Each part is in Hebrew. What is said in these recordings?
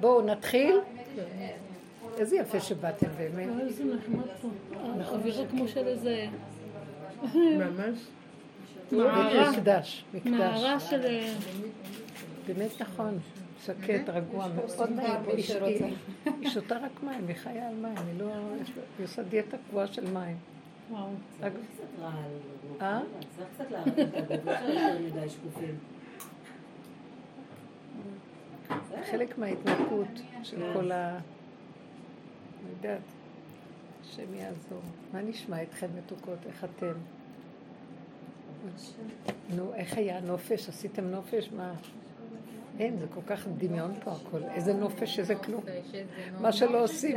בואו נתחיל. איזה יפה שבאתם באמת. איזה נחמד פה. אווירה כמו של איזה... ממש. מקדש. מערה של... באמת נכון. שקט, רגוע, מאוד נעים. היא שותה רק מים, היא חיה על מים. היא עושה דיאטה קבועה של מים. וואו. צריך קצת רעל. צריך קצת להראות את הגוד, לא יותר מדי שקופים. חלק מההתנקות של כל ה... אני יודעת, השם יעזור. מה נשמע אתכם מתוקות? איך אתם? נו, איך היה נופש? עשיתם נופש? מה? אין, זה כל כך דמיון פה הכל. איזה נופש, איזה כלום. מה שלא עושים.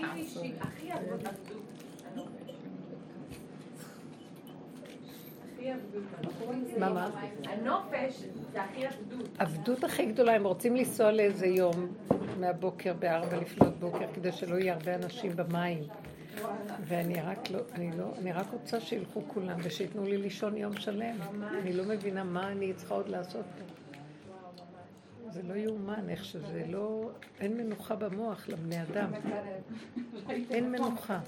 מה? הנופש זה הכי עבדות. עבדות הכי גדולה, הם רוצים לנסוע לאיזה יום מהבוקר ב4 לפנות בוקר כדי שלא יהיה הרבה אנשים במים. ואני רק רוצה שילכו כולם ושיתנו לי לישון יום שלם. אני לא מבינה מה אני צריכה עוד לעשות פה. זה לא יאומן איך שזה לא... אין מנוחה במוח לבני אדם. אין מנוחה.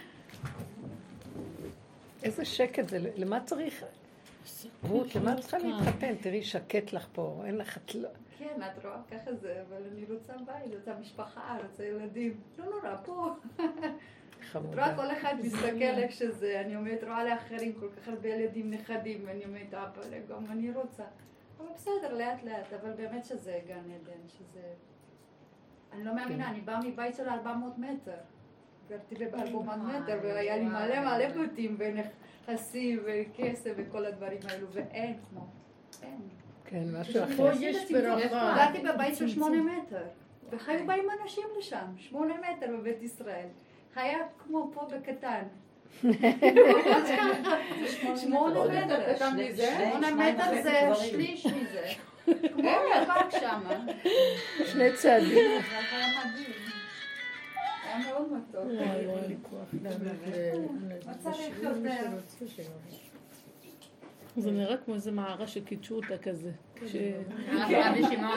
איזה שקט זה, למה צריך? רות, למה צריכה להתחתן? תראי, שקט לך פה, אין לך... כן, את רואה ככה זה, אבל אני רוצה בית, רוצה משפחה, רוצה ילדים. לא נורא, פה. חמודה. רואה כל אחד מסתכל איך שזה, אני אומרת, רואה לאחרים כל כך הרבה ילדים נכדים, ואני אומרת, גם אני רוצה. אבל בסדר, לאט לאט, אבל באמת שזה גן עדן, שזה... אני לא מאמינה, אני באה מבית של 400 מטר. גרתי ב-400 מטר, והיה לי מלא בתים, ונכסים, וכסף, וכל הדברים האלו, ואין כמו, אין. כן, משהו אחר. פה יש ברכה. גרתי בבית של 8 מטר, וחיו באים אנשים לשם, 8 מטר בבית ישראל. חיה כמו פה בקטן. 8 מטר. 8 מטר זה שליש מזה. כמו לבק שמה. 2 צעדים. זה היה מדהים. היה מאוד מתוק. מה צריך יותר? זה נראה כמו איזה מערה שקידשו אותה כזה. רבי שמעון.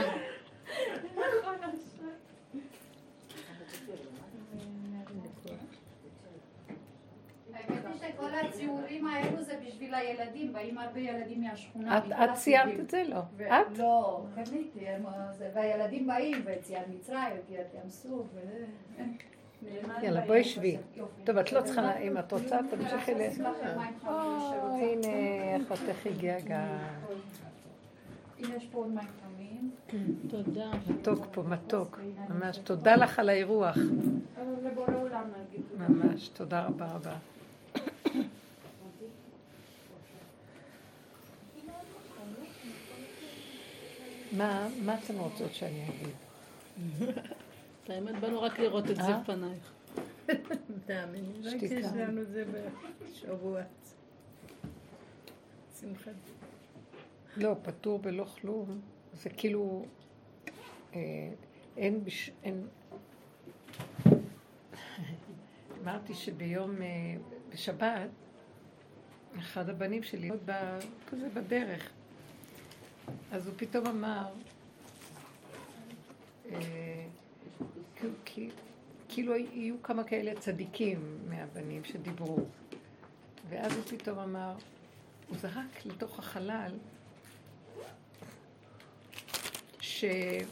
האמת היא שכל הציורים האלו זה בשביל הילדים, באים הרבה ילדים מהשכונה. את ציירת את זה? לא. את? לא, קניתי, והילדים באים, ויציאת מצרים, ויציאת ים סוף, יאללה, בואי שבי. טוב, את לא צריכה, אם את רוצה, תמשיכי ל... הנה, אחותך הגיעה גם. הנה יש פה עוד מים חמים. תודה. מתוק פה, מתוק. ממש, תודה לך על האירוח. אבל לבורא עולם נגיד. ממש, תודה רבה רבה. מה אתן רוצות שאני אגיד? האמת, באנו רק לראות את זה פנייך. תאמיני, רק יש לנו זה בשבוע. שמחת. לא, פטור בלא כלום. זה כאילו... אין... אמרתי שביום... בשבת, אחד הבנים שלי עוד כזה בדרך. אז הוא פתאום אמר... כאילו יהיו כמה כאלה צדיקים מהבנים שדיברו. ואז הוא פתאום אמר, הוא זרק לתוך החלל, שהוא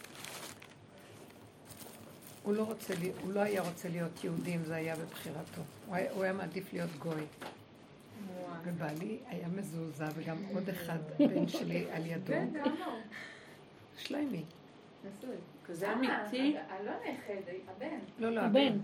לא היה רוצה להיות יהודי אם זה היה בבחירתו. הוא היה מעדיף להיות גוי. ובעלי היה מזועזע, וגם עוד אחד, בן שלי על ידו. שליימי. נשוי. כזה אמיתי? לא נכד, הבן. לא, הבן.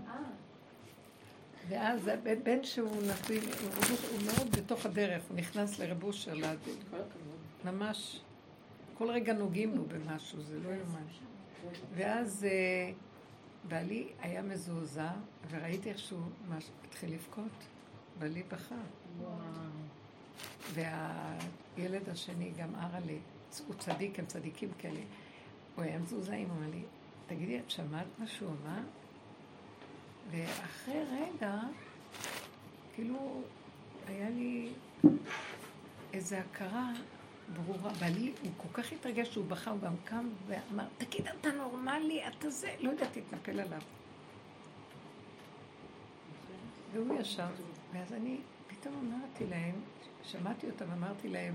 ואז הבן שהוא נשוי, הוא מאוד בתוך הדרך, הוא נכנס לרבוש של ממש, כל רגע נוגעים בו במשהו, זה לא יומן. ואז בעלי היה מזועזע, וראיתי איך שהוא התחיל לבכות, בעלי בכה. והילד השני גם ארלי, הוא צדיק, הם צדיקים כאלה. הוא היה מזועזעים, הוא אמר לי, תגידי, את שמעת מה שהוא אמר? ואחרי רגע, כאילו, היה לי איזו הכרה ברורה. בעלי, הוא כל כך התרגש שהוא בכה, הוא גם קם ואמר, תגיד, אתה נורמלי, אתה זה, לא יודעת, תתנפל עליו. והוא ישב, ואז אני פתאום אמרתי להם, שמעתי אותם, אמרתי להם,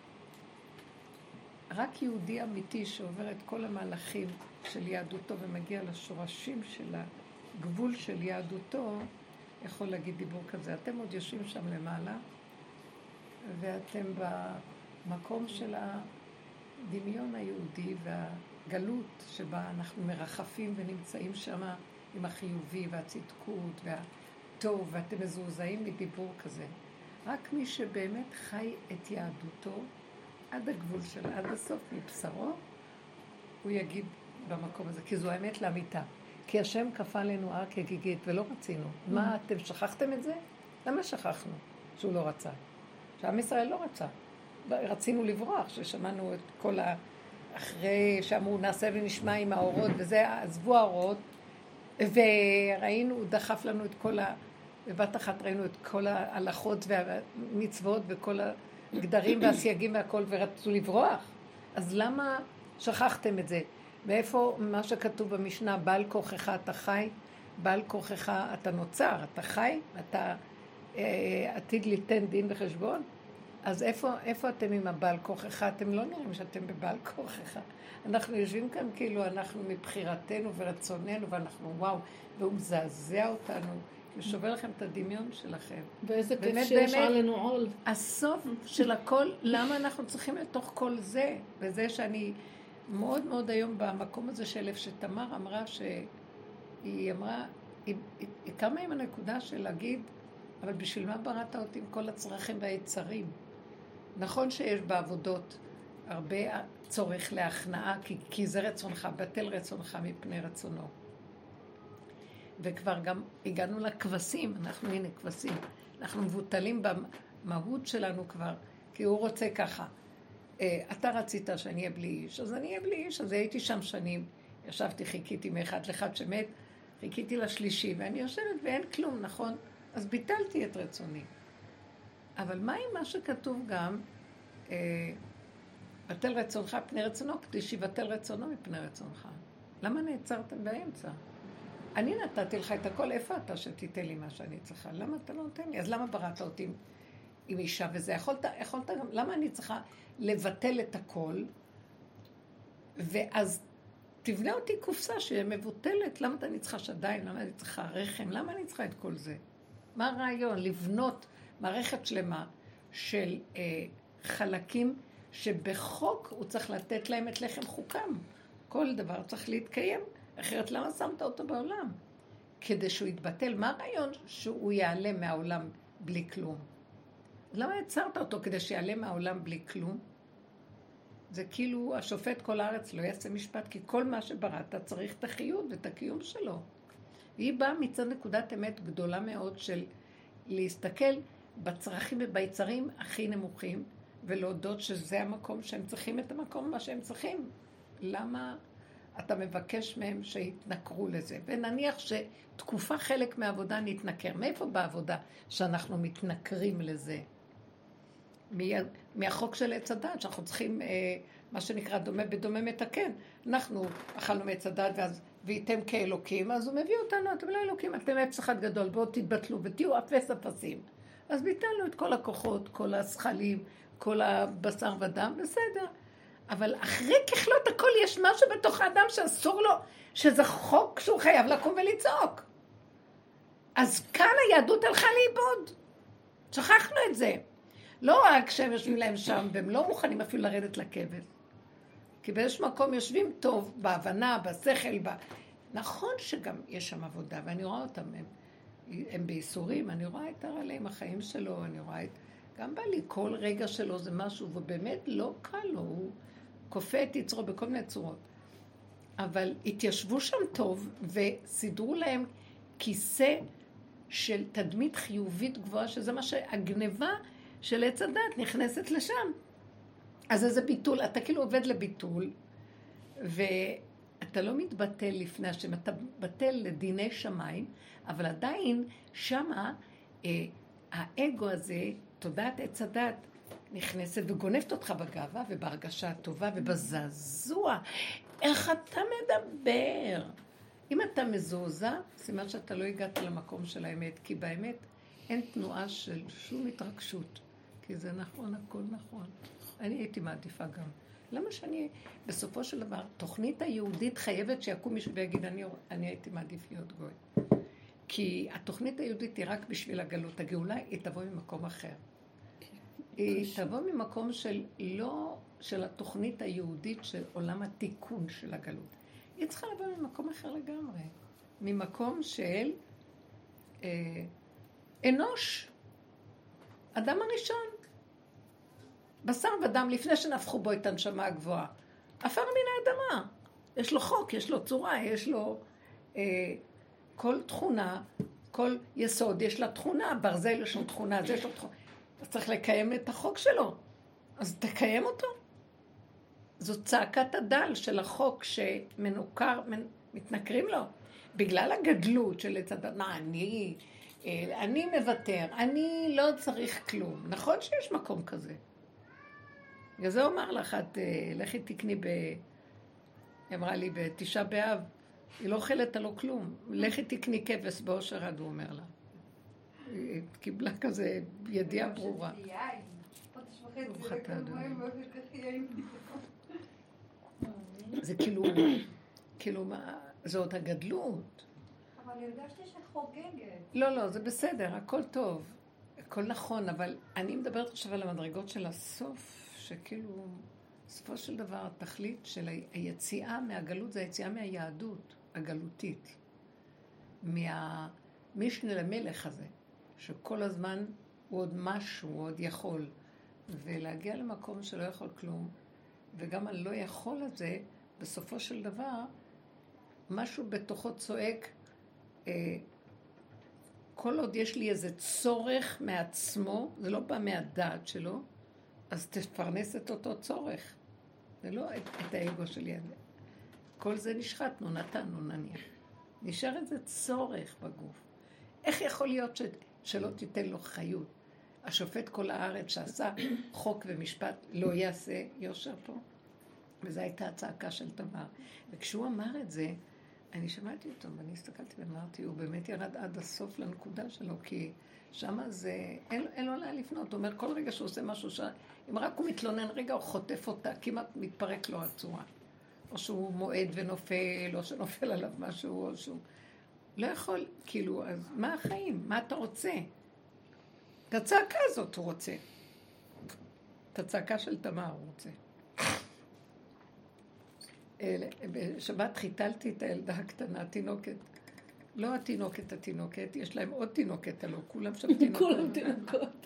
רק יהודי אמיתי שעובר את כל המהלכים של יהדותו ומגיע לשורשים של הגבול של יהדותו, יכול להגיד דיבור כזה. אתם עוד יושבים שם למעלה, ואתם במקום של הדמיון היהודי והגלות שבה אנחנו מרחפים ונמצאים שם עם החיובי והצדקות והטוב, ואתם מזועזעים מדיבור כזה. רק מי שבאמת חי את יהדותו עד הגבול של עד הסוף מבשרו, הוא יגיד במקום הזה, כי זו האמת לאמיתה. כי השם כפה עלינו הר כגיגית ולא רצינו. מה, אתם שכחתם את זה? למה שכחנו שהוא לא רצה? שעם ישראל לא רצה. רצינו לברוח, ששמענו את כל אחרי שאמרו נעשה ונשמע עם האורות, וזה עזבו האורות, וראינו, הוא דחף לנו את כל בבת אחת ראינו את כל ההלכות והמצוות וכל הגדרים והסייגים והכל, ורצו לברוח. אז למה שכחתם את זה? מאיפה מה שכתוב במשנה, בעל כוחך אתה חי, בעל כוחך אתה נוצר, אתה חי, אתה עתיד ליתן דין וחשבון? אז איפה אתם עם הבעל כוחך? אתם לא נראים שאתם בבעל כוחך. אנחנו יושבים כאן כאילו אנחנו מבחירתנו ורצוננו, ואנחנו וואו, והוא מזעזע אותנו, הוא שובר לכם את הדמיון שלכם. ואיזה כיף שיש עלינו עול. הסוף של הכל, למה אנחנו צריכים לתוך כל זה? וזה שאני מאוד מאוד היום במקום הזה של שתמר אמרה שהיא אמרה, היא קמה עם הנקודה של להגיד, אבל בשביל מה בראת אותי עם כל הצרכים והיצרים? נכון שיש בעבודות הרבה צורך להכנעה, כי זה רצונך, בטל רצונך מפני רצונו. וכבר גם הגענו לכבשים, אנחנו הנה כבשים, אנחנו מבוטלים במהות שלנו כבר, כי הוא רוצה ככה. אתה רצית שאני אהיה בלי איש, אז אני אהיה בלי איש, אז הייתי שם שנים, ישבתי, חיכיתי מאחד לאחד שמת, חיכיתי לשלישי, ואני יושבת ואין כלום, נכון? אז ביטלתי את רצוני. אבל מה עם מה שכתוב גם, בטל רצונך פני רצונו, כדי שיבטל רצונו מפני רצונך? למה נעצרתם באמצע? אני נתתי לך את הכל, איפה אתה שתיתן לי מה שאני צריכה? למה אתה לא נותן לי? אז למה בראת אותי עם אישה וזה? יכולת גם, למה אני צריכה לבטל את הכל? ואז תבנה אותי קופסה שמבוטלת, למה אני צריכה שדיים? למה אני צריכה רחם? למה אני צריכה את כל זה? מה הרעיון? לבנות מערכת שלמה של חלקים שבחוק הוא צריך לתת להם את לחם חוקם. כל דבר צריך להתקיים, אחרת למה שמת אותו בעולם? כדי שהוא יתבטל. מה הרעיון שהוא יעלה מהעולם בלי כלום? למה יצרת אותו כדי שיעלה מהעולם בלי כלום? זה כאילו השופט כל הארץ לא יעשה משפט, כי כל מה שבראת צריך את החיות ואת הקיום שלו. היא באה מצד נקודת אמת גדולה מאוד של להסתכל בצרכים וביצרים הכי נמוכים, ולהודות שזה המקום שהם צריכים את המקום מה שהם צריכים. למה אתה מבקש מהם שיתנכרו לזה? ונניח שתקופה חלק מהעבודה נתנכר. מאיפה בעבודה שאנחנו מתנכרים לזה? מהחוק של עץ הדת, שאנחנו צריכים מה שנקרא דומה בדומה מתקן. אנחנו אכלנו מעץ הדת והייתם כאלוקים, אז הוא מביא אותנו, אתם לא אלוקים, אתם אפס אחד גדול, בואו תתבטלו ותהיו אפס אפסים. אז ביטלנו את כל הכוחות, כל השכלים, כל הבשר ודם, בסדר. אבל אחרי ככלות הכל יש משהו בתוך האדם שאסור לו, שזה חוק שהוא חייב לקום ולצעוק. אז כאן היהדות הלכה לאיבוד. שכחנו את זה. לא רק שהם יושבים להם שם, והם לא מוכנים אפילו לרדת לכבד. כי באיזשהו מקום יושבים טוב, בהבנה, בשכל, נכון שגם יש שם עבודה, ואני רואה אותם, הם בייסורים, אני רואה את עליהם החיים שלו, אני רואה את... גם בא לי, כל רגע שלו זה משהו, ובאמת לא קל לו, הוא כופה את יצרו בכל מיני צורות. אבל התיישבו שם טוב, וסידרו להם כיסא של תדמית חיובית גבוהה, שזה מה שהגניבה של עץ הדת נכנסת לשם. אז איזה ביטול, אתה כאילו עובד לביטול, ואתה לא מתבטל לפני השם, אתה בטל לדיני שמיים, אבל עדיין שמה האגו הזה, תודעת עץ הדת, נכנסת וגונבת אותך בגאווה ובהרגשה הטובה ובזעזוע. איך אתה מדבר? אם אתה מזועזע, סימן שאתה לא הגעת למקום של האמת, כי באמת אין תנועה של שום התרגשות. כי זה נכון, הכל נכון. אני הייתי מעדיפה גם. למה שאני, בסופו של דבר, תוכנית היהודית חייבת שיקום מישהו ויגיד, אני הייתי מעדיף להיות גוי. כי התוכנית היהודית היא רק בשביל הגלות. הגאולה היא תבוא ממקום אחר. היא תבוא ממקום של לא, של התוכנית היהודית של עולם התיקון של הגלות. היא צריכה לבוא ממקום אחר לגמרי. ממקום של אנוש. אדם הראשון. בשר ודם לפני שנפחו בו את הנשמה הגבוהה. עפר מן האדמה. יש לו חוק, יש לו צורה, יש לו כל תכונה, כל יסוד, יש לה תכונה, ברזל יש לו תכונה, זה יש לו תכונה. אז צריך לקיים את החוק שלו. אז תקיים אותו. זו צעקת הדל של החוק שמנוכר, מתנכרים לו. בגלל הגדלות של הצד, מה אני מוותר, אני לא צריך כלום. נכון שיש מקום כזה. בגלל זה אומר לך, לכי תקני אמרה לי בתשעה באב, היא לא אוכלת עלו כלום. לכי תקני כבש באושר עד, הוא אומר לה. היא קיבלה כזה ידיעה ברורה. זה כאילו מה, זאת הגדלות. אבל הרגשתי שחוגגת. לא, זה בסדר, הכל טוב, הכל נכון, אבל אני מדברת עכשיו על המדרגות של הסוף, שכאילו, בסופו של דבר, התכלית של היציאה מהגלות, זה היציאה מהיהדות הגלותית. מהמשנה למלך הזה, שכל הזמן הוא עוד משהו, הוא עוד יכול. ולהגיע למקום שלא יכול כלום, וגם הלא יכול הזה, בסופו של דבר, משהו בתוכו צועק, כל עוד יש לי איזה צורך מעצמו, זה לא בא מהדעת שלו, אז תפרנס את אותו צורך. זה לא את האגו שלי. כל זה נשחטנו, נתנו נניח. נשאר איזה צורך בגוף. איך יכול להיות שלא תיתן לו חיות? השופט כל הארץ שעשה חוק ומשפט לא יעשה יושר פה. וזו הייתה הצעקה של תמר. וכשהוא אמר את זה, אני שמעתי אותו, ואני הסתכלתי ואמרתי, הוא באמת ירד עד הסוף לנקודה שלו, כי שמה זה, אין לו לאן לפנות. הוא אומר, כל רגע שהוא עושה משהו, אם רק הוא מתלונן רגע, הוא חוטף אותה, כמעט מתפרק לו הצורה. או שהוא מועד ונופל, או שנופל עליו משהו, או שהוא לא יכול, כאילו, אז מה החיים? מה אתה רוצה? את הצעקה הזאת הוא רוצה. את הצעקה של תמר הוא רוצה. בשבת חיתלתי את הילדה הקטנה, התינוקת. לא התינוקת, יש להם עוד תינוקת, הלא, כולם שם תינוקות. כולם תינוקות.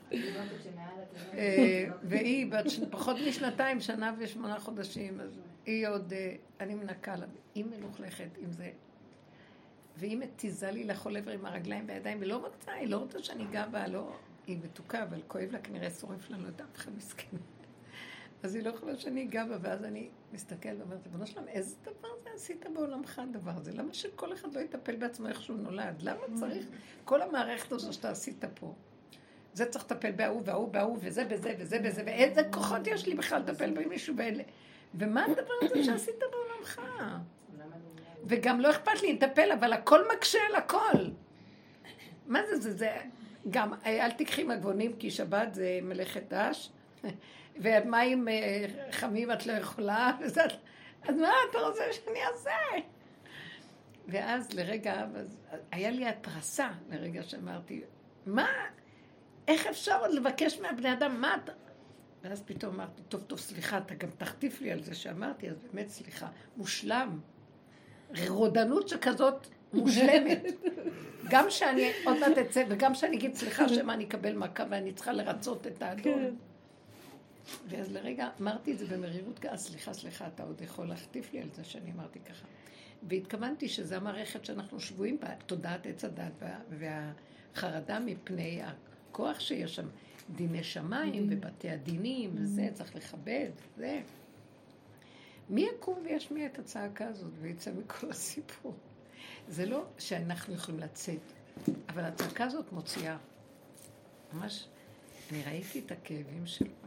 והיא פחות משנתיים, שנה ו8 חודשים, אז היא עוד, אני מנקה לה, היא מלוכלכת עם זה. והיא מתיזה לי לאכול עבר עם הרגליים בידיים, היא לא רוצה שאני אגע בה, לא, היא מתוקה, אבל כואב לה, כנראה שורף לנו את אף אחד מסכן. אז היא לא יכולה שאני אגע בה, ואז אני מסתכל ואומרת, בנו שלם, איזה דבר זה עשית בעולמך הדבר הזה? למה שכל אחד לא יטפל בעצמו איך שהוא נולד? למה צריך כל המערכת הזו שאתה עשית פה? זה צריך לטפל בהוא, וזה, ואיזה כוחות יש לי בכלל לטפל במישהו באלה? ומה הדבר הזה שעשית בעולמך? וגם לא אכפת לי לטפל, אבל הכל מקשה על הכל. מה זה? גם, אל תקחי מגבונים, כי שבת זה מלאכת דש, ומים חמים את לא יכולה, אז מה אתה רוצה שאני אעשה? ואז לרגע, היה לי התרסה לרגע שאמרתי, מה? איך אפשר עוד לבקש מהבני אדם? מה אתה? ואז פתאום אמרתי, טוב, סליחה, אתה גם תחטיף לי על זה שאמרתי, אז באמת סליחה, מושלם. רודנות שכזאת מושלמת. גם שאני עוד מעט אצא, וגם שאני אגיד סליחה שמה אני אקבל מכה ואני צריכה לרצות את האדון. ואז לרגע אמרתי את זה במרירות, סליחה, אתה עוד יכול להחטיף לי על זה שאני אמרתי ככה. והתכוונתי שזו המערכת שאנחנו שבועים בה, תודעת עץ הדת והחרדה מפני הכוח שיש שם, דיני שמיים ובתי הדינים, וזה צריך לכבד, זה. מי יקום וישמיע את הצעקה הזאת ויצא מכל הסיפור? זה לא שאנחנו יכולים לצאת, אבל הצעקה הזאת מוציאה. ממש, אני ראיתי את הכאבים שלו, ראיתי.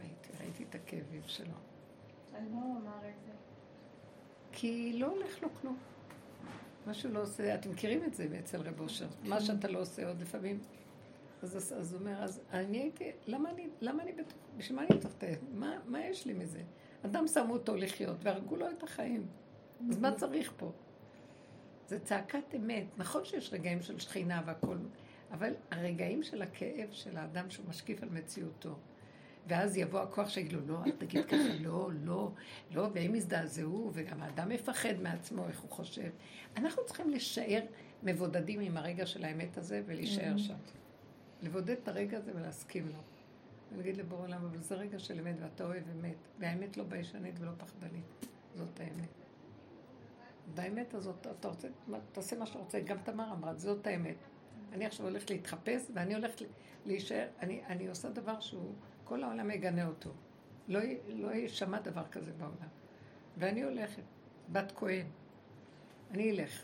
ראיתי את הכאבים שלו. על מה הוא אמר את זה? כי לא הולך לו כלום. מה שהוא לא עושה, אתם מכירים את זה אצל רב אושר, מה שאתה לא עושה עוד לפעמים. אז הוא אומר, אז אני הייתי, למה אני בטוח, בשביל מה אני צריך את מה יש לי מזה? אדם שמו אותו לחיות והרגו לו את החיים. אז מה צריך פה? זה צעקת אמת. נכון שיש רגעים של שכינה והכל, אבל הרגעים של הכאב של האדם שהוא משקיף על מציאותו, ואז יבוא הכוח שיגיד לו, לא, אל תגיד ככה, לא, והם יזדעזעו, וגם האדם מפחד מעצמו, איך הוא חושב. אנחנו צריכים להישאר מבודדים עם הרגע של האמת הזה, ולהישאר שם. לבודד את הרגע הזה ולהסכים לו. ולהגיד לבורא עולם, אבל זה רגע של אמת, ואתה אוהב אמת, והאמת לא ביישנית ולא פחדנית. זאת האמת. והאמת הזאת, אתה רוצה, תעשה מה שאתה רוצה, גם תמר אמרה, זאת האמת. אני עכשיו הולכת להתחפש, ואני הולכת להישאר, אני עושה דבר שהוא, כל העולם יגנה אותו. לא ישמע דבר כזה בעולם. ואני הולכת, בת כהן. אני אלך.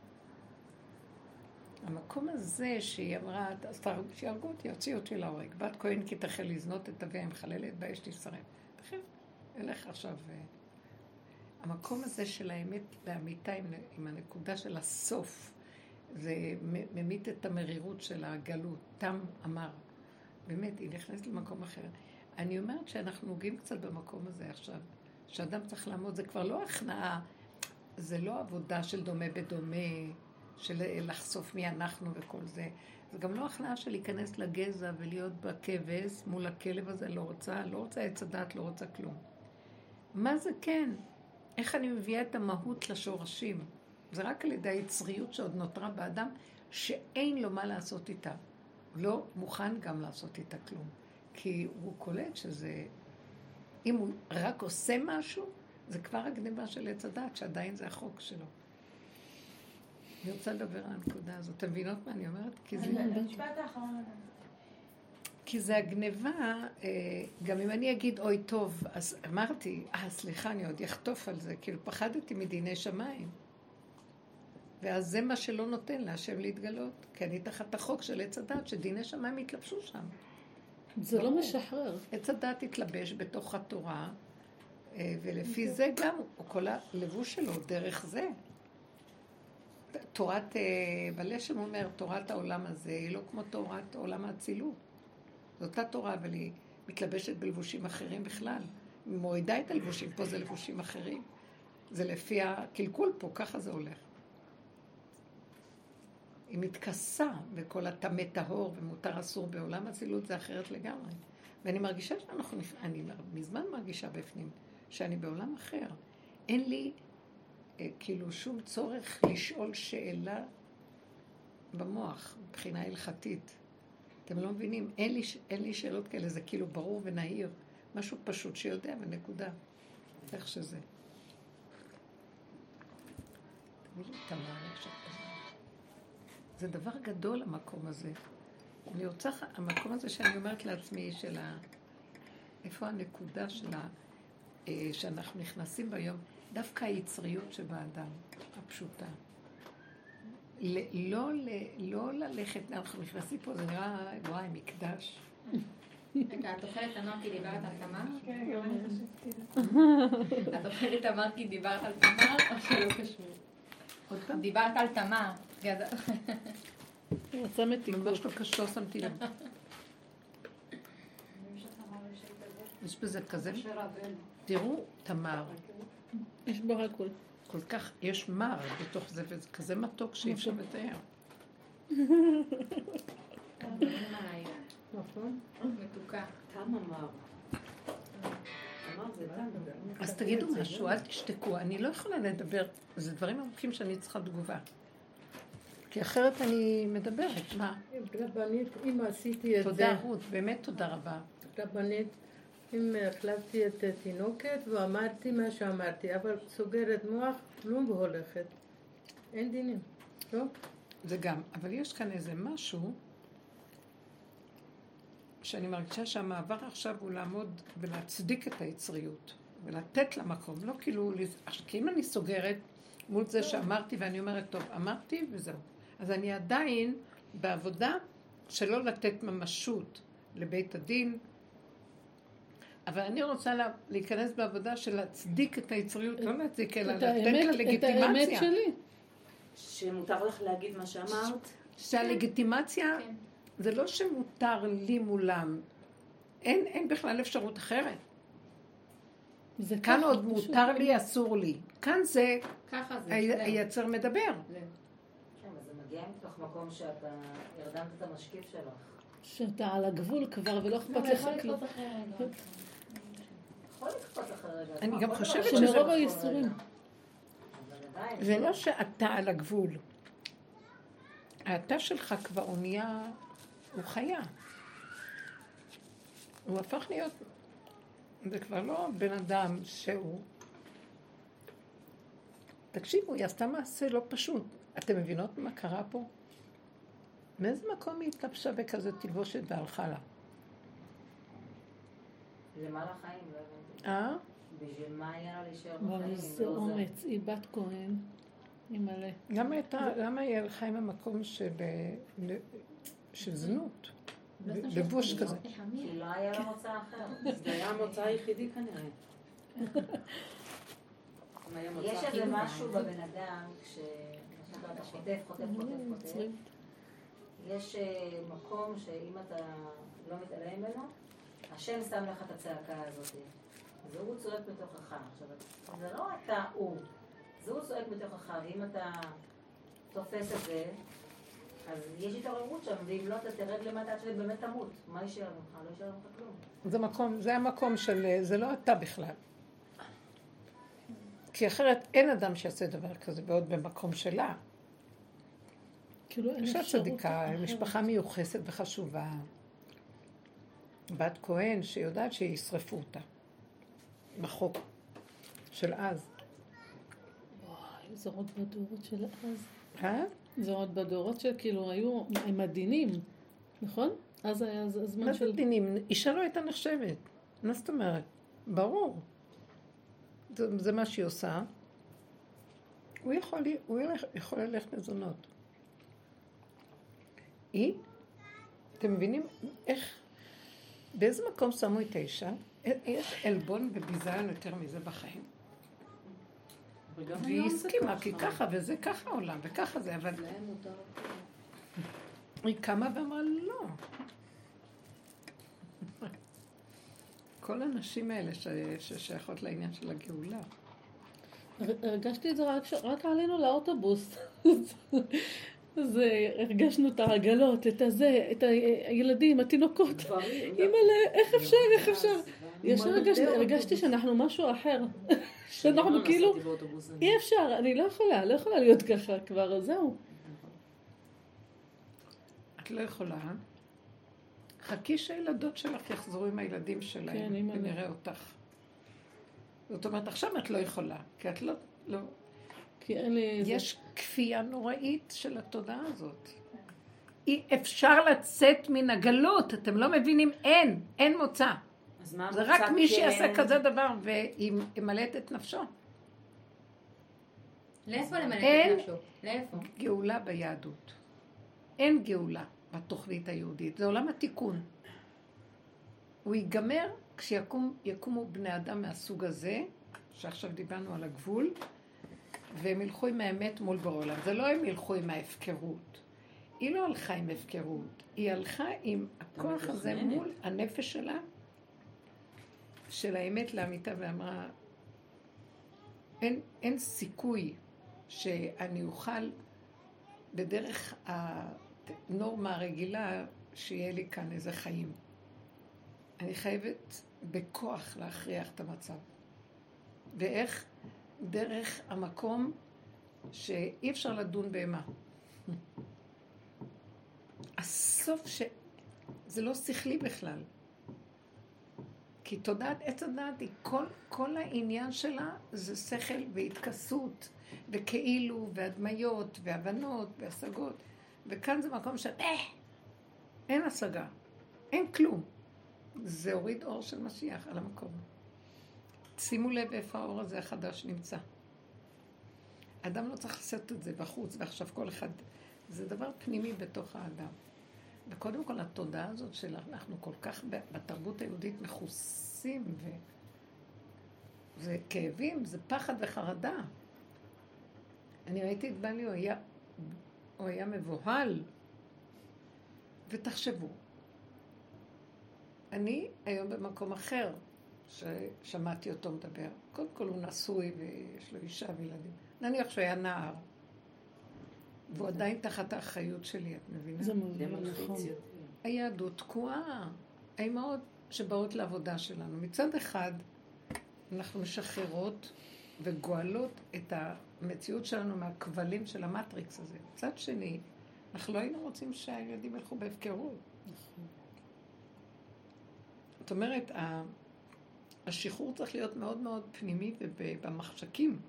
המקום הזה שהיא אמרה, אז שיהרגו אותי, יוציאו אותי להורג. בת כהן כי תחל לזנות את אביה, מחללת באש תשרף. תחל, אלך עכשיו. המקום הזה של האמת והאמיתה עם הנקודה של הסוף, זה ממית את המרירות של הגלות. תם אמר. באמת, היא נכנסת למקום אחר. אני אומרת שאנחנו נוגעים קצת במקום הזה עכשיו, שאדם צריך לעמוד, זה כבר לא הכנעה, זה לא עבודה של דומה בדומה, של לחשוף מי אנחנו וכל זה. זה גם לא הכנעה של להיכנס לגזע ולהיות בכבש מול הכלב הזה, לא רוצה עץ הדת, לא רוצה כלום. מה זה כן? איך אני מביאה את המהות לשורשים? זה רק על ידי היצריות שעוד נותרה באדם, שאין לו מה לעשות איתה. לא מוכן גם לעשות איתה כלום. כי הוא קולט שזה, אם הוא רק עושה משהו, זה כבר הגניבה של עץ הדת, שעדיין זה החוק שלו. אני רוצה לדבר על הנקודה הזאת. אתם מבינות מה אני אומרת? משפט האחרון. כי זה הגניבה, גם אם אני אגיד, אוי טוב, אז אמרתי, סליחה, אני עוד יחטוף על זה, כאילו פחדתי מדיני שמיים. ואז זה מה שלא נותן להשם להתגלות, כי אני תחת החוק של עץ הדת, שדיני שמיים יתלבשו שם. זה לא משחרר. עץ הדת יתלבש בתוך התורה, ולפי זה גם, כל הלבוש שלו, דרך זה. תורת, בלשם אומר, תורת העולם הזה, היא לא כמו תורת עולם האצילות. זו אותה תורה, אבל היא מתלבשת בלבושים אחרים בכלל. היא מורידה את הלבושים, פה זה לבושים אחרים. זה לפי הקלקול פה, ככה זה הולך. היא מתכסה בכל הטמא טהור ומותר אסור בעולם האצילות, זה אחרת לגמרי. ואני מרגישה אני מזמן מרגישה בפנים, שאני בעולם אחר. אין לי כאילו שום צורך לשאול שאלה במוח, מבחינה הלכתית. אתם לא מבינים, אין לי שאלות כאלה, זה כאילו ברור ונהיר, משהו פשוט שיודע ונקודה, איך שזה. תמיד תמר, איך שאת זה דבר גדול המקום הזה. אני רוצה, המקום הזה שאני אומרת לעצמי, איפה הנקודה שלה, שאנחנו נכנסים ביום, דווקא היצריות שבאדם, הפשוטה. לא ללכת, אנחנו נכנסים פה, זה נראה, וואי, מקדש. רגע, את אוכלת תמר כי דיברת על תמר? כן, גם אני חשבתי. את אוכלת תמר כי דיברת על תמר או שלא קשור? עוד פעם? דיברת על תמר. הוא רצה מתיקות. ממש לא קשור, שמתי לב. יש בזה כזה, תראו, תמר. יש בו הכל. כל כך, יש מר בתוך זה, וזה כזה מתוק שאי אפשר לתאר. נכון? מתוקה. כמה מר. זה אז תגידו משהו, אל תשתקו. אני לא יכולה לדבר, זה דברים עמוקים שאני צריכה תגובה. כי אחרת אני מדברת, מה? רבנית, אם עשיתי את זה... תודה רות, באמת תודה רבה. רבנית, אם החלפתי את התינוקת ואמרתי מה שאמרתי, אבל סוגרת מוח, כלום והולכת. אין דינים, לא? זה גם, אבל יש כאן איזה משהו שאני מרגישה שהמעבר עכשיו הוא לעמוד ולהצדיק את היצריות ולתת לה מקום, לא כאילו, כי אם אני סוגרת מול זה שאמרתי ואני אומרת, טוב, אמרתי וזהו. אז אני עדיין בעבודה שלא לתת ממשות לבית הדין, אבל אני רוצה להיכנס בעבודה של להצדיק את היצריות, לא להצדיק, אלא את לתת לה האמת, את האמת לגיטימציה. שלי. שמותר לך להגיד מה שאמרת? שהלגיטימציה, כן. זה לא שמותר לי מולם. אין בכלל אפשרות אחרת. זה כאן ככה, עוד פשוט. מותר לי, אסור לי. כאן זה, ככה זה. היצר מדבר. כן, אבל זה מגיע מתוך מקום שאתה הרדמת את המשקיף שלך. שאתה על הגבול כבר ולא אכפת לא, לך יכול כלום. לקפוץ אחרי רגע. יכול לקפוץ לך רגע. אני גם חושבת שמרוב שזה... הייסורים. אבל עדיין, זה לא שאתה על הגבול. האתה שלך כבר הוא נהיה, הוא חיה. הוא הפך להיות, זה כבר לא בן אדם שהוא... תקשיבו, היא עשתה מעשה לא פשוט. אתם מבינות מה קרה פה? מאיזה מקום היא התלבשה בכזה תלבושת והלכה לה? למעלה חיים, לא הבנתי. בשביל מה היה לה להישאר בחיים? אבל זה אומץ, היא בת כהן, היא מלא. למה היא הלכה עם המקום של זנות? לבוש כזה. כי לא היה לה מוצא אחר. זה היה המוצא היחידי כנראה. יש איזה משהו בבן אדם, כשאתה חוטף, יש מקום שאם אתה לא מתעלם ממנו, השם שם לך את הצעקה הזאת. זה הוא צועק בתוכך. עכשיו, זה לא אתה הוא, זה הוא צועק בתוכך, ואם אתה תופס את זה, אז יש התעוררות שם, ואם לא, אתה תרד למטה עד שבאמת תמות. מה יישאר ממך? לא יישאר ממך כלום. זה המקום של, זה לא אתה בכלל. כי אחרת אין אדם שיעשה דבר כזה, ועוד במקום שלה. כאילו אין אישה אפשרות צדיקה, אחרת. משפחה מיוחסת וחשובה. בת כהן שיודעת שישרפו אותה. בחוק של אז. וואי, זה עוד בדורות של אז. אה? זה עוד בדורות שכאילו היו, הם עדינים, נכון? אז היה הזמן מה זה של... דינים? אישה לא הייתה נחשבת. מה זאת אומרת? ברור. זה מה שהיא עושה. הוא יכול ללכת מזונות. אתם מבינים איך, באיזה מקום שמו את האישה? יש אלבון וביזיון יותר מזה בחיים. והיא הסכימה, כי ככה וזה ככה העולם, וככה זה, אבל... היא קמה ואמרה לא. כל הנשים האלה ששייכות לעניין של הגאולה. הרגשתי את זה רק עלינו לאוטובוס. אז הרגשנו את העגלות, את הזה, את הילדים, התינוקות. אימא'לה, איך אפשר? ישר הרגשתי שאנחנו משהו אחר. שאנחנו כאילו, אי אפשר, אני לא יכולה להיות ככה כבר, זהו. את לא יכולה. חכי שהילדות שלך יחזרו עם הילדים שלהם, ונראה אותך. זאת אומרת, עכשיו את לא יכולה, כי את לא... יש כפייה נוראית של התודעה הזאת. אי אפשר לצאת מן הגלות, אתם לא מבינים, אין מוצא. זה רק מי שיעשה כזה דבר וימלט את נפשו. לאיפה למלט את נפשו? לאיפה? גאולה ביהדות. אין גאולה בתוכנית היהודית, זה עולם התיקון. הוא ייגמר כשיקומו בני אדם מהסוג הזה, שעכשיו דיברנו על הגבול, והם ילכו עם האמת מול בעולם. זה לא הם ילכו עם ההפקרות. היא לא הלכה עם הפקרות, היא הלכה עם הכוח הזה מול הנפש שלה, של האמת לאמיתה, ואמרה, אין סיכוי שאני אוכל בדרך הנורמה הרגילה שיהיה לי כאן איזה חיים. אני חייבת בכוח להכריח את המצב. ואיך? דרך המקום שאי אפשר לדון בהמה. הסוף זה לא שכלי בכלל. כי תודעת עץ הדעת היא כל העניין שלה זה שכל והתכסות וכאילו והדמיות והבנות והשגות. וכאן זה מקום של אין השגה, אין כלום. זה הוריד אור של משיח על המקום. שימו לב איפה האור הזה החדש נמצא. אדם לא צריך לעשות את זה בחוץ, ועכשיו כל אחד, זה דבר פנימי בתוך האדם. וקודם כל התודעה הזאת שאנחנו כל כך בתרבות היהודית מכוסים, וזה כאבים, זה פחד וחרדה. אני ראיתי את בעלי, הוא היה מבוהל, ותחשבו, אני היום במקום אחר, ששמעתי אותו מדבר. קודם כל הוא נשוי ויש לו אישה וילדים. נניח שהוא היה נער, והוא עדיין תחת האחריות שלי, את מבינה? זה נכון. היהדות תקועה. האימהות שבאות לעבודה שלנו. מצד אחד, אנחנו משחררות וגואלות את המציאות שלנו מהכבלים של המטריקס הזה. מצד שני, אנחנו לא היינו רוצים שהילדים ילכו בהפקרות. זאת אומרת, השחרור צריך להיות מאוד מאוד פנימי ובמחשקים.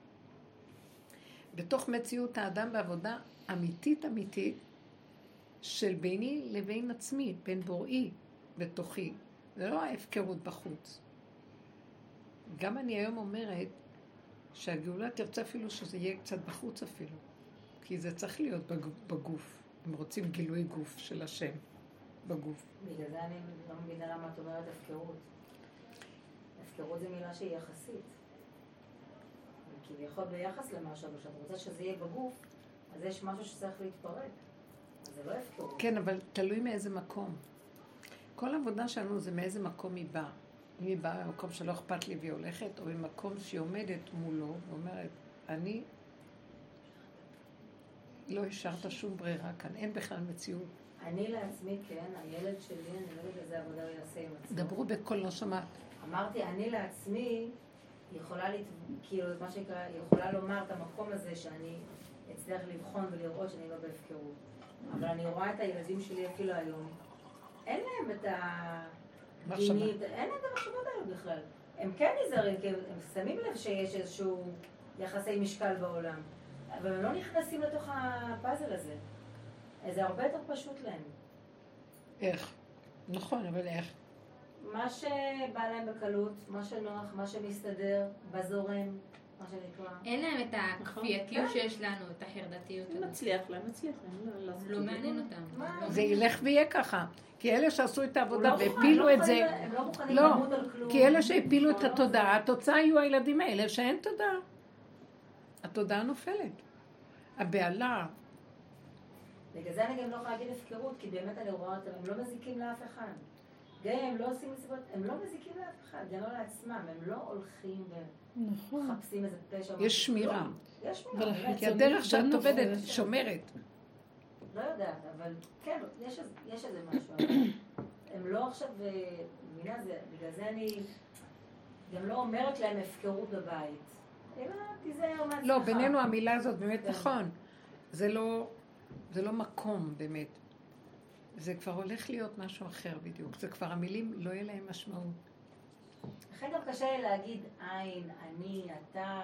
בתוך מציאות האדם בעבודה אמיתית של ביני לבין עצמי, בין בוראי בתוכי. זה לא ההפקרות בחוץ. גם אני היום אומרת שהגאולה תרצה אפילו שזה יהיה קצת בחוץ אפילו. כי זה צריך להיות בגוף. הם רוצים גילוי גוף של השם בגוף. בגלל זה אני לא מבינה למה את אומרת הפקרות. הפקרות זה מילה שהיא יחסית. כביכול ביחס למשהו, אבל כשאת רוצה שזה יהיה בגוף, אז יש משהו שצריך להתפרק. אז זה לא הפקרות. כן, אבל תלוי מאיזה מקום. כל העבודה שלנו זה מאיזה מקום היא באה. אם היא באה במקום שלא אכפת לי והיא הולכת, או במקום שהיא עומדת מולו, ואומרת, אני לא השארת שום ברירה כאן, אין בכלל מציאות. אני לעצמי, כן, הילד שלי, אני לא יודעת איזה עבודה הוא יעשה עם עצמו. דברו בקול, לא שמעת. אמרתי, אני לעצמי יכולה, כאילו, מה שנקרא, יכולה לומר את המקום הזה שאני אצליח לבחון ולראות שאני לא בהפקרות. אבל אני רואה את הילדים שלי אפילו היום. אין להם את הדינית, אין להם את המחשבות האלה בכלל. הם כן נזהרים, כי הם שמים לב שיש איזשהו יחסי משקל בעולם. אבל הם לא נכנסים לתוך הפאזל הזה. זה הרבה יותר פשוט להם. איך? נכון, אבל איך? מה שבא להם בקלות, מה שנוח, מה שמסתדר, בזורם, מה שנקרא. אין להם את הכפייתיות שיש לנו, את החרדתיות. אם מצליח להם, מצליח להם. לא מעניין אותם. זה ילך ויהיה ככה. כי אלה שעשו את העבודה והפילו את זה... הם לא מוכנים למות על כלום. כי אלה שהפילו את התודעה, התוצאה יהיו הילדים האלה שאין תודעה. התודעה נופלת. הבעלה. בגלל זה אני גם לא יכולה להגיד הפקרות, כי באמת אני רואה אותם, הם לא מזיקים לאף אחד. גם אם הם לא עושים מסיבות, הם לא מזיקים לאף אחד, גם לא לעצמם, הם לא הולכים ומחפשים איזה פשע. יש שמירה. יש שמירה. כי הדרך שאת עובדת שומרת. לא יודעת, אבל כן, יש איזה משהו. הם לא עכשיו, מבינה, בגלל זה אני גם לא אומרת להם הפקרות בבית. אלא תיזהר מעצמך. לא, בינינו המילה הזאת באמת נכון. זה לא מקום באמת. זה כבר הולך להיות משהו אחר בדיוק. זה כבר המילים לא יהיה להם משמעות. לכן גם קשה לי להגיד עין, אני, אתה.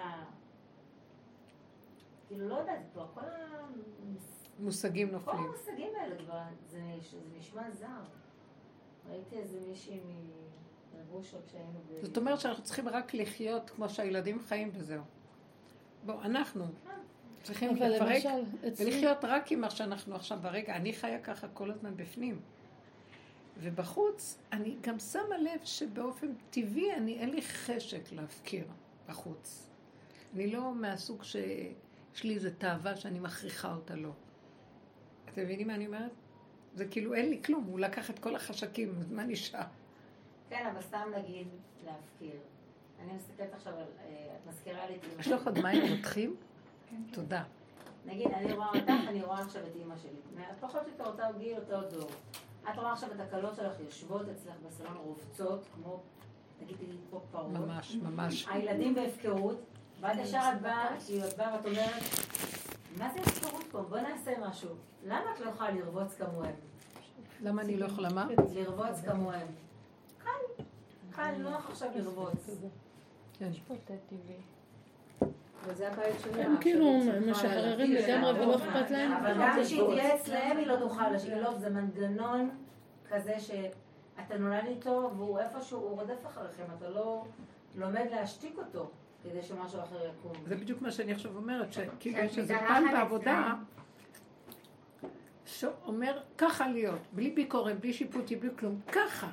כאילו לא יודעת, כבר כל מושגים נופלים. כל המושגים האלה כבר, זה נשמע זר. ראיתי איזה מישהי מרבושות שהיינו זאת אומרת שאנחנו צריכים רק לחיות כמו שהילדים חיים וזהו. בואו, אנחנו צריכים לפרק ולחיות רק עם מה שאנחנו עכשיו ברגע. אני חיה ככה כל הזמן בפנים. ובחוץ אני גם שמה לב שבאופן טבעי אין לי חשק להפקיר בחוץ. אני לא מהסוג שיש לי איזו תאווה שאני מכריחה אותה לא. אתם מבינים מה אני אומרת? זה כאילו אין לי כלום, הוא לקח את כל החשקים, אז מה נשאר? כן, אבל סתם נגיד להפקיר. אני מסתכלת עכשיו על, את מזכירה לי את אמא. יש לך עוד מים רותחים? תודה. נגיד, אני רואה אותך, אני רואה עכשיו את אמא שלי. את לא חושבת שאתה רוצה גיל, אותו דור. את רואה עכשיו את הקלות שלך יושבות אצלך בסלון רובצות, כמו, נגיד, פה פרות. ממש, ממש. הילדים בהפקרות, ועד ישר את באה, כאילו את באה ואת אומרת, מה זה הפקרות פה? בוא נעשה משהו. למה את לא יכולה לרבוץ כמוהם? למה אני לא יכולה מה? לרבוץ כמוהם. קל, נוח עכשיו לרבוץ. יש פה טבעי. וזה הבית שלה. הם כאילו משחררים לגמרי ולא אכפת להם. אבל גם כשהיא תהיה אצלהם היא לא תוכל לשאלות. זה מנגנון כזה שאתה נולד איתו והוא איפשהו, הוא רודף אחריכם. אתה לא לומד להשתיק אותו כדי שמשהו אחר יקום. זה בדיוק מה שאני עכשיו אומרת, שכאילו יש איזה פן בעבודה, שאומר ככה להיות, בלי ביקורת, בלי שיפוטי, בלי כלום, ככה.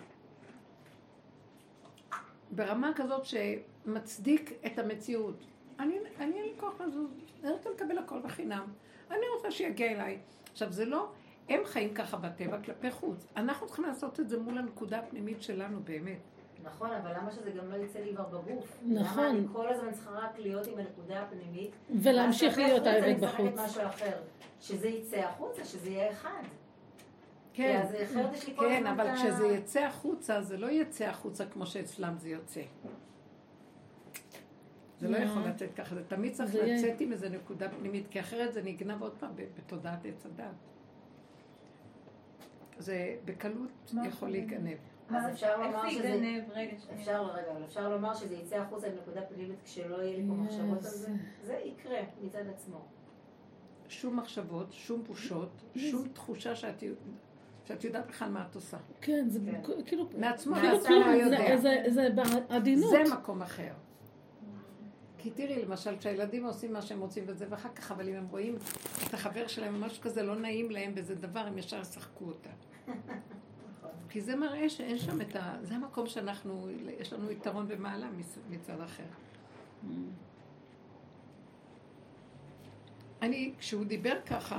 ברמה כזאת שמצדיק את המציאות. אני אין לי כוח לזוז, אני רוצה לקבל הכל בחינם. אני רוצה שיגיע אליי. עכשיו זה לא, הם חיים ככה בטבע כלפי חוץ. אנחנו צריכים לעשות את זה מול הנקודה הפנימית שלנו באמת. נכון, אבל למה שזה גם לא יצא לי כבר בגוף? נכון. למה אני כל הזמן צריכה רק להיות עם הנקודה הפנימית? ולהמשיך להיות העבד בחוץ. אני משחקת משהו אחר. שזה יצא החוצה, שזה יהיה אחד. כן, כן, אבל כשזה יצא החוצה, זה לא יצא החוצה כמו שאצלם זה יוצא. זה לא יכול לצאת ככה, זה תמיד צריך לצאת עם איזו נקודה פנימית, כי אחרת זה נגנב עוד פעם בתודעת עץ הדת. זה בקלות יכול להיגנב. אז אפשר לומר שזה יצא החוצה עם נקודה פנימית כשלא יהיה לי פה מחשבות על זה? זה יקרה מצד עצמו. שום מחשבות, שום בושות, שום תחושה שאת יודעת בכלל מה את עושה. כן, זה כאילו... מעצמו, זה בעדינות. זה מקום אחר. כי תראי, למשל, כשהילדים עושים מה שהם רוצים וזה, ואחר כך, אבל אם הם רואים את החבר שלהם, משהו כזה לא נעים להם באיזה דבר, הם ישר ישחקו אותה. כי זה מראה שאין שם את ה... זה המקום שאנחנו, יש לנו יתרון במעלה מצד אחר. כשהוא דיבר ככה,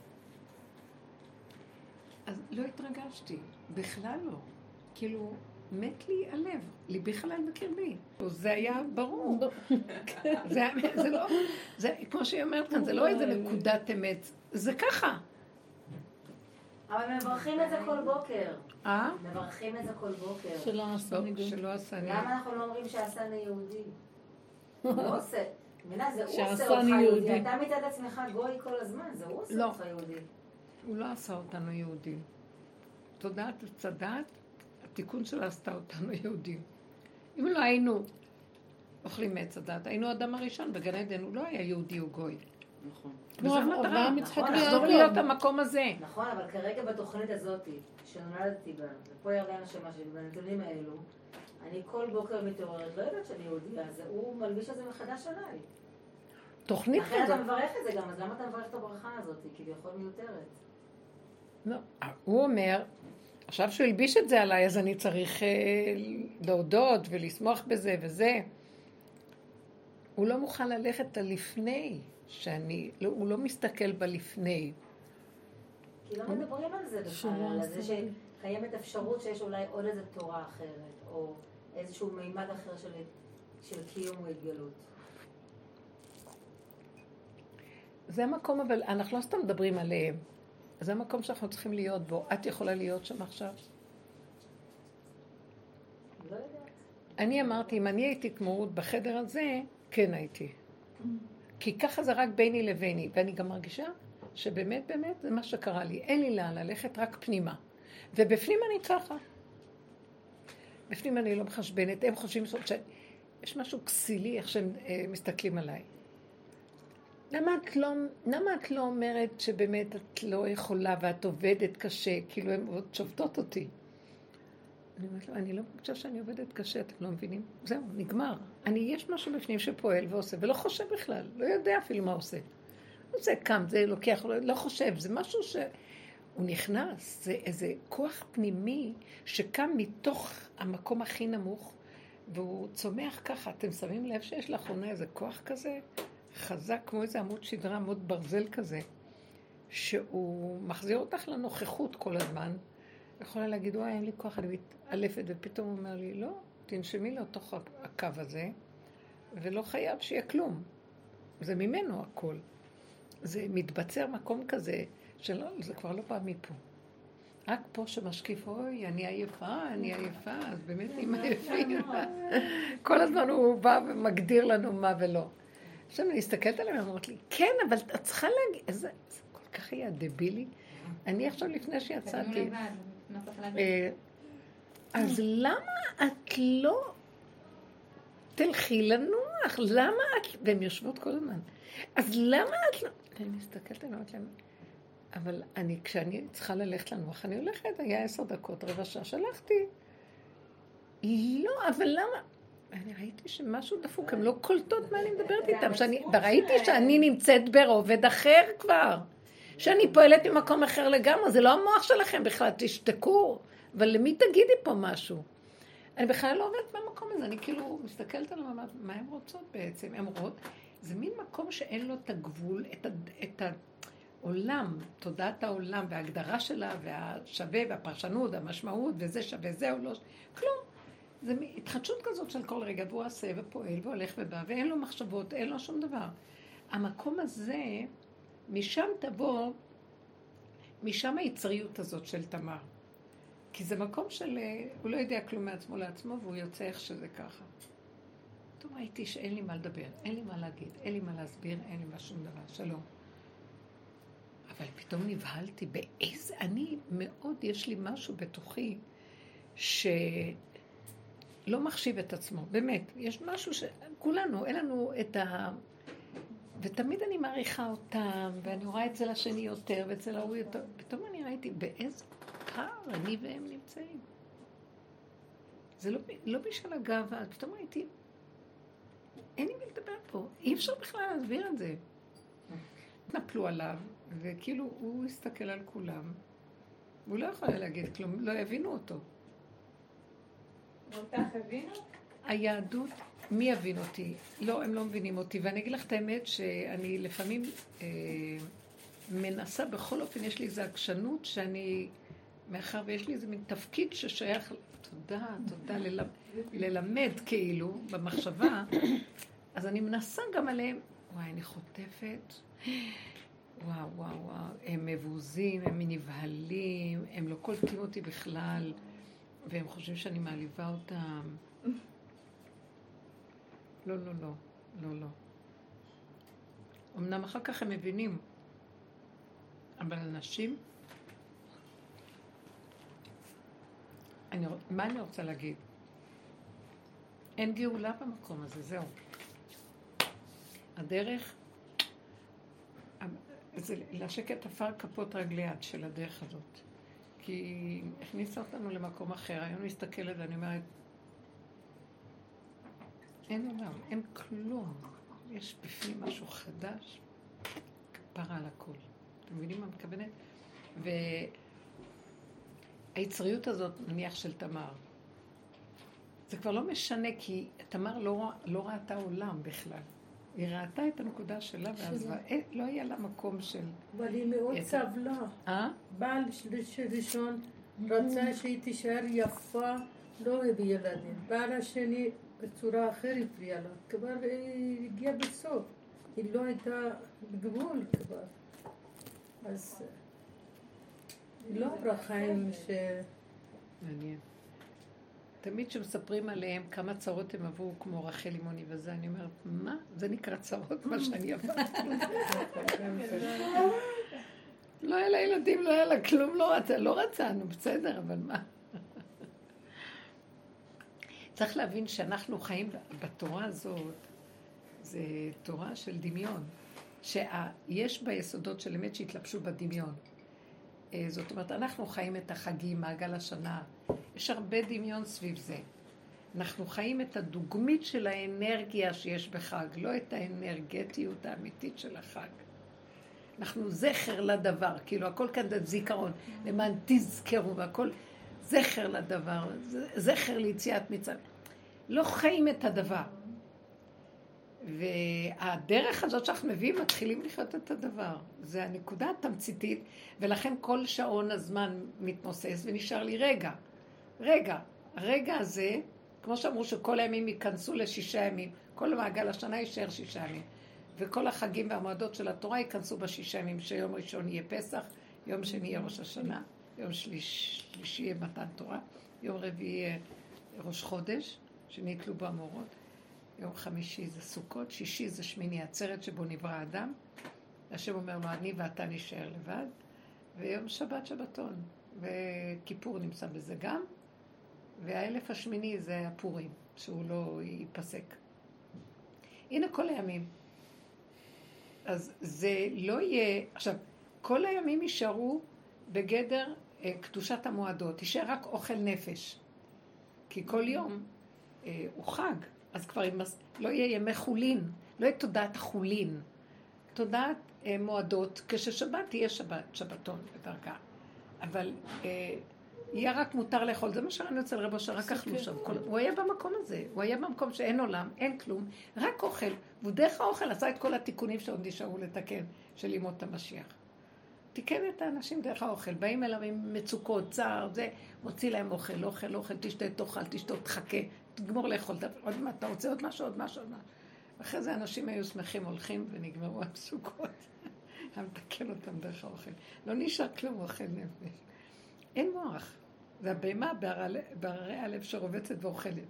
אז לא התרגשתי, בכלל לא. כאילו, מת לי הלב, ליבי חלל בקרבי. זה היה ברור. זה לא, זה כמו שהיא אומרת כאן, זה לא איזה נקודת אמת, זה ככה. אבל מברכים את זה כל בוקר. מברכים את זה כל בוקר. שלא עשה ניגוד. למה אנחנו לא אומרים שעשני יהודי? הוא עושה. מבינה, זה הוא עושה שעשני אותך יהודי. יהודי. אתה מצד עצמך גוי כל הזמן, זה הוא עושה אותך יהודי. הוא לא עשה אותנו יהודים. תודעת וצדת, התיקון שלה עשתה אותנו יהודים. אם לא היינו אוכלים מעץ הדת, היינו האדם הראשון בגן עדן, הוא לא היה יהודי או גוי. נכון. וזו המטרה, לחזור להיות המקום הזה. נכון, אבל כרגע בתוכנית הזאת, שנולדתי בה, ופה ירדן השמה שלי, בנתונים האלו, אני כל בוקר מתעוררת, לא יודעת שאני יהודייה, אז הוא מלביש את זה מחדש עליי. תוכנית כזאת. אחרי אתה מברך את זה גם, אז למה אתה מברך את הברכה הזאת? כביכול מיותרת. לא, הוא אומר, עכשיו שהוא הלביש את זה עליי, אז אני צריך להודות ולשמוח בזה וזה. הוא לא מוכן ללכת לפני, הוא לא מסתכל בלפני. כי לא מדברים על זה בכלל, על זה שקיימת אפשרות שיש אולי עוד איזו תורה אחרת, או איזשהו מימד אחר של קיום או התגלות. זה המקום, אבל אנחנו לא סתם מדברים עליהם. זה המקום שאנחנו צריכים להיות בו. את יכולה להיות שם עכשיו? לא יודעת. אני אמרתי, אם אני הייתי כמו רות בחדר הזה, כן הייתי. כי ככה זה רק ביני לביני, ואני גם מרגישה שבאמת, באמת, זה מה שקרה לי. אין לי לאן ללכת, רק פנימה. ובפנים אני ככה. בפנים אני לא מחשבנת, הם חושבים שיש משהו כסילי, איך שהם מסתכלים עליי. למה את לא אומרת שבאמת את לא יכולה ואת עובדת קשה, כאילו הן עוד שובתות אותי? אני אומרת לו, אני לא חושב שאני עובדת קשה, אתם לא מבינים? זהו, נגמר. יש משהו בפנים שפועל ועושה, ולא חושב בכלל, לא יודע אפילו מה עושה. זה קם, זה לוקח, לא חושב, זה משהו שהוא נכנס, זה איזה כוח פנימי שקם מתוך המקום הכי נמוך, והוא צומח ככה. אתם שמים לב שיש לאחרונה איזה כוח כזה, חזק כמו איזה עמוד שדרה, עמוד ברזל כזה, שהוא מחזיר אותך לנוכחות כל הזמן. יכולה להגיד, וואי, אין לי כוח, אני מתעלפת, ופתאום הוא אומר לי, לא, תנשמי לתוך הקו הזה, ולא חייב שיהיה כלום. זה ממנו הכל. זה מתבצר מקום כזה, שלא, זה כבר לא בא מפה. רק פה שמשקיף, אוי, אני עייפה, אז באמת עם עייפים. כל הזמן הוא בא ומגדיר לנו מה ולא. עכשיו אני הסתכלת עליהם, אמרת לי, כן, אבל את צריכה להגיד, זה כל כך היה דבילי. אני עכשיו לפני שיצאתי, אז למה את לא תלכי לנוח? למה את, והן יושבות כל הזמן, אז למה את לא, ואני מסתכלת עליהם, אמרת להם, אבל כשאני צריכה ללכת לנוח, אני הולכת, היה 10 דקות, רבע שעה, שלחתי. לא, אבל למה? אני ראיתי שמשהו דפוק, הם לא קולטות מה אני מדברת איתם, וראיתי שאני נמצאת ברובד אחר כבר, שאני פועלת ממקום אחר לגמרי, זה לא המוח שלכם בכלל, תשתקו, אבל למי תגידי פה משהו? אני בכלל לא עובדת במקום הזה, אני כאילו מסתכלת על מה הן רוצות בעצם, הן רואות, זה מין מקום שאין לו את הגבול, את העולם, תודעת העולם וההגדרה שלה והשווה והפרשנות, המשמעות וזה שווה זה או לא, כלום. זה התחדשות כזאת של כל רגע, והוא עושה ופועל והולך ובא, ואין לו מחשבות, אין לו שום דבר. המקום הזה, משם תבוא, משם היצריות הזאת של תמר. כי זה מקום של, הוא לא יודע כלום מעצמו לעצמו, והוא יוצא איך שזה ככה. טוב, ראיתי שאין לי מה לדבר, אין לי מה להגיד, אין לי מה להסביר, אין לי מה שום דבר, שלום. אבל פתאום נבהלתי באיזה, אני מאוד, יש לי משהו בתוכי, לא מחשיב את עצמו, באמת, יש משהו שכולנו, אין לנו את ותמיד אני מעריכה אותם, ואני רואה את זה לשני יותר, ואצל ההוא יותר, פתאום אני ראיתי באיזה פער אני והם נמצאים. זה לא בשביל הגאווה, פתאום ראיתי, אין לי מי לדבר פה, אי אפשר בכלל להסביר את זה. נפלו עליו, וכאילו הוא הסתכל על כולם, והוא לא יכול להגיד כלום, לא יבינו אותו. אותך הבינו? היהדות, מי יבין אותי? לא, הם לא מבינים אותי. ואני אגיד לך את האמת שאני לפעמים מנסה, בכל אופן יש לי איזו עקשנות שאני, מאחר ויש לי איזה מין תפקיד ששייך, תודה, ללמד כאילו במחשבה, אז אני מנסה גם עליהם, וואי, אני חוטפת, וואו, הם מבוזים, הם נבהלים, הם לא קולטים אותי בכלל, והם חושבים שאני מעליבה אותם. לא. אמנם אחר כך הם מבינים, אבל אנשים, מה אני רוצה להגיד? אין גאולה במקום הזה, זהו. הדרך, זה להשקט עפר כפות רגלי יד של הדרך הזאת. כי הכניסה אותנו למקום אחר, היום מסתכלת ואני אומרת, אין עולם, אין כלום. יש בפנים משהו חדש, כפרה על הכל. אתם מבינים מה מכוונת? והיצריות הזאת, נניח של תמר, זה כבר לא משנה, כי תמר לא ראתה עולם בכלל. היא ראתה את הנקודה שלה, ואז לא היה לה מקום של... אבל היא מאוד סבלה. בעל ראשון רצה שהיא תישאר יפה, לא הביא ילדים. בעל השני בצורה אחרת הפריעה לה. כבר היא הגיעה בסוף. היא לא הייתה בגבול כבר. אז היא לא עברה חיים ש... מעניין. תמיד שמספרים עליהם כמה צרות הם עברו, כמו רחל לימוני וזה, אני אומרת, מה? זה נקרא צרות, מה שאני עברתי. לא היה לה ילדים, לא היה לה כלום, לא רצנו, בסדר, אבל מה? צריך להבין שאנחנו חיים בתורה הזאת, זה תורה של דמיון, שיש ביסודות של אמת שהתלבשו בדמיון. זאת אומרת, אנחנו חיים את החגים, מעגל השנה, יש הרבה דמיון סביב זה. אנחנו חיים את הדוגמית של האנרגיה שיש בחג, לא את האנרגטיות האמיתית של החג. אנחנו זכר לדבר, כאילו הכל כאן זה זיכרון, למען תזכרו, והכל זכר לדבר, זכר ליציאת מצרים. לא חיים את הדבר. והדרך הזאת שאנחנו מביאים, מתחילים לחיות את הדבר. זה הנקודה התמציתית, ולכן כל שעון הזמן מתנוסס ונשאר לי רגע. הרגע הזה, כמו שאמרו שכל הימים ייכנסו ל6 ימים, כל מעגל השנה יישאר 6 ימים. וכל החגים והמועדות של התורה ייכנסו ב6 ימים, שיום ראשון יהיה פסח, יום שני יהיה ראש השנה, יום שלישי יהיה מתן תורה, יום רביעי יהיה ראש חודש, שנתלו בו המורות, יום חמישי זה סוכות, שישי זה שמיני עצרת שבו נברא אדם, השם אומר לו, אני ואתה נשאר לבד, ויום שבת שבתון, וכיפור נמצא בזה גם, והאלף השמיני זה הפורים, שהוא לא ייפסק. הנה כל הימים. אז זה לא יהיה, עכשיו, כל הימים יישארו בגדר קדושת המועדות, יישאר רק אוכל נפש, כי כל יום הוא חג, אז כבר לא יהיה ימי חולין, לא יהיה תודעת החולין, תודעת מועדות, כששבת תהיה שבתון בדרכה. אבל יהיה רק מותר לאכול, זה מה שראינו אצל רבו שרק אכלו שם. הוא היה במקום הזה, הוא היה במקום שאין עולם, אין כלום, רק אוכל. והוא דרך האוכל עשה את כל התיקונים שעוד נשארו לתקן, של לימוד המשיח. תיקן את האנשים דרך האוכל, באים אליו עם מצוקות, צער, זה, מוציא להם אוכל, תשתה, תאכל, תשתות, תחכה, תגמור לאכול, עוד מה, אתה רוצה עוד משהו. אחרי זה אנשים היו שמחים, הולכים ונגמרו המצוקות. מתקן אותם דרך האוכל. לא נשאר כלום אוכל נפש. אין מוח. זה הבהמה בהררי הלב שרובצת ואוכלת.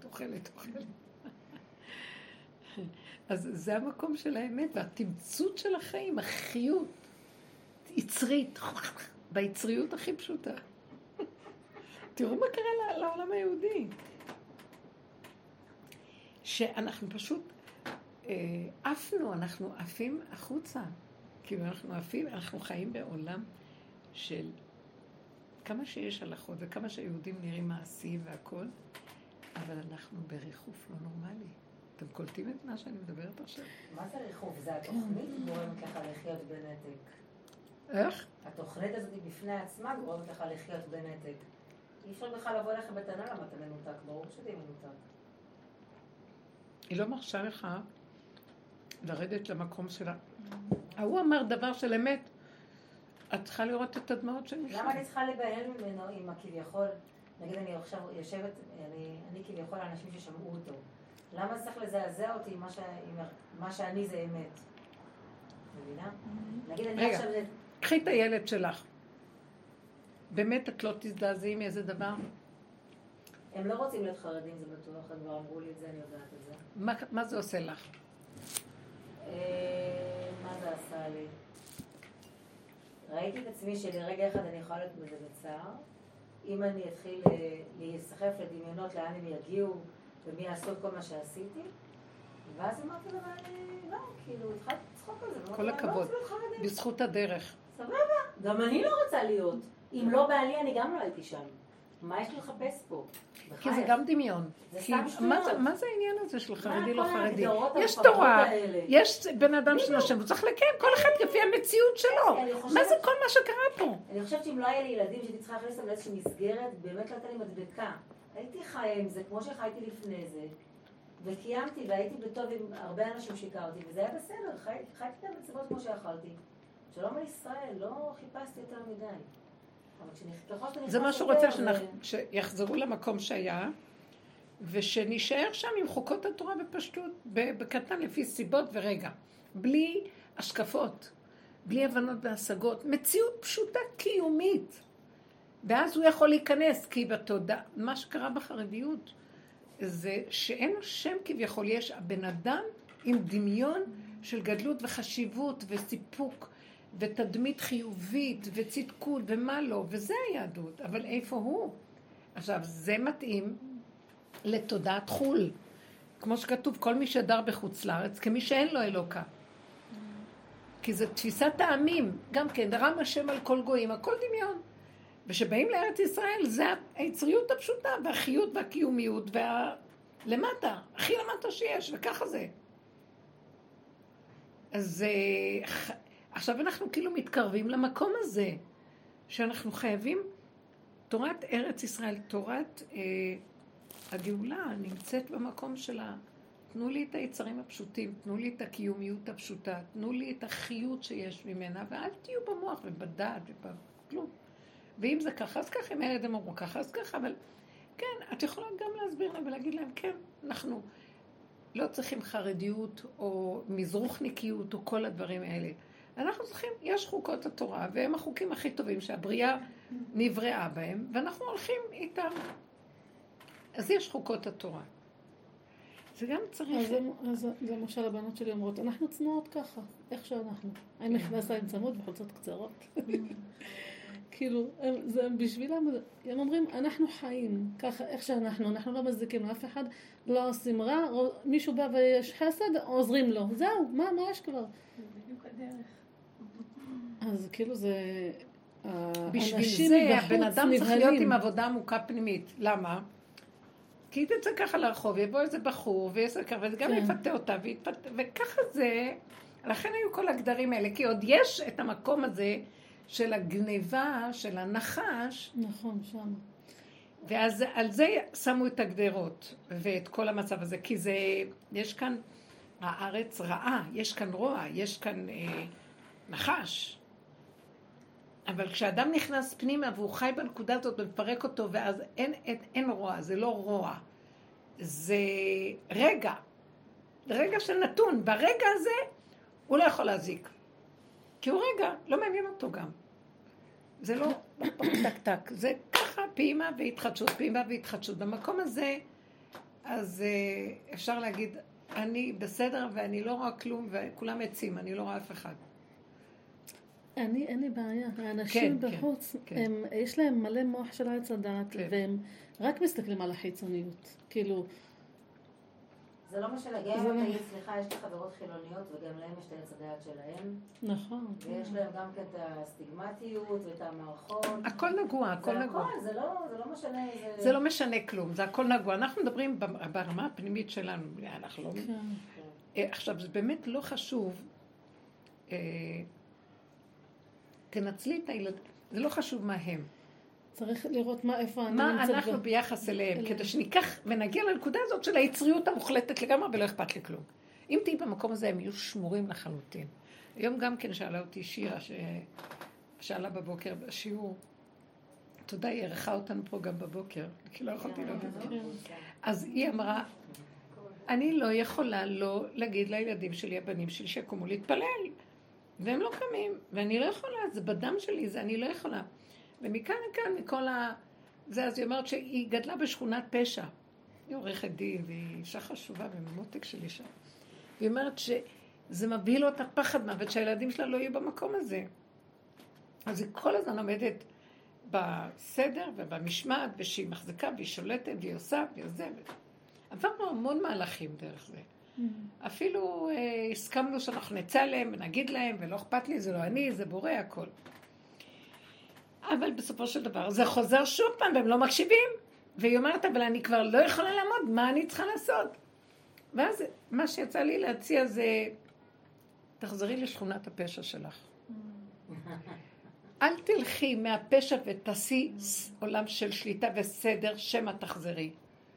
אז זה המקום של האמת, והתמצות של החיים, החיות, יצרית, ביצריות הכי פשוטה. תראו מה קרה לעולם היהודי. שאנחנו פשוט אנחנו עפים החוצה. כאילו אנחנו חיים בעולם של כמה שיש הלכות וכמה שהיהודים נראים מעשיים והכל, אבל אנחנו בריחוף לא נורמלי. אתם קולטים את מה שאני מדברת עכשיו? מה זה ריחוף? זה התוכנית גורמת לך לחיות בנתק. איך? התוכנית הזאת בפני עצמה גורמת לך לחיות בנתק. אי אפשר בכלל לבוא לך בטענה למה אתה מנותק, ברור שתהיה מנותק. היא לא מרשה לך לרדת למקום שלה. הוא אמר דבר של אמת. את צריכה לראות את הדמעות של מישהו. למה אני צריכה לבהל ממנו עם הכביכול? נגיד אני עכשיו יושבת, אני כביכול האנשים ששמעו אותו. למה צריך לזעזע אותי עם מה שאני זה אמת? מבינה? נגיד אני עכשיו... קחי את הילד שלך. באמת את לא תזדעזעי מאיזה דבר? הם לא רוצים להיות חרדים, זה בטוח, הם כבר אמרו לי את זה, אני יודעת את זה. מה זה עושה לך? מה זה עשה לי? ראיתי את עצמי שלרגע אחד אני יכולה להיות בזה בצער. אם אני אתחיל להיסחף לדמיונות לאן הם יגיעו ומי יעשו את כל מה שעשיתי, ואז אמרתי לו, לא, כאילו, התחלתי לצחוק על זה. כל הכבוד, בזכות הדרך. סבבה, גם אני לא רוצה להיות. אם לא בעלי, אני גם לא הייתי שם. מה יש לי לחפש פה? כי זה גם דמיון. זה סתם שטויות. מה זה העניין הזה של חרדי לא חרדי? יש תורה, יש בן אדם שנושם, הוא צריך לקיים כל אחד לפי המציאות שלו. מה זה כל מה שקרה פה? אני חושבת שאם לא היה לי ילדים שהייתי צריכה להכניס אותם לאיזושהי מסגרת, באמת לא הייתה לי מדבקה. הייתי חיה עם זה כמו שחייתי לפני זה, וקיימתי והייתי בטוב עם הרבה אנשים שהכרתי, וזה היה בסדר, חייתי את המצבות כמו שאכלתי. שלום על ישראל, לא חיפשתי יותר מדי. זה מה שהוא רוצה, שיחזרו למקום שהיה, ושנשאר שם עם חוקות התורה בפשטות, בקטן לפי סיבות ורגע. בלי השקפות, בלי הבנות והשגות, מציאות פשוטה קיומית. ואז הוא יכול להיכנס, כי בתודעה, מה שקרה בחרדיות, זה שאין השם כביכול, יש הבן אדם עם דמיון של גדלות וחשיבות וסיפוק, ותדמית חיובית וצדקות ומה לא, וזה היהדות, אבל איפה הוא? עכשיו, זה מתאים לתודעת חול, כמו שכתוב, כל מי שדר בחוץ לארץ, כמי שאין לו אלוקה. כי זה תפיסת העמים, גם כן, דרם השם על כל גויים, הכל דמיון. ושבאים לארץ ישראל, זה היצריות הפשוטה, והחיות והקיומיות, למטה, הכי למטה שיש, וככה זה. אז עכשיו אנחנו כאילו מתקרבים למקום הזה, שאנחנו חייבים, תורת ארץ ישראל, תורת הגאולה נמצאת במקום שלה. תנו לי את היצרים הפשוטים, תנו לי את הקיומיות הפשוטה, תנו לי את החיות שיש ממנה, ואל תהיו במוח ובדעת ובכלום. ואם זה ככה, אז ככה, אם הילד אמרו ככה, אז ככה, אבל כן, את יכולה גם להסביר להם ולהגיד להם, כן, אנחנו לא צריכים חרדיות או מזרוחניקיות או כל הדברים האלה. אנחנו צריכים, יש חוקות התורה, והם החוקים הכי טובים שהבריאה נבראה בהם, ואנחנו הולכים איתם. אז יש חוקות התורה. זה גם צריך... אז למשל הבנות שלי אומרות, אנחנו צנועות ככה, איך שאנחנו. אני נכנסה עם צמוד וחולצות קצרות. כאילו, בשבילם, הם אומרים, אנחנו חיים, ככה, איך שאנחנו, אנחנו לא מזיקים לאף אחד, לא עושים רע, מישהו בא ויש חסד, עוזרים לו. זהו, מה יש כבר? זה בדיוק הדרך. אז כאילו זה... בשביל זה הבן אדם צריך להיות עם עבודה עמוקה פנימית. למה? כי היא תצא ככה לרחוב, יבוא איזה בחור, וגם יפתה אותה, וככה זה, לכן היו כל הגדרים האלה, כי עוד יש את המקום הזה של הגניבה, של הנחש. נכון, שם. ואז על זה שמו את הגדרות ואת כל המצב הזה, כי זה, יש כאן, הארץ רעה, יש כאן רוע, יש כאן נחש. אבל כשאדם נכנס פנימה והוא חי בנקודה הזאת ומפרק אותו, ואז אין רוע, זה לא רוע. זה רגע של נתון. ברגע הזה הוא לא יכול להזיק. כי הוא רגע, לא מעניין אותו גם. זה לא טק טק, זה ככה פעימה והתחדשות, פעימה והתחדשות. במקום הזה, אז אפשר להגיד, אני בסדר ואני לא רואה כלום וכולם עצים, אני לא רואה אף אחד. אין לי בעיה. האנשים בחוץ, יש להם מלא מוח של עץ הדעת, והם רק מסתכלים על החיצוניות. כאילו... זה לא משנה, גם אם תגיד, סליחה, יש לי חברות חילוניות, וגם להם יש את העץ הדעת שלהם. נכון. ויש להם גם כן את הסטיגמטיות ואת המערכות. הכל נגוע, הכל נגוע. זה לא משנה. זה לא משנה כלום, זה הכל נגוע. אנחנו מדברים ברמה הפנימית שלנו. אנחנו לא... עכשיו, זה באמת לא חשוב... תנצלי את הילד, זה לא חשוב מה הם. צריך לראות איפה אני מה אנחנו ביחס אליהם, כדי שניקח ונגיע לנקודה הזאת של היצריות המוחלטת לגמרי ולא אכפת לי כלום. אם תהי במקום הזה, הם יהיו שמורים לחלוטין. היום גם כן שאלה אותי שירה, ששאלה בבוקר בשיעור, תודה, היא ערכה אותנו פה גם בבוקר, כי לא יכולתי לדעת את זה. אז היא אמרה, אני לא יכולה לא להגיד לילדים שלי, הבנים שלי, שיקומו להתפלל. והם לא קמים, ואני לא יכולה, זה בדם שלי, זה אני לא יכולה. ומכאן לכאן, מכל זה, אז היא אומרת שהיא גדלה בשכונת פשע. היא עורכת דין, והיא אישה חשובה, וממותק של אישה. והיא אומרת שזה מביא לו את הפחד מוות, שהילדים שלה לא יהיו במקום הזה. אז היא כל הזמן עומדת בסדר ובמשמעת, ושהיא מחזיקה, והיא שולטת, והיא עושה, והיא עוזבת. עברנו המון מהלכים דרך זה. אפילו הסכמנו שאנחנו נצא להם ונגיד להם, ולא אכפת לי, זה לא אני, זה בורא, הכל. אבל בסופו של דבר זה חוזר שוב פעם, והם לא מקשיבים. והיא אומרת, אבל אני כבר לא יכולה לעמוד, מה אני צריכה לעשות? ואז מה שיצא לי להציע זה, תחזרי לשכונת הפשע שלך. אל תלכי מהפשע ותעשי עולם של שליטה וסדר, שמה תחזרי.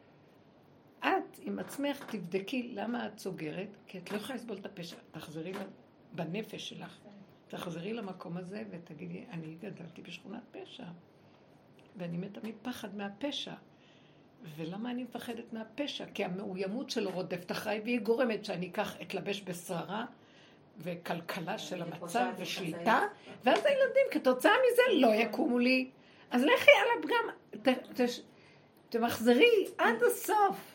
את עם עצמך תבדקי למה את סוגרת, כי את לא יכולה לסבול את הפשע. תחזרי בנפש שלך, תחזרי למקום הזה ותגידי, אני גדלתי בשכונת פשע, ואני מתה מפחד מהפשע. ולמה אני מפחדת מהפשע? כי המאוימות שלו רודפת אחריי, והיא גורמת שאני אקח אתלבש בשררה וכלכלה של המצב ושליטה, ואז הילדים כתוצאה מזה לא יקומו לי. אז לכי על הפגם, תמחזרי עד הסוף.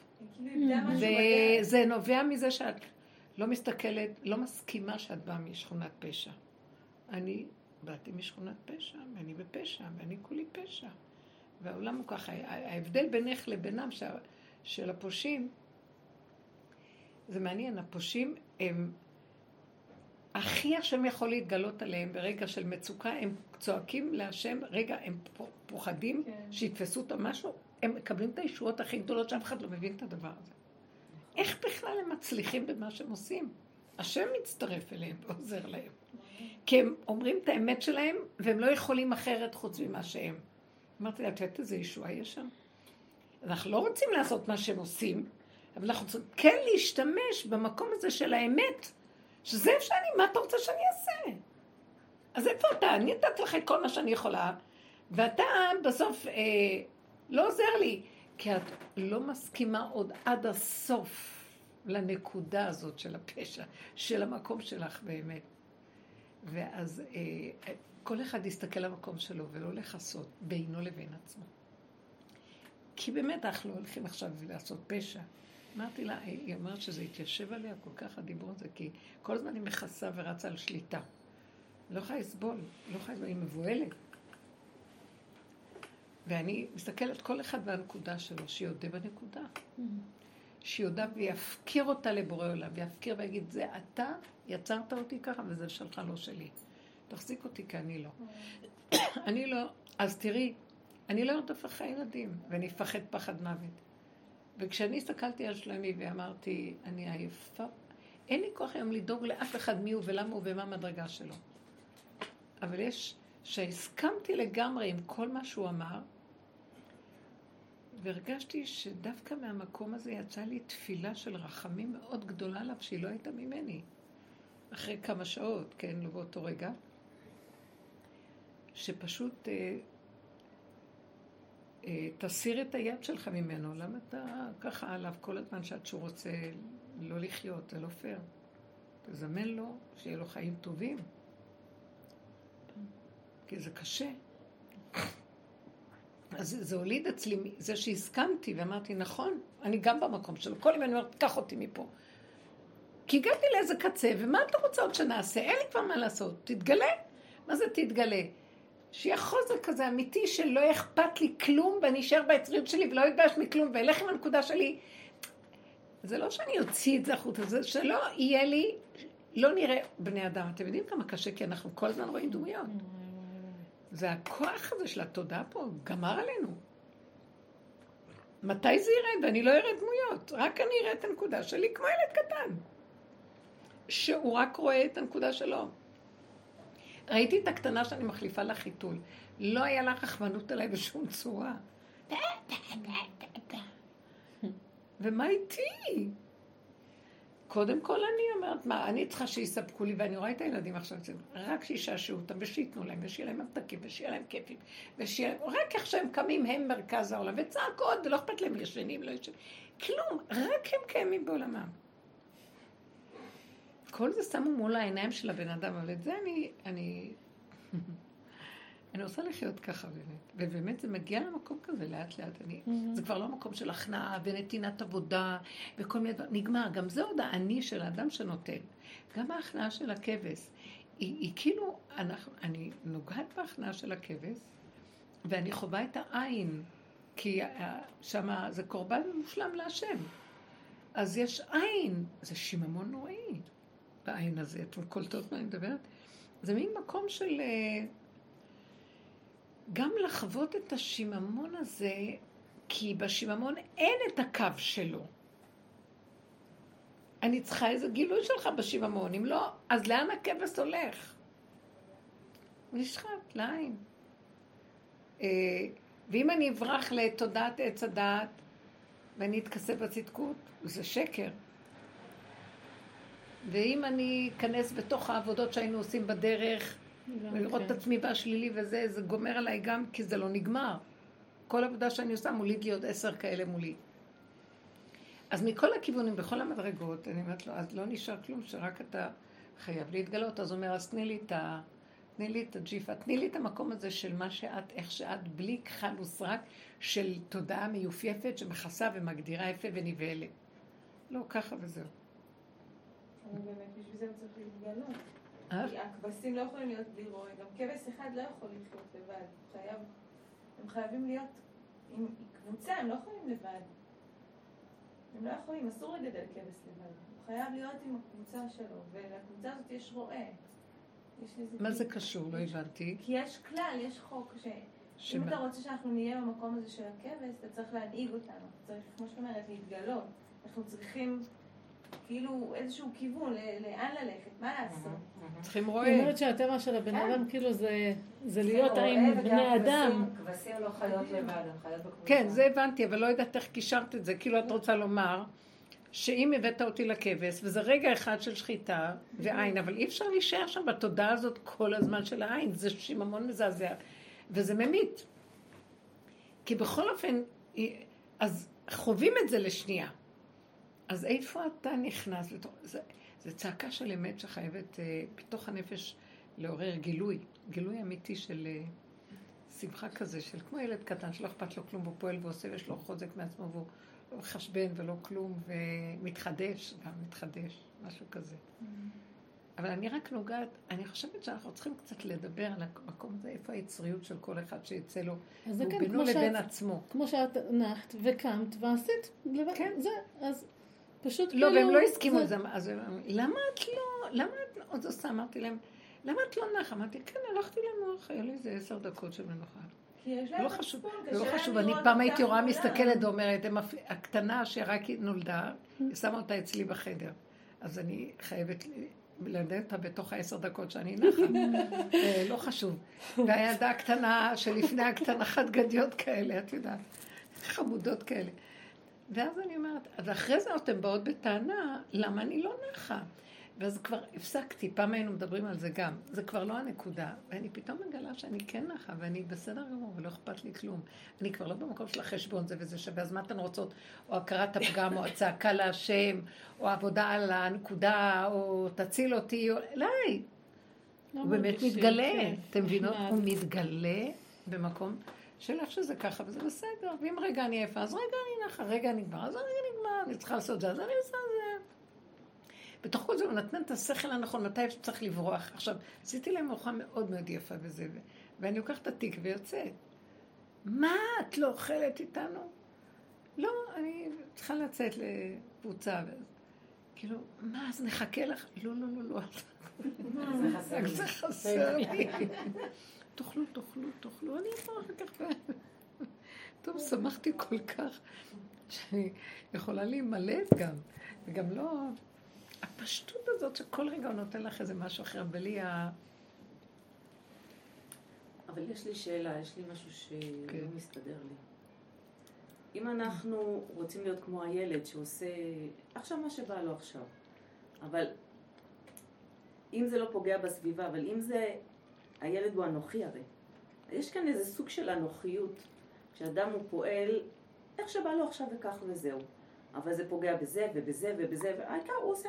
וזה נובע מזה שאת לא מסתכלת, לא מסכימה שאת באה משכונת פשע. אני באתי משכונת פשע, ואני בפשע, ואני כולי פשע. והעולם הוא ככה, ההבדל בינך לבינם של הפושים, זה מעניין, הפושים הם, הכי השם יכול להתגלות עליהם ברגע של מצוקה, הם צועקים להשם, רגע, הם פוחדים שיתפסו אותם משהו, הם מקבלים את הישועות הכי גדולות שאף אחד לא מבין את הדבר הזה. איך בכלל הם מצליחים במה שהם עושים? השם מצטרף אליהם ועוזר להם. כי הם אומרים את האמת שלהם, והם לא יכולים אחרת חוץ ממה שהם. אמרתי לה, תראית איזה ישועה יש שם? אנחנו לא רוצים לעשות מה שהם עושים, אבל אנחנו רוצים כן להשתמש במקום הזה של האמת, שזה איפה שאני, מה אתה רוצה שאני אעשה? אז איפה אתה? אני נתת לך את כל מה שאני יכולה, ואתה בסוף לא עוזר לי, כי את לא מסכימה עוד עד הסוף לנקודה הזאת של הפשע, של המקום שלך באמת. ואז כל אחד יסתכל על המקום שלו ולא לחסות בינו לבין עצמו. כי באמת אנחנו לא הולכים עכשיו לעשות פשע. אמרתי לה, היא אומרת שזה התיישב עליה כל כך הדיבור הזה, כי כל הזמן היא מכסה ורצה על שליטה. לא יכולה לסבול, היא מבועלת. ואני מסתכלת כל אחד והנקודה שלו, שיודה בנקודה. שיודה ויפקיר אותה לבורא עולם, ויפקיר ויגיד, זה אתה יצרת אותי ככה, וזה שלך לא שלי. תחזיק אותי כי אני לא. אני לא, אז תראי, אני לא ארדוף אחרי ילדים, ואני אפחד פחד מוות. וכשאני הסתכלתי על שלמי ואמרתי, אני עייפה, אין לי כוח היום לדאוג לאף אחד מי הוא ולמה הוא ומה המדרגה שלו. אבל יש, שהסכמתי לגמרי עם כל מה שהוא אמר, והרגשתי שדווקא מהמקום הזה יצאה לי תפילה של רחמים מאוד גדולה עליו, שהיא לא הייתה ממני. אחרי כמה שעות, כן, לא באותו רגע, שפשוט תסיר את היד שלך ממנו. למה אתה ככה עליו כל הזמן שעד שהוא רוצה לא לחיות, זה לא פייר. תזמן לו, שיהיה לו חיים טובים. כי זה קשה. אז זה הוליד אצלי, זה שהסכמתי ואמרתי, נכון, אני גם במקום שלו. כל יום אני אומרת, קח אותי מפה. כי הגעתי לאיזה קצה, ומה אתה רוצה עוד שנעשה? אין לי כבר מה לעשות. תתגלה. מה זה תתגלה? שיהיה חוזר כזה אמיתי שלא אכפת לי כלום, ואני אשאר ביצריות שלי ולא יתבייש מכלום, ואלך עם הנקודה שלי. זה לא שאני אוציא את זה החוצה, זה שלא יהיה לי, לא נראה בני אדם. אתם יודעים כמה קשה, כי אנחנו כל הזמן רואים דמויות. זה הכוח הזה של התודעה פה, גמר עלינו. מתי זה ירד? ואני לא אראה דמויות, רק אני אראה את הנקודה שלי כמו ילד קטן. שהוא רק רואה את הנקודה שלו. ראיתי את הקטנה שאני מחליפה לחיתול. לא היה לה רחמנות עליי בשום צורה. ומה איתי? קודם כל אני אומרת, מה, אני צריכה שיספקו לי, ואני רואה את הילדים עכשיו, רק שישעשעו אותם, ושיתנו להם, ושיהיה להם ממתקים, ושיהיה להם כיפים, רק איך שהם קמים, הם מרכז העולם, וצעקות, ולא אכפת להם ישנים, לא ישנים. כלום, רק הם קיימים בעולמם. כל זה שמו מול העיניים של הבן אדם, אבל את זה אני רוצה לחיות ככה באמת. ובאמת זה מגיע למקום כזה לאט לאט. זה כבר לא מקום של הכנעה ונתינת עבודה וכל מיני דברים. נגמר. גם זה עוד העני של האדם שנותן. גם ההכנעה של הכבש. היא כאילו, אני נוגעת בהכנעה של הכבש, ואני חווה את העין. כי שמה זה קורבן מושלם להשם. אז יש עין. זה שיממון נוראי. בעין הזה, אתם קולטות מה אני מדברת? זה מין מקום של גם לחוות את השיממון הזה, כי בשיממון אין את הקו שלו. אני צריכה איזה גילוי שלך בשיממון, אם לא, אז לאן הכבש הולך? הוא נשחט, לעין. ואם אני אברח לתודעת עץ הדעת, ואני אתכסה בצדקות, זה שקר. ואם אני אכנס בתוך העבודות שהיינו עושים בדרך, ולראות את עצמי בשלילי וזה, זה גומר עליי גם כי זה לא נגמר. כל עבודה שאני עושה מוליד לי עוד 10 כאלה מולי. אז מכל הכיוונים, בכל המדרגות, אני אומרת לו, אז לא נשאר כלום שרק אתה חייב להתגלות. אז הוא אומר, אז תני לי את הג'יפה, תני לי את המקום הזה של מה שאת, איך שאת, בלי כחל וסרק של תודעה מיופייפת שמכסה ומגדירה יפה ונבהלת. לא, ככה וזהו. אבל באמת, בשביל זה הוא צריך להתגלות. כי הכבשים לא יכולים להיות בלי רועי. גם כבש אחד לא יכול לחיות לבד. הם חייבים להיות עם קבוצה, הם לא יכולים לבד. הם לא יכולים, אסור לגדל כבש לבד. הוא חייב להיות עם הקבוצה שלו, ולקבוצה הזאת יש רועה. מה זה קשור? לא הבנתי. כי יש כלל, יש חוק שאם אתה רוצה שאנחנו נהיה במקום הזה של הכבש, אתה צריך להנהיג אותנו. אתה צריך, כמו שאת אומרת, להתגלות. אנחנו צריכים כאילו איזשהו כיוון, לאן ללכת, מה לעשות? צריכים רואה. היא אומרת שהטבע של הבן אדם כאילו זה להיות עם בני אדם. כבשים לא חיות לבד, הם חיות בקבוצה. כן, זה הבנתי, אבל לא יודעת איך קישרת את זה. כאילו את רוצה לומר שאם הבאת אותי לכבש, וזה רגע אחד של שחיטה ועין, אבל אי אפשר להישאר שם בתודעה הזאת כל הזמן של העין. זה שיממון מזעזע, וזה ממית. כי בכל אופן, אז חווים את זה לשנייה. אז איפה אתה נכנס? זה צעקה של אמת שחייבת בתוך הנפש לעורר גילוי אמיתי של שמחה כזה, של כמו ילד קטן שלא אכפת לו כלום, הוא פועל ועושה ויש לו חוזק מעצמו והוא לא חשבן ולא כלום ומתחדש, משהו כזה. אבל אני רק נוגעת, אני חושבת שאנחנו צריכים קצת לדבר על המקום הזה, איפה היצריות של כל אחד שיצא לו, הוא בינו לבין עצמו. כמו שאת נחת וקמת ועשית לבד, כן. זה, אז פשוט לא, והם לא הסכימו לזה, אז למה את עוד עושה? אמרתי להם, למה את לא נחה? אמרתי, כן, הלכתי לנוח, היה לי איזה 10 דקות של מנוחה. לא חשוב, אני פעם הייתי רואה מסתכלת ואומרת, הקטנה שרק נולדה, שמה אותה אצלי בחדר. אז אני חייבת ללמד אותה בתוך 10 דקות שאני נחה. לא חשוב. והילדה הקטנה שלפני הקטנה חד-גדיות כאלה, את יודעת, חמודות כאלה. ואז אני אומרת, אז אחרי זה אתם באות בטענה, למה אני לא נחה? ואז כבר הפסקתי, פעם היינו מדברים על זה גם, זה כבר לא הנקודה, ואני פתאום מגלה שאני כן נחה, ואני בסדר גמור, ולא אכפת לי כלום. אני כבר לא במקום של החשבון, זה וזה שווה, אז מה אתן רוצות? או הכרת הפגם, או הצעקה להשם, או עבודה על הנקודה, או תציל אותי, או... לא, הוא באמת מתגלה, אתם מבינות? הוא מתגלה במקום של איך שזה ככה, וזה בסדר, ואם רגע אני איפה, אז רגע אני נחה, רגע נגמר, אז רגע נגמר, אני צריכה לעשות זה, אז אני עושה זה. בתוך כל זה הוא נתן את השכל הנכון, מתי שצריך לברוח. עכשיו, עשיתי להם ארוחה מאוד מאוד יפה וזה, ואני לוקחת את התיק ויוצאת. מה, את לא אוכלת איתנו? לא, אני צריכה לצאת לקבוצה. כאילו, מה, אז נחכה לך? לא, לא, לא, לא. זה חסר לי. תאכלו, אני אבוא אחר כך. טוב, שמחתי כל כך, שאני יכולה להימלט גם, וגם לא... הפשטות הזאת שכל רגע הוא נותן לך איזה משהו אחר, בלי אבל יש לי שאלה, יש לי משהו שלא מסתדר לי. אם אנחנו רוצים להיות כמו הילד שעושה עכשיו מה שבא לו עכשיו, אבל אם זה לא פוגע בסביבה, אבל אם זה, הילד הוא אנוכי הרי. יש כאן איזה סוג של אנוכיות, כשאדם הוא פועל איך שבא לו עכשיו וכך וזהו. אבל זה פוגע בזה ובזה ובזה, והעיקר הוא עושה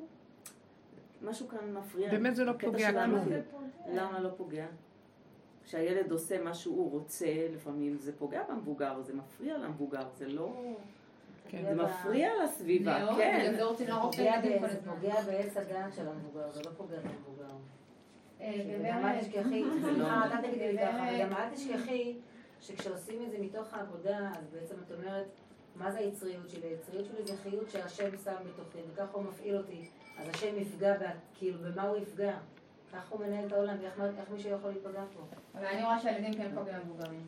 משהו כאן מפריע. באמת זה לא פוגע כלום. למה לא פוגע? כשהילד עושה מה שהוא רוצה, לפעמים זה פוגע במבוגר, זה מפריע למבוגר, זה לא... זה מפריע לסביבה, כן. זה פוגע בעץ הדעת של המבוגר, זה לא פוגע במבוגר. וגם אל תשכחי, אתה תגידי לי ככה, וגם אל תשכחי שכשעושים את זה מתוך העבודה, אז בעצם את אומרת, מה זה היצריות שלי? היצריות שלי זה חיות שהשם שם בתוכי, וככה הוא מפעיל אותי. אז השם יפגע, כאילו, במה הוא יפגע? ככה הוא מנהל את העולם, איך מישהו יכול להיפגע פה? אבל אני רואה שהילדים כן פוגעים מבוגרים.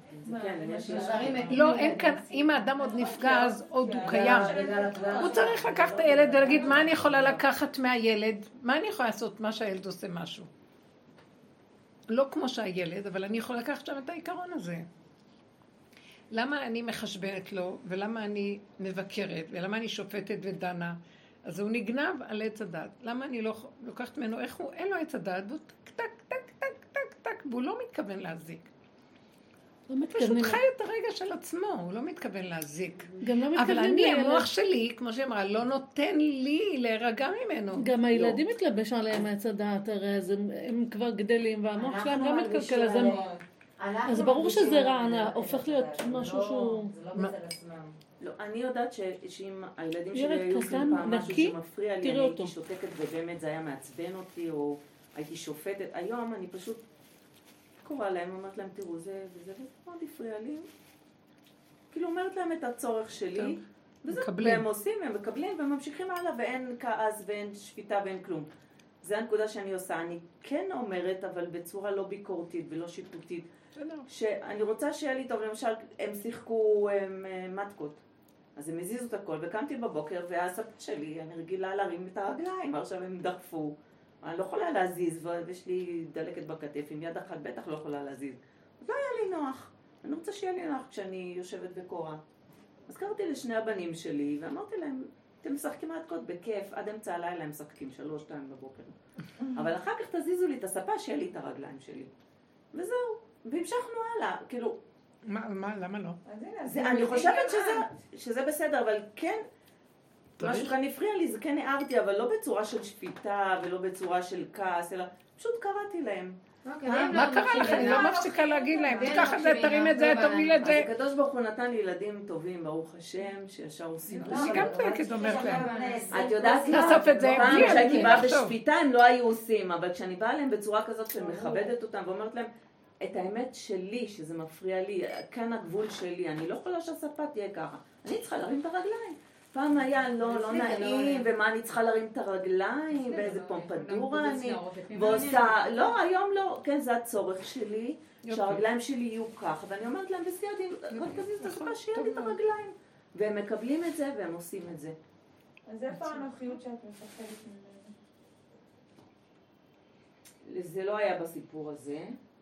לא, אין כאן, אם האדם עוד נפגע, אז עוד הוא קיים. הוא צריך לקחת את הילד ולהגיד, מה אני יכולה לקחת מהילד? מה אני יכולה לעשות מה שהילד עושה משהו? לא כמו שהילד, אבל אני יכולה לקחת שם את העיקרון הזה. למה אני מחשבנת לו, ולמה אני מבקרת, ולמה אני שופטת ודנה? אז הוא נגנב על עץ הדת. למה אני לא לוקחת ממנו, איך הוא, אין לו עץ הדת, והוא טק, טק, טק, טק, טק, טק, והוא לא מתכוון להזיק. הוא פשוט חי את הרגע של עצמו, הוא לא מתכוון להזיק. אבל אני, המוח שלי, כמו שאמרה, לא נותן לי להירגע ממנו. גם הילדים מתלבש עליהם עץ הדת, הרי הם כבר גדלים, והמוח שלהם לא מתקלקל, אז ברור שזה רע, הופך להיות משהו שהוא... זה לא בצד עצמם. לא, אני יודעת שאם הילדים שלי היו עושים פעם משהו שמפריע לי, אני הייתי שותקת ובאמת זה היה מעצבן אותי, או הייתי שופטת. היום אני פשוט קוראה להם, אומרת להם, תראו, זה וזה מאוד הפריע לי. כאילו אומרת להם את הצורך שלי, והם עושים, הם מקבלים וממשיכים הלאה, ואין כעס ואין שפיטה ואין כלום. זה הנקודה שאני עושה. אני כן אומרת, אבל בצורה לא ביקורתית ולא שיפוטית, שאני רוצה שיהיה לי טוב. למשל, הם שיחקו מתקות, אז הם הזיזו את הכל, וקמתי בבוקר, והסבתא שלי, אני רגילה להרים את הרגליים, עכשיו הם דחפו, אני לא יכולה להזיז, ויש לי דלקת בכתף, עם יד אחת בטח לא יכולה להזיז. אז לא היה לי נוח, אני רוצה שיהיה לי נוח כשאני יושבת וקוראה. אז קראתי לשני הבנים שלי, ואמרתי להם, אתם משחקים מתקות בכיף, עד אמצע הלילה הם משחקים 3-2 בבוקר. אבל אחר כך תזיזו לי את הספה, שיהיה לי את הרגליים שלי. וזהו, והמשכנו הלאה, כאילו... מה, למה לא? אני חושבת שזה בסדר, אבל כן, משהו כאן הפריע לי, זה כן הערתי, אבל לא בצורה של שפיטה ולא בצורה של כעס, אלא פשוט קראתי להם. מה קרה לך? אני לא מפסיקה להגיד להם, תיקח את זה, תרים את זה, תוביל את זה. אז הקדוש ברוך הוא נתן לי ילדים טובים, ברוך השם, שישר עושים. אני גם צועקת אומרת להם. את יודעת לאסוף את זה, פעם כשהייתי באה בשפיטה הם לא היו עושים, אבל כשאני באה להם בצורה כזאת שמכבדת אותם ואומרת להם, את האמת שלי, שזה מפריע לי, כאן הגבול שלי, אני לא יכולה שהספה תהיה ככה. אני צריכה להרים את הרגליים. פעם היה לא נעים, ומה אני צריכה להרים את הרגליים, באיזה פומפדורה אני, ועושה, לא, היום לא, כן, זה הצורך שלי, שהרגליים שלי יהיו ככה, ואני אומרת להם, בסיידי, רק תזיז את הספה שיהיה לי את הרגליים. והם מקבלים את זה, והם עושים את זה. אז איפה הנוחיות שאת מפחדת ממנו? זה לא היה בסיפור הזה.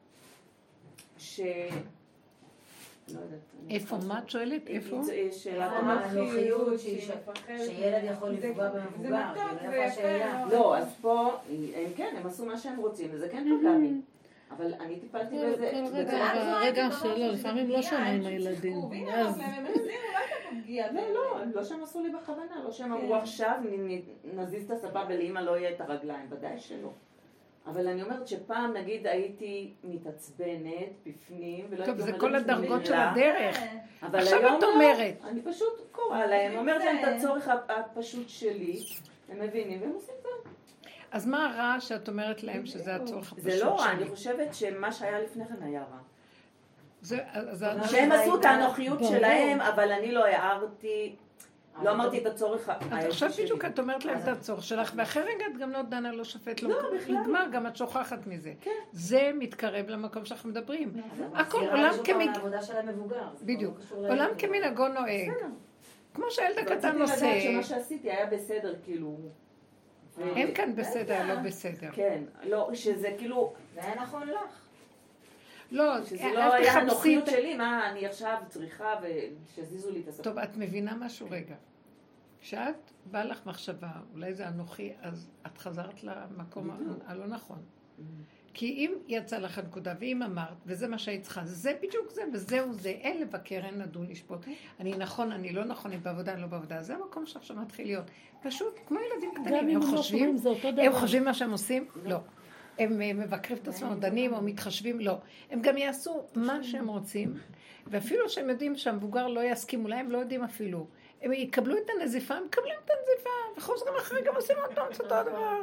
לא יודעת. איפה? מה את שואלת? איפה? שאלת הנוחיות שילד יכול לפגוע במבוגר. לא, אז פה, הם עשו מה שהם רוצים, וזה כן פגע בי. אבל אני טיפלתי בזה. רגע שלא, לפעמים לא שומעים הילדים. לא, לא שהם עשו לי בכוונה, לא שהם אמרו עכשיו נזיז את הספה ולאמא לא יהיה את הרגליים, ודאי שלא. אבל אני אומרת שפעם נגיד הייתי מתעצבנת בפנים ולא הייתי אומרת טוב, זה כל הדרגות של הדרך. אבל היום את אומרת. אני פשוט קוראה להם, אומרת להם את הצורך הפשוט שלי, הם מבינים והם עושים זה. אז מה הרע שאת אומרת להם שזה הצורך הפשוט שלי? זה לא רע, אני חושבת שמה שהיה לפני כן היה רע. שהם עשו את האנוכיות שלהם, אבל אני לא הערתי, לא אמרתי את הצורך האישי שלי. עכשיו בדיוק את אומרת להם את הצורך שלך, ואחרי רגע את גם לא דנה, לא שופט, לא נגמר, גם את שוכחת מזה. זה מתקרב למקום שאנחנו מדברים. הכל עולם בדיוק, עולם כמנהגו נוהג. כמו שהילד הקטן עושה. רציתי לדעת שמה שעשיתי היה בסדר, כאילו. אין כאן בסדר, לא בסדר. כן, לא, שזה כאילו, זה היה נכון לך. לא, שזה לא היה הנוחיות שלי, מה אני עכשיו צריכה ושזיזו לי את הסוף. טוב, את מבינה משהו רגע. כשאת באה לך מחשבה, אולי זה אנוכי, אז את חזרת למקום הלא נכון. כי אם יצא לך הנקודה, ואם אמרת, וזה מה שהיית צריכה, זה בדיוק זה, וזהו זה, אין לבקר, אין לדון לשפוט. אני נכון, אני לא נכון, אני בעבודה, אני לא בעבודה. זה המקום שעכשיו מתחיל להיות. פשוט כמו ילדים קטנים, הם חושבים מה שהם עושים? לא. הם מבקרים את עצמם, דנים או מתחשבים? לא. הם גם יעשו מה שהם רוצים, ואפילו שהם יודעים שהמבוגר לא יסכים, אולי הם לא יודעים אפילו. הם יקבלו את הנזיפה, הם מקבלים את הנזיפה, וחוזרים אחרי גם עושים אותו הדבר.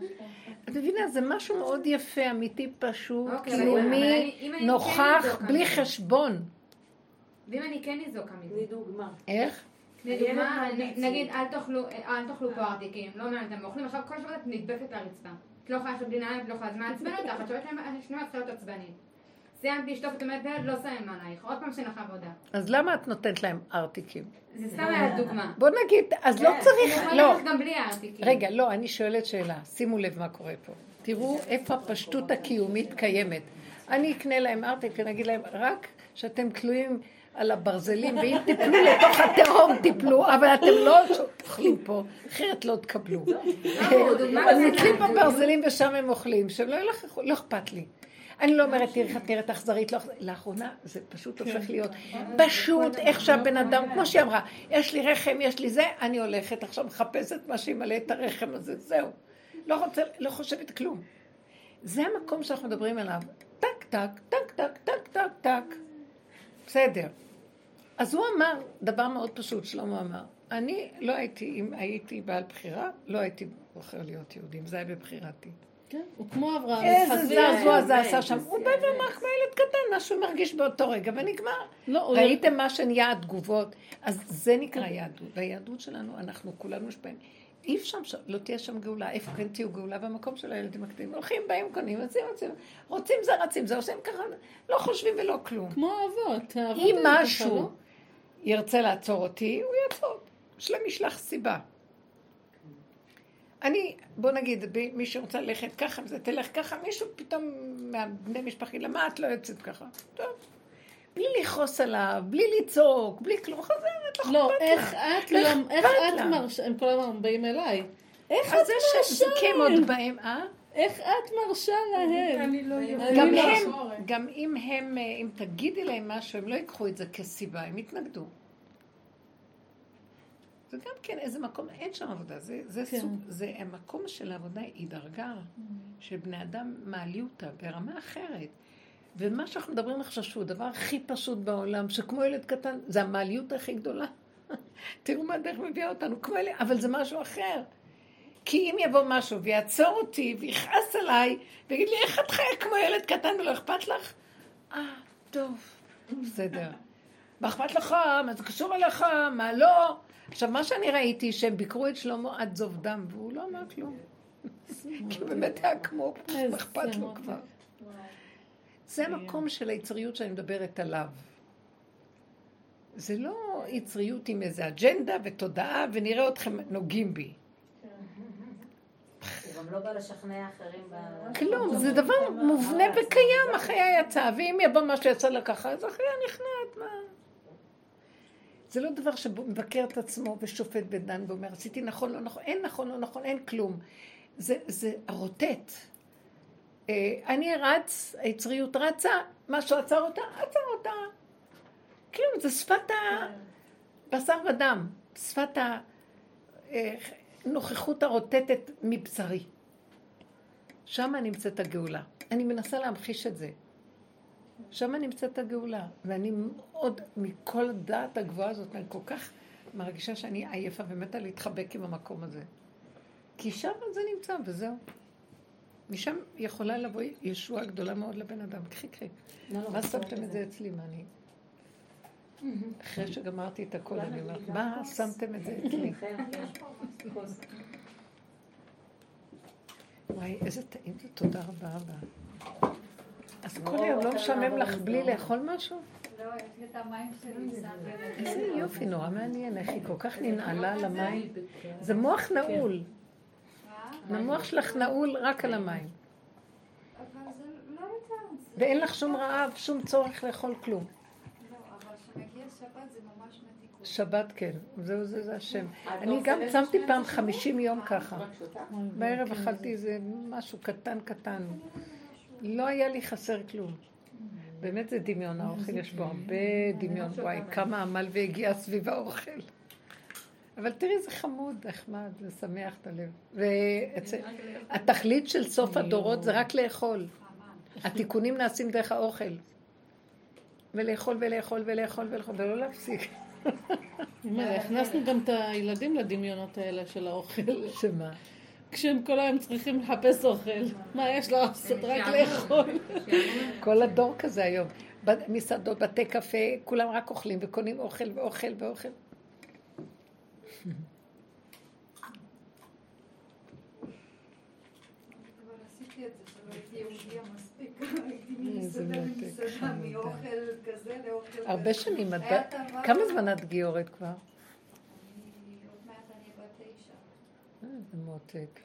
את מבינה, זה משהו מאוד יפה, אמיתי פשוט, קיומי, נוכח, בלי חשבון. ואם אני כן נזוק אמיתי? לדוגמה. איך? לדוגמה, נגיד, אל תאכלו פה ארטיקים, לא מעניין, אתם אוכלים, עכשיו כל שבוע את נדבקת לרצפה. את לא יכולה לעשות בלי נעליים, את לא יכולה, אז מעצבן אותך, את שואלת להם, שנייה מתחילות עצבנית. סיימתי לשטוף את אומרת בילד, לא סיים עלייך, עוד פעם שנך עבודה. אז למה את נותנת להם ארטיקים? זה סתם היה דוגמה. בוא נגיד, אז לא צריך, אני יכולה גם בלי הארטיקים. רגע, לא, אני שואלת שאלה, שימו לב מה קורה פה. תראו איפה הפשטות הקיומית קיימת. אני אקנה להם ארטיק ונגיד להם, רק שאתם תלויים על הברזלים, ואם תיפלו לתוך התהום תיפלו, אבל אתם לא אוכלים פה, אחרת לא תקבלו. אז נתלים בברזלים ושם הם אוכלים, שלא אכפת לי. אני לא אומרת, תראי, את נראית אכזרית, לאחרונה זה פשוט הופך להיות פשוט איך שהבן אדם, כמו שהיא אמרה, יש לי רחם, יש לי זה, אני הולכת עכשיו מחפשת מה שימלא את הרחם הזה, זהו. לא חושבת כלום. זה המקום שאנחנו מדברים עליו, טק, טק, טק, טק, טק, טק, טק. בסדר. אז הוא אמר דבר מאוד פשוט, שלמה אמר, אני לא הייתי, אם הייתי בעל בחירה, לא הייתי בוחר להיות יהודים, זה היה בבחירתי. הוא כמו אברהם. איזה זעזוע זה עשה שם. הוא בא ואמר כמו ילד קטן, מה שהוא מרגיש באותו רגע, ונגמר. ראיתם מה שנהיה התגובות? אז זה נקרא יהדות. והיהדות שלנו, אנחנו כולנו שפעים. אי אפשר, לא תהיה שם גאולה. איפה כן תהיו גאולה? במקום של הילדים הקטנים. הולכים, באים, קונים, רוצים זה, רצים זה, עושים ככה, לא חושבים ולא כלום. כמו אבות. אם משהו ירצה לעצור אותי, הוא יעצור. משלח סיבה. בוא נגיד, מי שרוצה ללכת ככה, זה תלך ככה, מישהו פתאום מהבני משפחי, למה את לא יוצאת ככה? טוב, בלי לכעוס עליו, בלי לצעוק, בלי כלום, חוזרת, לא, איך את מרשה, הם כל הזמן באים אליי, איך את מרשה להם? בהם, איך את מרשה להם? גם אם תגידי להם משהו, הם לא ייקחו את זה כסיבה, הם יתנגדו. זה גם כן איזה מקום, אין שם עבודה, זה המקום של העבודה היא דרגה, שבני אדם מעלי אותה ברמה אחרת. ומה שאנחנו מדברים עכשיו שהוא הדבר הכי פשוט בעולם, שכמו ילד קטן, זה המעליות הכי גדולה. תראו מה הדרך מביאה אותנו, כמו ילד, אבל זה משהו אחר. כי אם יבוא משהו ויעצור אותי ויכעס עליי, ויגיד לי, איך את חיה כמו ילד קטן ולא אכפת לך? טוב, בסדר. מה אכפת לך? מה זה קשור אליך? מה לא? עכשיו, מה שאני ראיתי, שהם ביקרו את שלמה עד זוב דם, והוא לא אמר כלום. כי הוא באמת היה כמו, אכפת לו כבר. זה המקום של היצריות שאני מדברת עליו. זה לא לא יצריות עם איזה אג'נדה ותודעה, ונראה אתכם נוגעים בי. הוא גם לא בא לשכנע אחרים כלום, זה דבר מובנה וקיים, החיה יצאה, ואם יבוא משהו יצא לה ככה, אז החיה נכנעת, מה? זה לא דבר שמבקר את עצמו ושופט ודן ואומר, עשיתי נכון, לא נכון, אין נכון, לא נכון, אין כלום. זה הרוטט. אני רץ, היצריות רצה, משהו עצר אותה, עצר אותה. כלום, זה שפת הבשר ודם, שפת הנוכחות הרוטטת מבשרי. שם נמצאת הגאולה. אני מנסה להמחיש את זה. שם נמצאת הגאולה. ואני מאוד, מכל הדעת הגבוהה הזאת, אני כל כך מרגישה שאני עייפה ומתה להתחבק עם המקום הזה. כי שם זה נמצא, וזהו. משם יכולה לבוא ישועה גדולה מאוד לבן אדם. קחי. מה שמתם את זה אצלי? מה אני... אחרי שגמרתי את הכל, אני אומרת, מה שמתם את זה אצלי? וואי, איזה טעים זה, תודה רבה רבה. אז כל יום לא משמם לך בלי לאכול משהו? לא, יש לי את המים שלי, שמתם. איזה יופי, נורא מעניין, איך היא כל כך ננעלה על המים. זה מוח נעול. המוח שלך נעול רק על המים. אבל זה לא יותר. ואין לך שום רעב, שום צורך לאכול כלום. לא, אבל כשמגיע שבת זה ממש מתיקות. שבת כן, זה השם. אני גם צמתי פעם 50 יום ככה. בערב אכלתי איזה משהו קטן. לא היה לי חסר כלום. באמת זה דמיון האוכל, יש בו הרבה דמיון. וואי, כמה עמל והגיע סביב האוכל. אבל תראי, זה חמוד, נחמד, זה שמח את הלב. והתכלית של סוף הדורות זה רק לאכול. התיקונים נעשים דרך האוכל. ולאכול, ולא להפסיק. הכנסנו גם את הילדים לדמיונות האלה של האוכל. שמה? כשהם כל היום צריכים לחפש אוכל. מה יש לעשות? רק לאכול. כל הדור כזה היום. מסעדות, בתי קפה, כולם רק אוכלים וקונים אוכל ואוכל. אבל עשיתי את זה, שלא הייתי יהודיה מספיק. הייתי מסעדה מאוכל כזה לאוכל. הרבה שנים. כמה זמן את גיורת כבר? עוד מעט אני בת 9. זה מותק.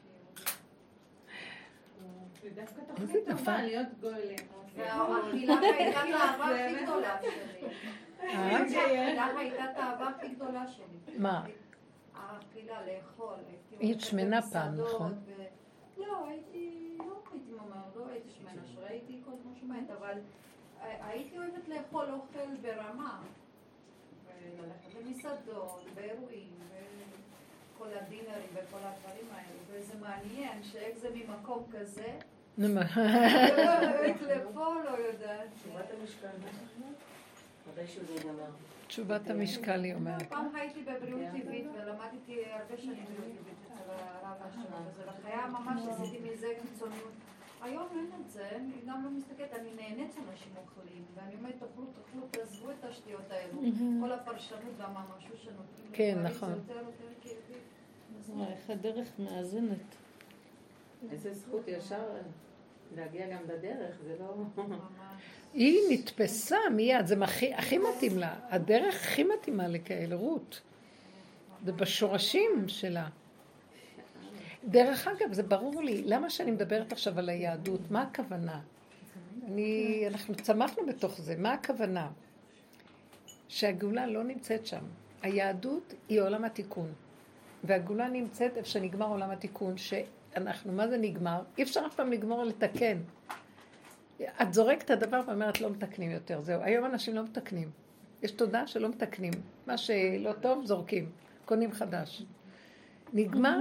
זה דווקא תוכנית טובה להיות גולם. והאכילה הייתה תאווה הכי גדולה שלי. האכילה הייתה תאווה הכי גדולה שלי. מה? האכילה, לאכול. היית שמנה פעם, נכון? לא, לא הייתי שמנה, שראיתי כל כמו שמנת, אבל הייתי אוהבת לאכול אוכל ברמה. וללכת במסעדות, באירועים, וכל הדינרים וכל הדברים האלה. וזה מעניין שאיך זה ממקום כזה. נו, איך לפה לא יודעת. תשובת המשקל. מתי שזה ייגמר. תשובת המשקל היא אומרת. פעם הייתי בבריאות טבעית ולמדתי הרבה שנים בריאות טבעית אצל הרב השם הזה, וחייה ממש עשיתי מזה קיצוניות. היום אין את זה, אני גם לא מסתכלת, אני נהנית שאנשים אוכלים, ואני אומרת, תאכלו, תעזבו את השטויות האלו, כל הפרשנות והמשהו שנותנים. כן, נכון. זה יותר כאבי. איך הדרך מאזנת. איזה זכות ישר להגיע גם בדרך, זה לא... היא נתפסה מיד, זה הכי מתאים לה, הדרך הכי מתאימה לכאלה, רות. זה בשורשים שלה. דרך אגב, זה ברור לי, למה שאני מדברת עכשיו על היהדות? מה הכוונה? אנחנו צמחנו בתוך זה, מה הכוונה? שהגאולה לא נמצאת שם. היהדות היא עולם התיקון. והגאולה נמצאת איפה שנגמר עולם התיקון, שאנחנו, מה זה נגמר? אי אפשר אף פעם לגמור לתקן. את זורקת את הדבר ואומרת, לא מתקנים יותר. זהו, היום אנשים לא מתקנים. יש תודה שלא מתקנים. מה שלא טוב, זורקים. קונים חדש. נגמר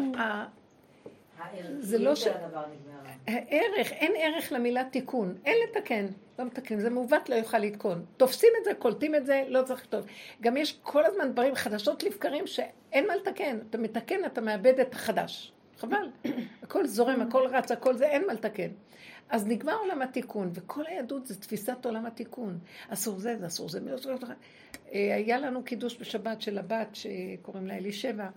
זה לא הערך, אין ערך למילה תיקון. אין לתקן, לא מתקנים. זה מעוות, לא יוכל לתקון. תופסים את זה, קולטים את זה, לא צריך לכתוב. גם יש כל הזמן דברים חדשות לבקרים שאין מה לתקן. אתה מתקן, אתה מאבד את החדש. חבל. הכל זורם, הכל רץ, הכל זה, אין מה לתקן. אז נגמר עולם התיקון, וכל היהדות זה תפיסת עולם התיקון. אסור זה, זה אסור זה. היה לנו קידוש בשבת של הבת שקוראים לה אלישבע,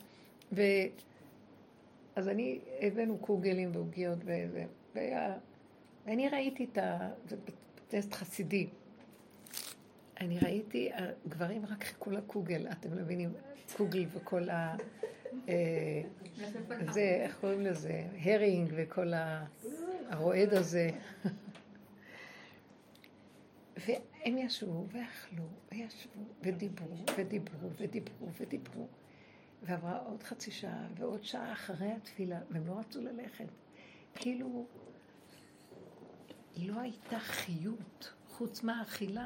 אז אני הבאנו קוגלים ועוגיות ואני ראיתי זה בטסט חסידי. אני ראיתי, הגברים רק חיכו לקוגל, אתם מבינים? קוגל וכל זה, איך קוראים לזה? הרינג וכל הרועד הזה. והם ישבו ואכלו, וישבו ודיברו, ודיברו, ודיברו, ודיברו. ועברה עוד חצי שעה ועוד שעה אחרי התפילה, והם לא רצו ללכת. כאילו, לא הייתה חיות חוץ מהאכילה.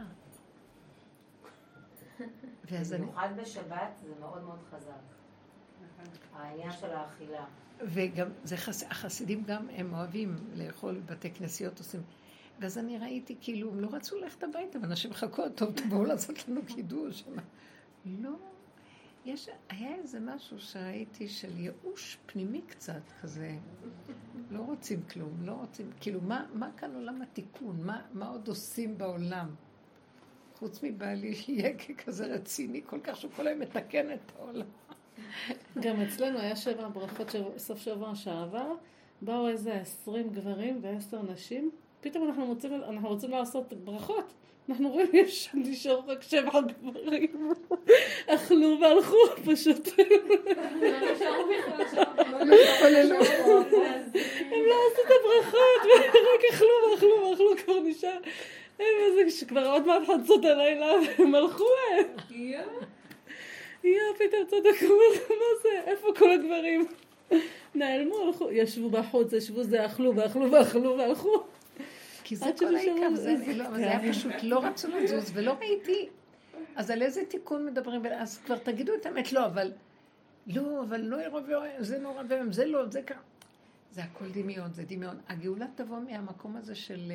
במיוחד בשבת זה מאוד מאוד חזק. העניין של האכילה. וגם, החסידים גם הם אוהבים לאכול, בתי כנסיות עושים. ואז אני ראיתי כאילו, הם לא רצו ללכת הביתה, ואנשים חכו, טוב, תבואו לעשות לנו קידוש. לא, היה איזה משהו שראיתי של ייאוש פנימי קצת כזה. לא רוצים כלום, לא רוצים, כאילו, מה כאן עולם התיקון? מה עוד עושים בעולם? חוץ מבעלי שיהיה כזה רציני, כל כך שהוא כל היום מתקן את העולם. גם אצלנו היה 7 ברכות סוף שבוע שעבר, באו איזה 20 גברים ו10 נשים, פתאום אנחנו רוצים לעשות ברכות, אנחנו רואים נשארו רק 7 גברים, אכלו והלכו פשוט. הם לא עשו את הברכות, רק אכלו כבר נשאר. שכבר עוד מעט חצות הלילה, והם הלכו פתאום צדקו, מה זה? איפה כל הגברים? נעלמו, הלכו, ישבו בחוץ, ישבו זה, אכלו והלכו. כי זה כל העיקר, זה היה פשוט, לא רצו לזוז, ולא ראיתי. אז על איזה תיקון מדברים? אז כבר תגידו את האמת, לא, אבל לא ירוב, זה נורא והם, זה לא, זה כאן. זה הכל דמיון, זה דמיון. הגאולה תבוא מהמקום הזה של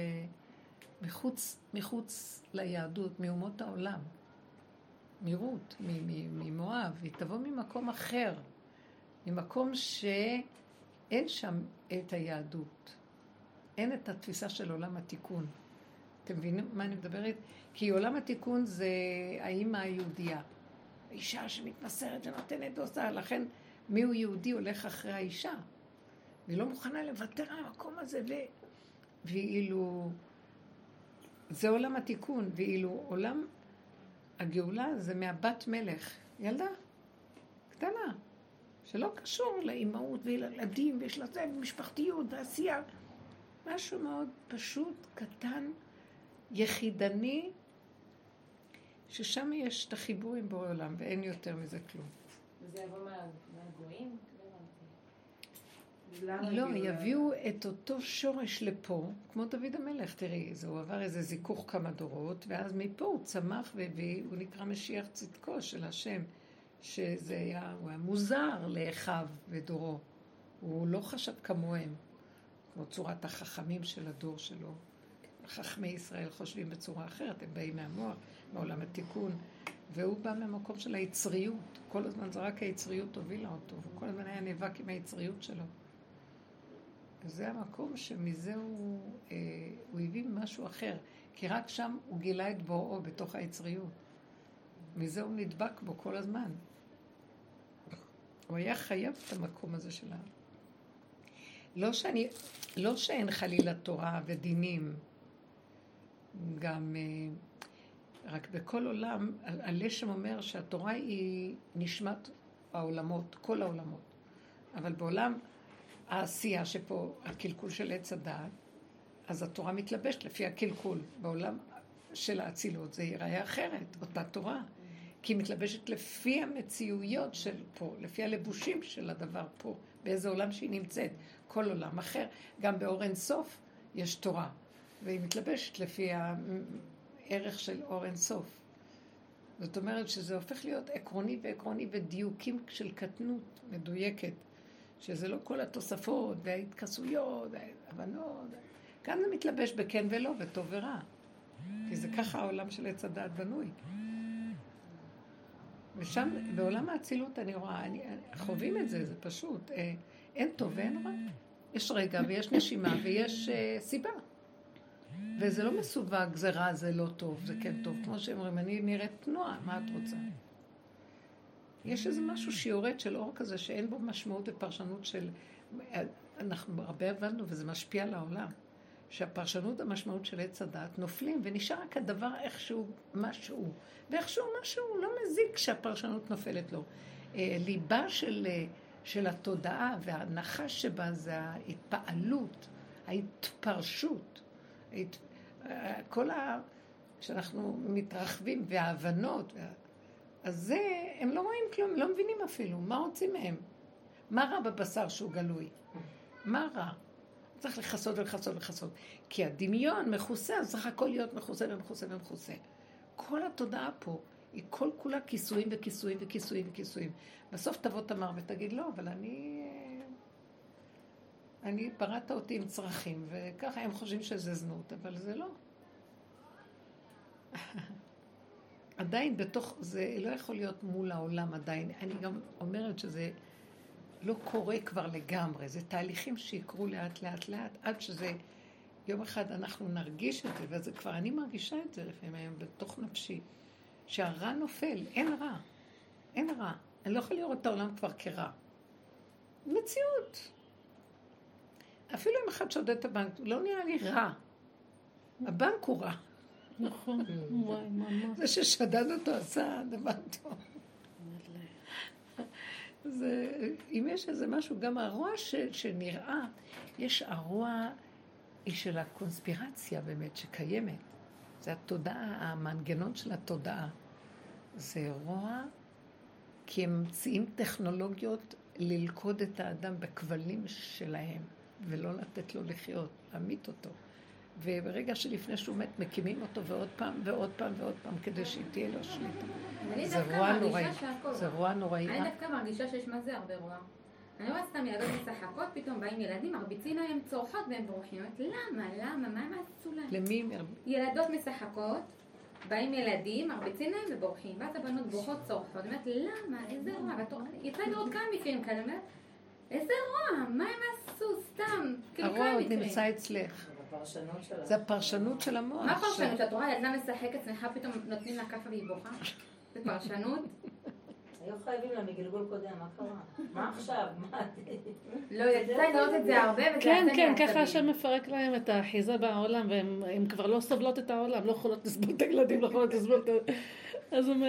מחוץ ליהדות, מאומות העולם. מרות, ממואב, היא תבוא ממקום אחר, ממקום שאין שם את היהדות, אין את התפיסה של עולם התיקון. אתם מבינים מה אני מדברת? כי עולם התיקון זה האמא היהודייה, האישה שמתמסרת ונותנת דוסה, לכן מיהו יהודי הולך אחרי האישה, והיא לא מוכנה לוותר על המקום הזה, ואילו זה עולם התיקון, ואילו עולם הגאולה זה מהבת מלך, ילדה קטנה, שלא קשור לאימהות וילדים, ויש לה זה משפחתיות ועשייה. משהו מאוד פשוט, קטן, יחידני, ששם יש את החיבור עם בורא עולם, ואין יותר מזה כלום. וזה יבוא מהגויים? לא, יביאו את אותו שורש לפה, כמו דוד המלך, תראי, הוא עבר איזה זיכוך כמה דורות, ואז מפה הוא צמח והוא נקרא משיח צדקו של השם, שזה היה, הוא היה מוזר לאחיו ודורו, הוא לא חשב כמוהם, כמו צורת החכמים של הדור שלו. חכמי ישראל חושבים בצורה אחרת, הם באים מהמוח, מעולם התיקון, והוא בא מהמקום של היצריות, כל הזמן זה רק היצריות הובילה אותו, וכל הזמן היה נאבק עם היצריות שלו. וזה המקום שמזה הוא הביא משהו אחר, כי רק שם הוא גילה את בוראו בתוך היצריות. מזה הוא נדבק בו כל הזמן. הוא היה חייב את המקום הזה שלה. לא שאין חלילה תורה ודינים, גם רק בכל עולם, הלשם אומר שהתורה היא נשמת העולמות, כל העולמות. אבל בעולם העשייה שפה, הקלקול של עץ הדעת, אז התורה מתלבשת לפי הקלקול. בעולם של האצילות זה ייראה אחרת, אותה תורה. כי היא מתלבשת לפי המציאויות של פה, לפי הלבושים של הדבר פה, באיזה עולם שהיא נמצאת. כל עולם אחר, גם באור אין סוף יש תורה, והיא מתלבשת לפי הערך של אור אין סוף. זאת אומרת שזה הופך להיות עקרוני ועקרוני ודיוקים של קטנות מדויקת, שזה לא כל התוספות וההתכסויות וההבנות. כאן זה מתלבש בכן ולא, בטוב ורע. כי זה ככה העולם של עץ הדעת בנוי. ושם, בעולם האצילות אני רואה, חווים את זה, זה פשוט. אין טוב ואין רע. יש רגע ויש נשימה ויש סיבה. וזה לא מסווג, זה רע, זה לא טוב, זה כן טוב. כמו שאומרים, אני נראית תנועה, מה את רוצה? יש איזה משהו שיורד של אור כזה, שאין בו משמעות ופרשנות של... אנחנו הרבה הבנו, וזה משפיע על העולם. שהפרשנות המשמעות של עץ הדעת נופלים, ונשאר רק הדבר איכשהו משהו. ואיכשהו משהו לא מזיק כשהפרשנות נופלת לו. ליבה של התודעה והנחש שבה זה ההתפעלות, ההתפרשות, כל שאנחנו מתרחבים וההבנות, אז זה, הם לא רואים כלום, לא מבינים אפילו, מה רוצים מהם? מה רע בבשר שהוא גלוי? מה רע? צריך לחסות ולחסות ולחסות. כי הדמיון מכוסה, אז צריך הכל להיות מכוסה ומכוסה ומכוסה. כל התודעה פה היא כל כולה כיסויים וכיסויים וכיסויים וכיסויים. בסוף תבוא תמר ותגיד, לא, אבל אני בראת אותי עם צרכים, וככה הם חושבים שזה זנות, אבל זה לא. עדיין בתוך, זה לא יכול להיות מול העולם עדיין. אני גם אומרת שזה לא קורה כבר לגמרי. זה תהליכים שיקרו לאט לאט לאט, עד שזה יום אחד אנחנו נרגיש את זה, וזה כבר אני מרגישה את זה לפעמים היום בתוך נפשי, שהרע נופל, אין רע. אין רע. אני לא יכולה לראות את העולם כבר כרע. מציאות. אפילו אם אחד שודד את הבנק, לא נראה לי רע. הבנק הוא רע. נכון. וואי, ממש. זה ששדד אותו עשה דבר טוב. אם יש איזה משהו, גם הרוע שנראה, יש הרוע של הקונספירציה באמת שקיימת. זה התודעה, המנגנון של התודעה. זה רוע, כי הם מציעים טכנולוגיות ללכוד את האדם בכבלים שלהם, ולא לתת לו לחיות, להמית אותו. וברגע שלפני שהוא מת, מקימים אותו ועוד פעם ועוד פעם ועוד פעם, כדי שתהיה לו שליטה. זה רוע נוראי. זה רוע נוראי. אני דווקא מרגישה שיש מה זה הרבה רוע. אני רואה סתם ילדות משחקות, פתאום באים ילדים, מרביצים להם, צורחות והם בורחים. למה? מה הם עשו להם? למי? ילדות משחקות, באים ילדים, מרביצים להם ובורחים. ואז הבנות בורחות, צורחות. אני אומרת, למה? איזה רוע? יצא לי עוד כמה מקרים כאלה. איזה רוע? מה הם עשו? סתם. הרוע עוד נמצא אצלך. זה הפרשנות של המוח. מה הפרשנות? שאת רואה ילדה משחקת, שמחה פתאום נותנים לה כפה והיא בוכה? זה פרשנות? היו חייבים לה מגלגול קודם, מה קרה? מה עכשיו? מה? לא, יצא לראות את זה הרבה, וזה כן, כן, ככה השם מפרק להם את האחיזה בעולם, והן כבר לא סובלות את העולם, לא יכולות לסבול את הילדים, לא יכולות לסבול את ה... אז הם...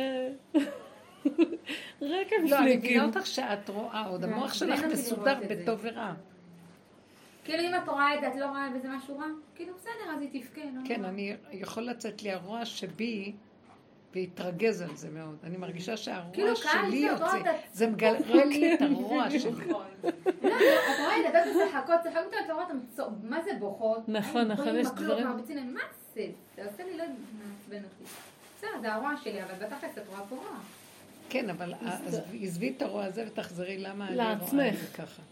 רק הם לא, אני מבינה אותך שאת רואה, עוד המוח שלך מסודר בטוב ורע. כאילו אם את רואה את זה, את לא רואה בזה משהו רע? כאילו בסדר, אז היא תפקה, לא? כן, אני יכול לצאת לי הרוע שבי, והתרגז על זה מאוד. אני מרגישה שהרוע שלי יוצא. זה מגלרל לי את הרוע שלי. לא, את רואה את זה, את משחקות, צחקות את הרוע, מה זה בוכות? נכון, יש דברים. מה זה? זה עושה לי לא מעצבן אותי. בסדר, זה הרוע שלי, אבל בתכלס את רואה פה רוע. כן, אבל עזבי את הרוע הזה ותחזרי למה אני רואה את זה ככה.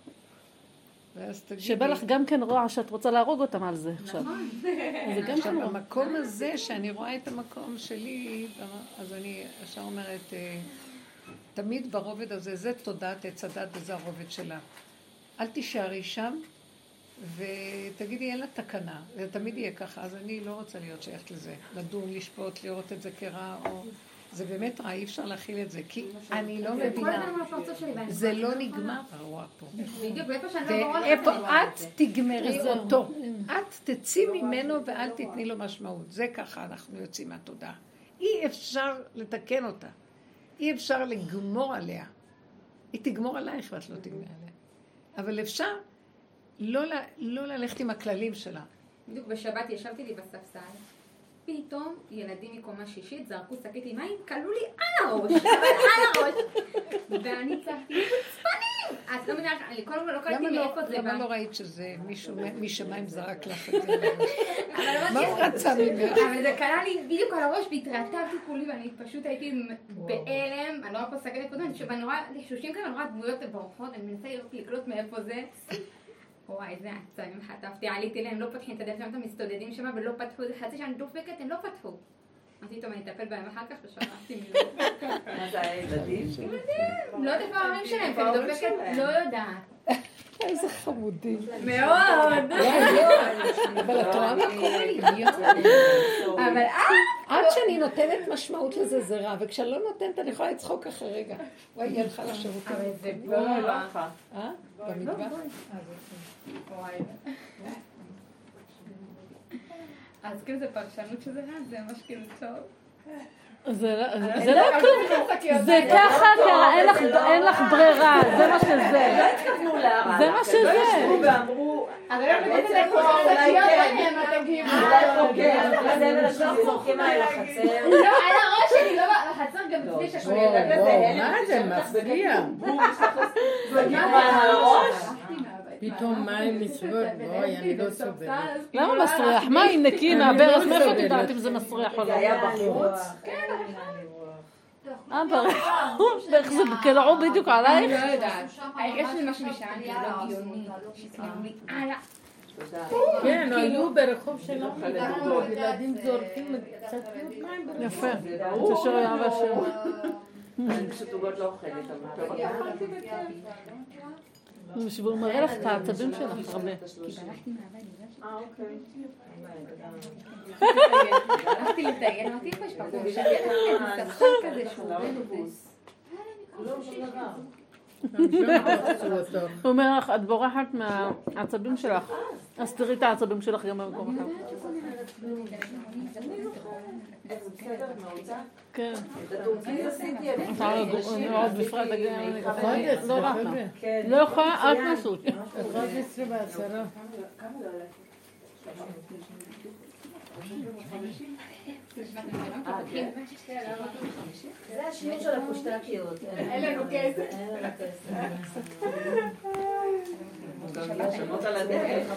שבא לך גם כן רוע שאת רוצה להרוג אותם על זה עכשיו. עכשיו, במקום הזה שאני רואה את המקום שלי, אז אני עכשיו אומרת, תמיד ברובד הזה, זה תודעת עץ הדת וזה הרובד שלה. אל תישארי שם ותגידי, אין לה תקנה, זה תמיד יהיה ככה, אז אני לא רוצה להיות שייכת לזה, לדון, לשפוט, לראות את זה כרע או... זה באמת רע, אי אפשר להכיל את זה, כי אני לא מבינה, זה לא נגמר הרוע פה. בדיוק, ואיפה שאני לא בורחת, ואיפה את תגמרי אותו, את תצאי ממנו ואל תתני לו משמעות, זה ככה אנחנו יוצאים מהתודעה. אי אפשר לתקן אותה, אי אפשר לגמור עליה, היא תגמור עלייך ואת לא תגמר עליה. אבל אפשר לא ללכת עם הכללים שלה. בדיוק בשבת ישבתי לי בספסל, פתאום ילדים מקומה שישית זרקו שקית עם מים, קלו לי על הראש, על הראש. ואני צחקתי, חוצפנים! את לא מבינה, אני קודם כל לא קלטתי מאיפה זה בא. למה לא ראית שזה מישהו משמיים זרק לך את זה? מה הוא רצה ממך? אבל זה קלה לי בדיוק על הראש והתרטבתי כולי ואני פשוט הייתי בהלם, אני לא רואה פה שקית קודם, ואני רואה לחשושים כאלה, אני רואה דמויות בורחות, אני מנסה לקלוט מאיפה זה. וואי, איזה עצבים חטפתי, עליתי להם, לא פתחים את הדלת, הם מסתודדים שם ולא פתחו, זה חצי שאני דופקת, הם לא פתחו. אמרתי, טוב, אני אטפל בהם אחר כך ושמעתי מלא. מה זה היה ילדים? ילדים, לא יודעת מה ההורים שלהם, כי אני דופקת, לא יודעת. איזה חמודים. מאוד. אבל את רואה מה קורה לי? אבל עד שאני נותנת משמעות לזה זה רע, וכשאני לא נותנת אני יכולה לצחוק אחרי רגע. וואי, יהיה לך לשירות. אבל זה לא במטבח? וואי. אז כאילו זה פרשנות שזה רע, זה ממש כאילו טוב. זה לא כלום, זה ככה, אין לך ברירה, זה מה שזה. לא התכוונו להרע. זה מה שזה. לא ישבו ואמרו, אבל לא בעצם זה כמו שקיות בהם, אתה כאילו. אז הם אנשים זורקים על החצר. לא, על הראש שלי, לא בחצר גם לפני שהכל מה זה מפריע? פתאום מים מסביבות, בואי, אני לא סובלת. למה מסריח? מים נקיים מהברז, מאיפה את יודעת אם זה מסריח או לא? זה היה בחוץ. ואיך זה קלעו בדיוק עלייך? לא יודעת. יש לי משהו משען, זה לא הגיוני. שכאילו לי, כן, היו ברחוב שלנו, ילדים זורקים קצת מים ברחוב. יפה, תשאיר היה והשם. אני פשוט עוגות לא אוכלת, אבל והוא מראה לך את העצבים שלך הרבה. אוקיי. הלכתי לטייל, אמרתי פה יש מקום שתהיה שחקן כזה שהוא הוא אומר לך, את בורחת מהעצבים שלך, אז תראי את העצבים שלך גם במקום אחר. כן. עוד בפרט, לא רע. לא יכולה, אל תנסו. 11:10. זה השיעור של הפושטקיות. אין לנו כסף. שמות על הדרך.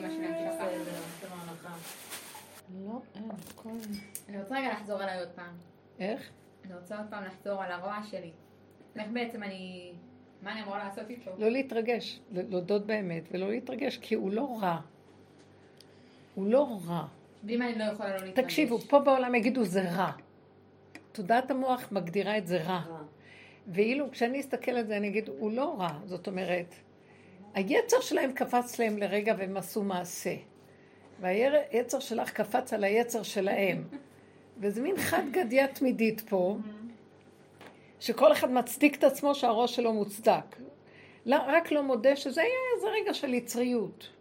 לא, אין, כל... אני רוצה רגע לחזור עליי עוד פעם. איך? אני רוצה עוד פעם לחזור על הרוע שלי. איך בעצם מה אני אמורה לעשות איתו? לא להתרגש, להודות באמת, ולא להתרגש, כי הוא לא רע. הוא לא רע. ואם אני לא יכולה לא להתרגש? תקשיבו, פה בעולם יגידו זה רע. תודעת המוח מגדירה את זה רע. ואילו כשאני אסתכל על זה אני אגיד, הוא לא רע. זאת אומרת, היצר שלהם קפץ להם לרגע והם עשו מעשה. והיצר שלך קפץ על היצר שלהם. וזה מין חד גדיה תמידית פה, שכל אחד מצדיק את עצמו שהראש שלו מוצדק. רק לא מודה שזה היה איזה רגע של יצריות.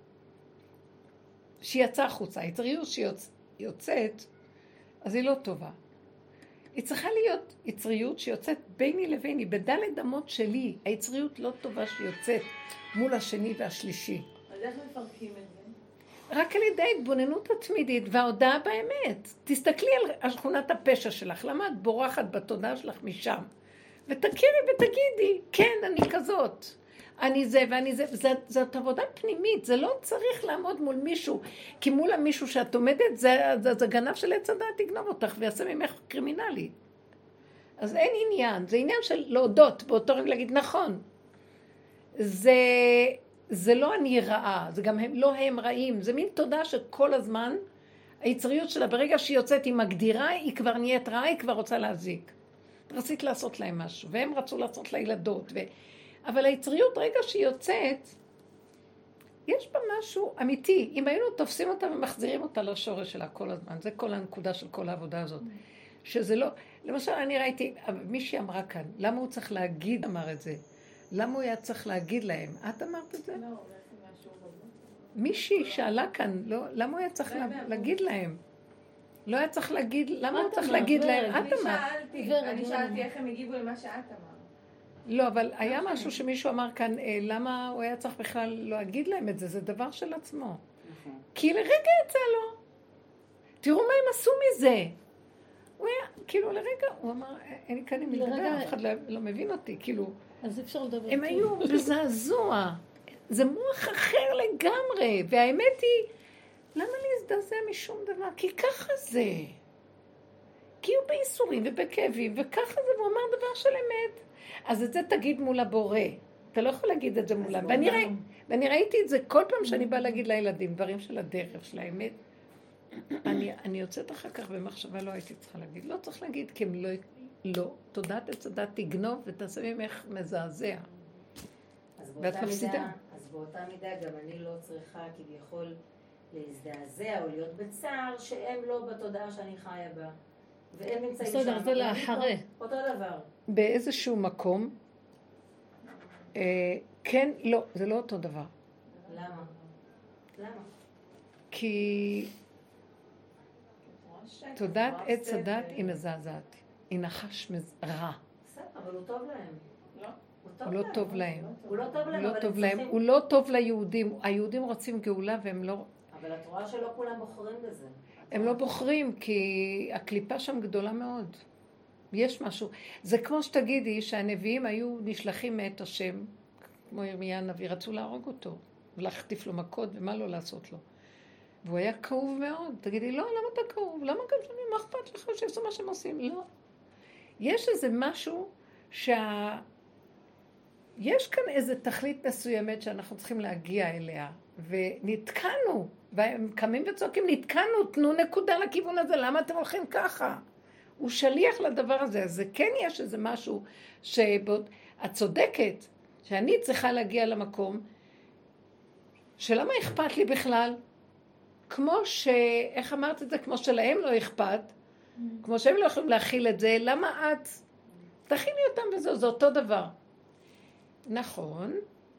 שיצאה חוצה. היצריות שיוצאת, אז היא לא טובה. היא צריכה להיות יצריות שיוצאת ביני לביני, בדלת אמות שלי. היצריות לא טובה שיוצאת מול השני והשלישי. אז איך מפרקים את זה? רק על ידי התבוננות התמידית וההודעה באמת. תסתכלי על שכונת הפשע שלך, למה את בורחת בתודעה שלך משם? ותכירי ותגידי, כן, אני כזאת. אני זה ואני זה. זאת עבודה פנימית, זה לא צריך לעמוד מול מישהו. כי מול המישהו שאת עומדת, זה גנב של עץ הדעת יגנוב אותך ויעשה ממך קרימינלי. אז אין עניין, זה עניין של להודות, באותו רגע להגיד, נכון. זה לא אני רעה, זה גם לא הם רעים, זה מין תודה שכל הזמן, היצריות שלה ברגע שהיא יוצאת, היא מגדירה, היא כבר נהיית רעה, היא כבר רוצה להזיק. רצית לעשות להם משהו, והם רצו לעשות לילדות, אבל היצריות רגע שהיא יוצאת, יש בה משהו אמיתי, אם היינו תופסים אותה ומחזירים אותה לשורש שלה כל הזמן, זה כל הנקודה של כל העבודה הזאת, שזה לא, למשל אני ראיתי, מישהי אמרה כאן, למה הוא צריך להגיד, אמר את זה, למה הוא היה צריך להגיד להם? את אמרת את זה? לא, זה משהו בזה. מישהי שאלה כאן, לא, למה הוא היה צריך להגיד להם? לא היה צריך להגיד, למה הוא צריך להגיד להם? את אמרת. אני שאלתי איך הם הגיבו למה שאת אמרת. לא, אבל היה משהו שמישהו אמר כאן, למה הוא היה צריך בכלל להגיד להם את זה? זה דבר של עצמו. כי לרגע יצא לו. תראו מה הם עשו מזה. הוא היה, כאילו לרגע, הוא אמר, אני כאן עם לדבר, אף אחד לא מבין אותי, כאילו. אז אפשר לדבר. הם היו בזעזוע. זה מוח אחר לגמרי, והאמת היא, למה להזדעזע משום דבר? כי ככה זה. כי הוא בייסורים ובכאבים, וככה זה, והוא אמר דבר של אמת. אז את זה תגיד מול הבורא. אתה לא יכול להגיד את זה מולם. ואני ראיתי את זה כל פעם שאני באה להגיד לילדים, דברים של הדרך, של האמת. אני יוצאת אחר כך במחשבה, לא הייתי צריכה להגיד. לא צריך להגיד, כי הם לא. תודעת הצדת תגנוב ותעשה ממך מזעזע. ואת מפסידה. אז באותה מידה גם אני לא צריכה כביכול להזדעזע או להיות בצער שהם לא בתודעה שאני חיה בה. והם נמצאים שם. בסדר, זה לאחרי. אותו דבר. באיזשהו מקום, כן, לא, זה לא אותו דבר. למה? למה? כי תודעת עץ הדת היא מזעזעת. היא נחש רע. אבל הוא טוב להם. הוא לא טוב להם. הוא לא טוב להם, אבל הם צריכים... הוא לא טוב ליהודים. היהודים רוצים גאולה והם לא... אבל את רואה שלא כולם בוחרים בזה. הם לא בוחרים כי הקליפה שם גדולה מאוד. יש משהו. זה כמו שתגידי שהנביאים היו נשלחים מאת השם, כמו ירמיה הנביא, רצו להרוג אותו, ולהחטיף לו מכות ומה לא לעשות לו. והוא היה כאוב מאוד. תגידי, לא, למה אתה כאוב? למה גם שאני, מה אכפת לך שעשו מה שהם עושים? לא. יש איזה משהו יש כאן איזה תכלית מסוימת שאנחנו צריכים להגיע אליה, ונתקענו, והם קמים וצועקים, נתקענו, תנו נקודה לכיוון הזה, למה אתם הולכים ככה? הוא שליח לדבר הזה, אז זה כן יש איזה משהו את צודקת, שאני צריכה להגיע למקום, שלמה אכפת לי בכלל? כמו איך אמרת את זה? כמו שלהם לא אכפת, כמו שהם לא יכולים להכיל את זה, למה את? תכילי אותם וזהו, זה אותו דבר. נכון,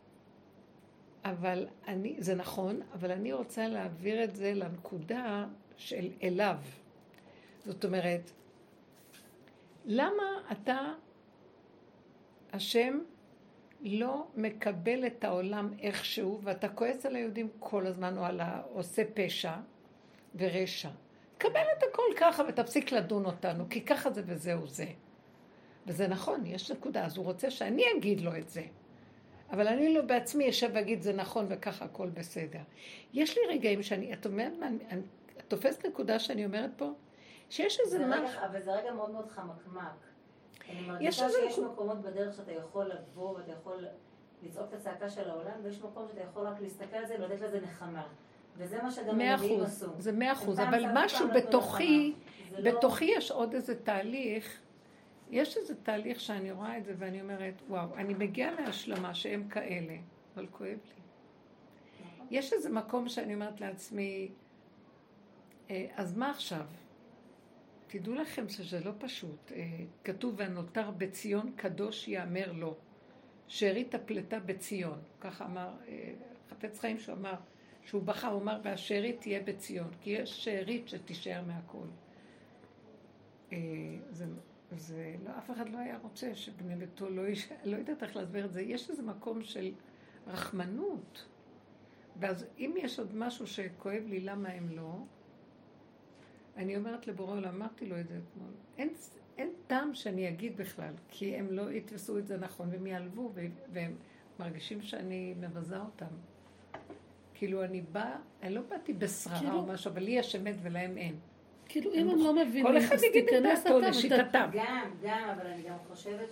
אבל זה נכון, אבל אני רוצה להעביר את זה לנקודה של אליו. זאת אומרת, למה אתה, השם, לא מקבל את העולם איכשהו, ואתה כועס על היהודים כל הזמן, או על העושה פשע ורשע. קבל את הכל ככה ותפסיק לדון אותנו, כי ככה זה וזהו זה. וזה נכון, יש נקודה, אז הוא רוצה שאני אגיד לו את זה. אבל אני לא בעצמי ישב ואגיד זה נכון וככה הכל בסדר. יש לי רגעים את אומרת, את תופסת נקודה שאני אומרת פה, שיש איזה משהו... אבל זה רגע מאוד מאוד חמקמק. אני מרגישה שיש מקומות בדרך שאתה יכול לבוא ואתה יכול לצעוק את הצעקה של העולם, ויש מקום שאתה יכול רק להסתכל על זה ולתת לזה נחמה. וזה מה שגם הנביאים עשו. זה 100%, אבל משהו בתוכי יש עוד איזה תהליך, יש איזה תהליך שאני רואה את זה ואני אומרת, וואו, אני מגיעה להשלמה שהם כאלה, אבל כואב לי. יש איזה מקום שאני אומרת לעצמי, אז מה עכשיו? תדעו לכם שזה לא פשוט. כתוב, והנותר בציון קדוש יאמר לו. שארית הפלטה בציון. ככה אמר, חפץ חיים שהוא אמר, שהוא בכה, הוא אמר, והשארית תהיה בציון. כי יש שארית שתישאר מהכל. זה לא, אף אחד לא היה רוצה שבני ביתו לא יודעת איך להסביר את זה. יש איזה מקום של רחמנות. ואז אם יש עוד משהו שכואב לי, למה הם לא? אני אומרת לבורא עולם, אמרתי לו את זה אתמול, אין טעם שאני אגיד בכלל, כי הם לא יתפסו את זה נכון, והם יעלבו, והם מרגישים שאני מבזה אותם. כאילו אני לא באתי בשררה או משהו, אבל לי יש אמת ולהם אין. כאילו אם הם לא מבינים, כל אחד יגיד את דעתו לשיטתם. גם, אבל אני גם חושבת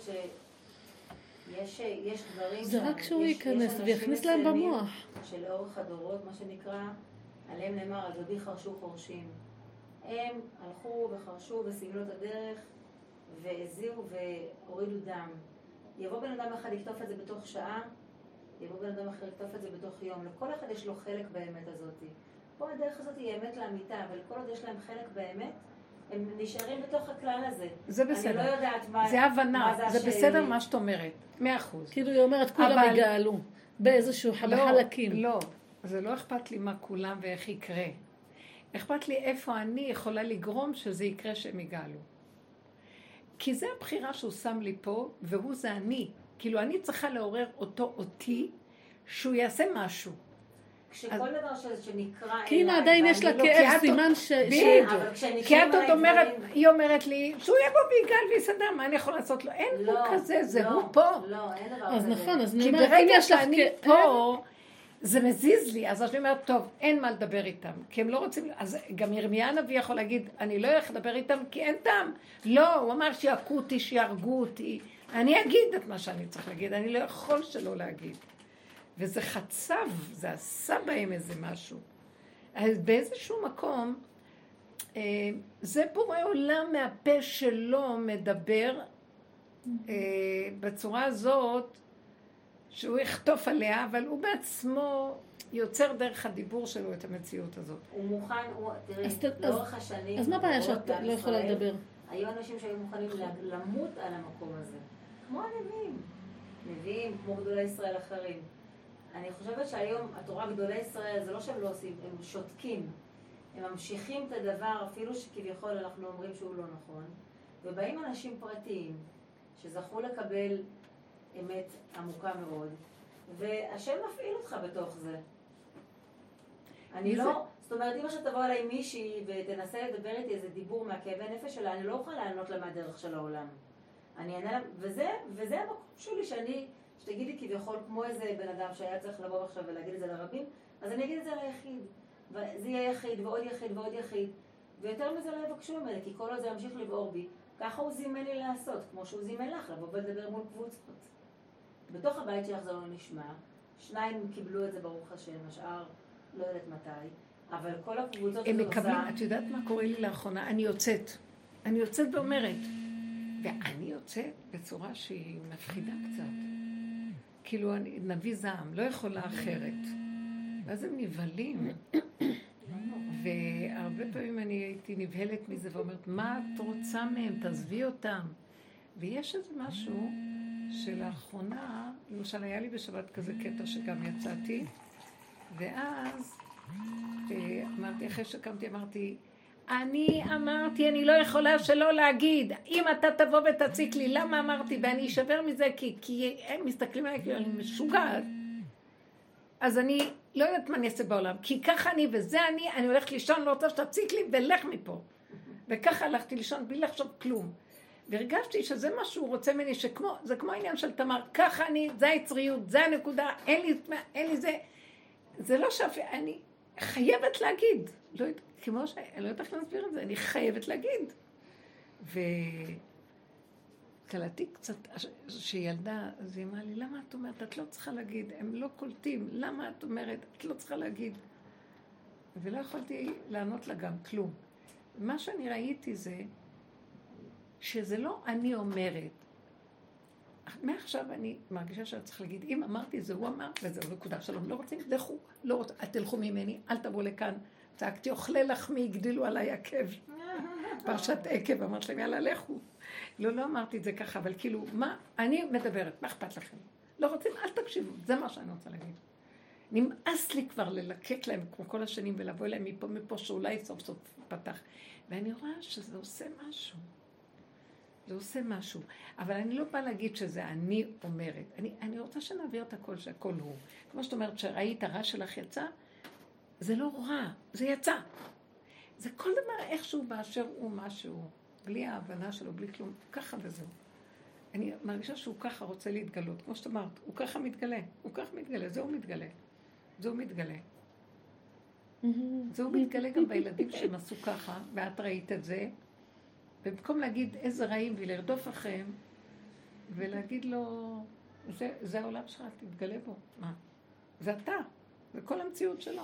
שיש דברים... זה רק שהוא ייכנס ויכניס להם במוח. שלאורך הדורות, מה שנקרא, עליהם נאמר, על גבי חרשו חורשים. הם הלכו וחרשו וסימלו את הדרך והזיעו והורידו דם. יבוא בן אדם אחד לכתוב את זה בתוך שעה, יבוא בן אדם אחר לכתוב את זה בתוך יום. לכל אחד יש לו חלק באמת הזאת. פה הדרך הזאת היא אמת לאמיתה, אבל כל עוד יש להם חלק באמת, הם נשארים בתוך הכלל הזה. זה בסדר. אני לא יודעת מה זה הבנה, זה בסדר מה שאת אומרת, 100%. כאילו היא אומרת, כולם יגאלו, באיזשהו בחלקים. לא, זה לא אכפת לי מה כולם ואיך יקרה. אכפת לי איפה אני יכולה לגרום שזה יקרה שהם יגאלו. כי זה הבחירה שהוא שם לי פה, והוא זה אני. כאילו אני צריכה לעורר אותי, שהוא יעשה משהו. כשכל דבר שנקרא... כי הנה עדיין יש לה כאב סימן כי את עוד אומרת, היא אומרת לי, שהוא יבוא ויגאל ויסדר, מה אני יכול לעשות לו? אין פה כזה, זה הוא פה. לא, אין דבר אז נכון, אז כי ברגע שאני פה, זה מזיז לי, אז אני אומרת, טוב, אין מה לדבר איתם, כי הם לא רוצים, אז גם ירמיה הנביא יכול להגיד, אני לא הולך לדבר איתם כי אין טעם. לא, הוא אמר שיעקו אותי, שיהרגו אותי. אני אגיד את מה שאני צריך להגיד, אני לא יכול שלא להגיד. וזה חצב, זה עשה בהם איזה משהו. אז באיזשהו מקום, זה בורא עולם מהפה שלו מדבר בצורה הזאת, שהוא יכתוף עליה, אבל הוא בעצמו יוצר דרך הדיבור שלו את המציאות הזאת. הוא מוכן, תראי, לאורך השנים... אז מה הבעיה שאת לא יכולה לדבר? היו אנשים שהיו מוכנים למות על המקום הזה. כמו הנביאים, כמו גדולי ישראל אחרים. אני חושבת שהיום התורה גדולי ישראל, זה לא שהם לא עושים, הם שותקים. הם ממשיכים את הדבר אפילו שכביכול אנחנו אומרים שהוא לא נכון, ובאים אנשים פרטיים שזכו לקבל אמת עמוקה מאוד, והשם מפעיל אותך בתוך זה. אני לא, זאת אומרת, אם עכשיו תבוא אליי מישהי ותנסה לדבר איתי איזה דיבור מהכאבי נפש שלה, אני לא אוכל לענות לה מהדרך של העולם. אני אענה לה, וזה המקום שלי שתגיד לי כביכול כמו איזה בן אדם שהיה צריך לבוא עכשיו ולהגיד את זה לרבים, אז אני אגיד את זה ליחיד. וזה יהיה יחיד ועוד יחיד ועוד יחיד. ויותר מזה לא יבקשו ממני, כי כל עוד זה ימשיך לבעור בי, ככה הוא זימן לי לעשות, כמו שהוא זימן לך, לבוא ולדבר מול קבוצות. בתוך הבית שלך זה לא נשמע, 2 קיבלו את זה ברוך השם, השאר לא יודעת מתי, אבל כל הקבוצות הם מקבלים, את יודעת מה קורה לי לאחרונה? אני יוצאת ואומרת, ואני יוצאת בצורה שהיא מפחידה קצת. כאילו אני נביא זעם, לא יכולה אחרת. ואז הם נבהלים. והרבה פעמים אני הייתי נבהלת מזה ואומרת, מה את רוצה מהם? תעזבי אותם. ויש איזה משהו שלאחרונה, למשל היה לי בשבת כזה קטע שגם יצאתי, ואז אמרתי, אחרי שקמתי, אני לא יכולה שלא להגיד, אם אתה תבוא ותציק לי, למה אמרתי, ואני אשבר מזה, כי הם מסתכלים עליי, כאילו אני משוגעת. אז אני לא יודעת מה אני אעשה בעולם, כי ככה אני וזה אני הולכת לישון, לא רוצה שתציק לי, ולך מפה. וככה הלכתי לישון בלי לחשוב כלום. והרגשתי שזה מה שהוא רוצה ממני, זה כמו העניין של תמר, ככה זה היצריות, זה הנקודה, אין לי זה לא שווה, אני חייבת להגיד, כמו שאני לא יודעת איך להסביר את זה, אני חייבת להגיד. וקלטתי קצת שילדה, אז היא אמרה לי, למה את אומרת? את לא צריכה להגיד, הם לא קולטים, למה את אומרת? את לא צריכה להגיד. ולא יכולתי לענות לה גם כלום. מה שאני ראיתי זה, שזה לא אני אומרת. מעכשיו אני מרגישה שאת צריך להגיד, אם אמרתי זה, הוא אמר, וזהו, נקודה, שלום, לא רוצים, לכו, לא רוצים, אל תלכו ממני, אל תבואו לכאן. צעקתי, אוכלי לחמי, הגדילו עליי עקב. פרשת עקב, אמרת להם, יאללה, לכו. לא אמרתי את זה ככה, אבל כאילו, מה? אני מדברת, מה אכפת לכם? לא רוצים, אל תקשיבו, זה מה שאני רוצה להגיד. נמאס לי כבר ללקק להם, כמו כל השנים, ולבוא אליהם מפה, שאולי סוף סוף פתח. ואני רואה שזה עושה משהו. זה עושה משהו. אבל אני לא באה להגיד שזה אני אומרת. אני רוצה שנעביר את הכל, שהכל הוא. כמו שאת אומרת, שראית הרע שלך יצא, זה לא רע, זה יצא. זה כל דבר איכשהו באשר הוא משהו, בלי ההבנה שלו, בלי כלום, ככה וזהו. אני מרגישה שהוא ככה רוצה להתגלות, כמו שאת אמרת, הוא ככה מתגלה, זהו מתגלה. זהו מתגלה גם בילדים שהם עשו ככה, ואת ראית את זה, ובמקום להגיד איזה רעים ולרדוף אחריהם, ולהגיד לו, זה העולם שלך, תתגלה בו. מה? זה אתה, זה כל המציאות שלו.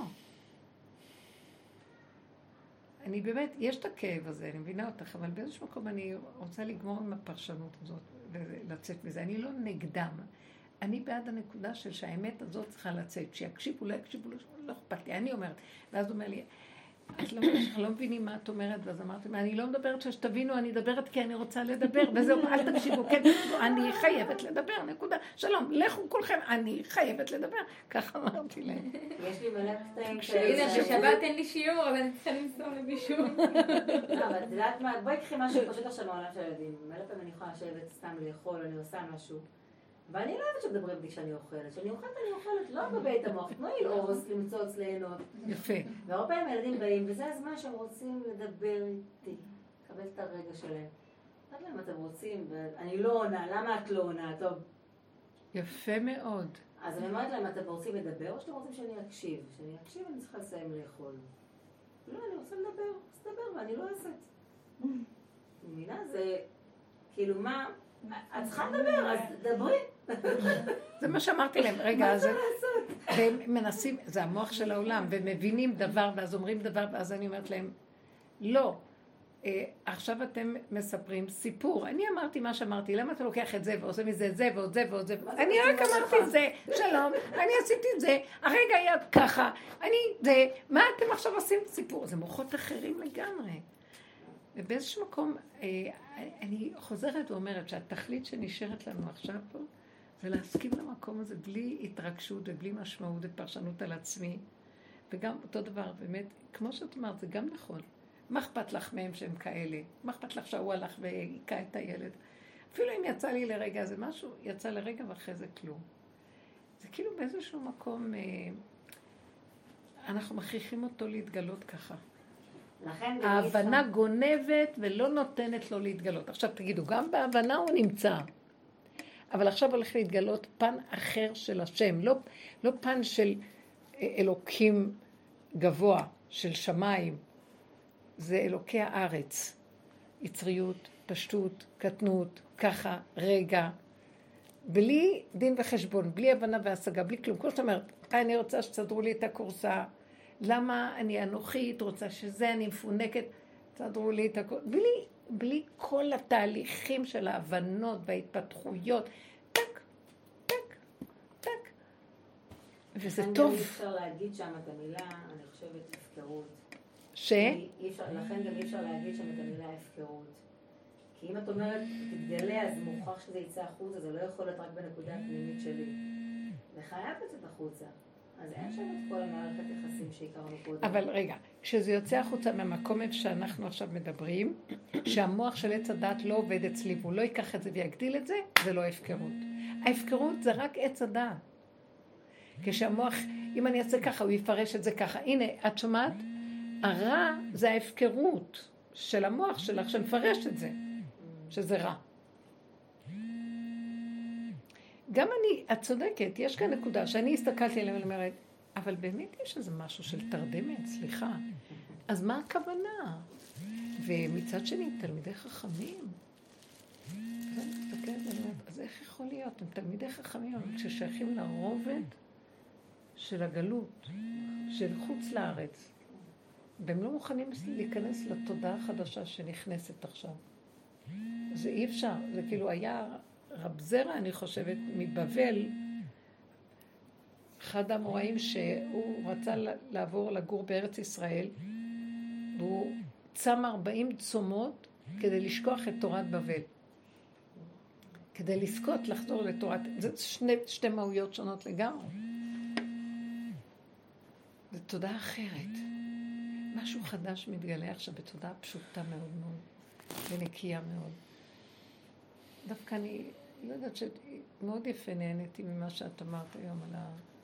אני באמת, יש את הכאב הזה, אני מבינה אותך, אבל באיזשהו מקום אני רוצה לגמור עם הפרשנות הזאת ולצאת מזה. אני לא נגדם. אני בעד הנקודה של שהאמת הזאת צריכה לצאת. שיקשיבו, לא יקשיבו, לא אכפת לי. אני אומרת. ואז הוא אומר לי, את לא מבינים מה את אומרת, ואז אמרתי, אני לא מדברת שתבינו, אני מדברת כי אני רוצה לדבר, וזהו, אל תקשיבו, כן, אני חייבת לדבר, נקודה. שלום, לכו כולכם, אני חייבת לדבר. ככה אמרתי להם. יש לי מלא קטעים הנה, בשבת אין לי שיעור, אבל אני צריכה למסור למישהו. אבל את יודעת מה, בואי קחי משהו פשוט עכשיו מעולם של ילדים. מלא פעמים אני יכולה לשבת סתם לאכול, אני עושה משהו. ואני לא אוהבת שמדברים בי כשאני אוכלת. כשאני אוכלת, לא בבית המוח, תנו לי לורס, למצוץ, ליהנות. יפה. והרבה פעמים הילדים באים, וזה הזמן שהם רוצים לדבר איתי, לקבל את הרגע שלהם. עד להם אתם רוצים, ואני לא עונה, למה את לא עונה? טוב. יפה מאוד. אז אני אומרת להם, אתם רוצים לדבר, או שאתם רוצים שאני אקשיב? כשאני אקשיב, אני צריכה לסיים לאכול. לא, אני רוצה לדבר, אז לדבר, ואני לא אעשת. מבינה? זה כאילו מה... את צריכה לדבר, אז דברי. זה מה שאמרתי להם, רגע, והם מנסים, זה המוח של העולם, והם מבינים דבר, ואז אומרים דבר, ואז אני אומרת להם, לא, עכשיו אתם מספרים סיפור, אני אמרתי מה שאמרתי, למה אתה לוקח את זה, ועושה מזה זה, ועוד זה, ועוד זה, אני רק אמרתי את זה, שלום, אני עשיתי את זה, הרגע היה ככה, זה, מה אתם עכשיו עושים סיפור? זה מוחות אחרים לגמרי. ובאיזשהו מקום, אני חוזרת ואומרת שהתכלית שנשארת לנו עכשיו פה, זה להסכים למקום הזה בלי התרגשות ובלי משמעות ופרשנות על עצמי, וגם אותו דבר, באמת, כמו שאת אומרת, זה גם נכון. מה אכפת לך מהם שהם כאלה? מה אכפת לך שהוא הלך והיכה את הילד? אפילו אם יצא לי לרגע, זה משהו, יצא לרגע ואחרי זה כלום. זה כאילו באיזשהו מקום, אנחנו מכריחים אותו להתגלות ככה. ההבנה גונבת ולא נותנת לו להתגלות. עכשיו תגידו, גם בהבנה הוא נמצא. אבל עכשיו הולך להתגלות פן אחר של השם, לא פן של אלוקים גבוה, של שמיים. זה אלוקי הארץ. יצריות, פשטות, קטנות, ככה, רגע. בלי דין וחשבון, בלי הבנה והשגה, בלי כלום. כמו שאת אומרת, אני רוצה שתסדרו לי את הקורסה. למה אני אנוכית, רוצה שזה, אני מפונקת, תסדרו לי את הקורסה. בלי כל התהליכים של ההבנות וההתפתחויות. טק, טק, טק. וזה טוב. לכן גם אי אפשר להגיד שם את המילה, אני חושבת, הפקרות. לכן גם אי אפשר להגיד שם את המילה הפקרות. כי אם את אומרת, תתגלה, אז מוכרח שזה יצא החוצה, זה לא יכול להיות רק בנקודה הפנימית שלי. זה חייב לצאת החוצה. אז אין שם את כל המערכת יחסים שהכרנו קודם. אבל רגע, כשזה יוצא החוצה מהמקום איפה שאנחנו עכשיו מדברים, שהמוח של עץ הדעת לא עובד אצלי, והוא לא ייקח את זה ויגדיל את זה, זה לא הפקרות. ההפקרות זה רק עץ הדעת. כשהמוח, אם אני אעשה ככה, הוא יפרש את זה ככה. הנה, את שומעת? הרע זה ההפקרות של המוח שלך שמפרש את זה, שזה רע. גם אני, את צודקת, יש כאן נקודה שאני הסתכלתי עליהם ואומרת, אבל באמת יש איזה משהו של תרדמת, סליחה. אז מה הכוונה? ומצד שני, תלמידי חכמים. אז אני מסתכלת ואומרת, אז איך יכול להיות? הם תלמידי חכמים, אבל כששייכים לרובד של הגלות, של חוץ לארץ, והם לא מוכנים להיכנס לתודעה החדשה שנכנסת עכשיו. זה אי אפשר, זה כאילו היה רב זרע, אני חושבת, מבבל, אחד המוראים שהוא רצה לעבור לגור בארץ ישראל, והוא צם 40 צומות כדי לשכוח את תורת בבל. כדי לזכות לחזור לתורת, זה שתי מהויות שונות לגמרי. זה תודעה אחרת. משהו חדש מתגלה עכשיו בתודעה פשוטה מאוד מאוד, ונקייה מאוד. דווקא אני לא יודעת שמאוד יפה נהניתי ממה שאת אמרת היום על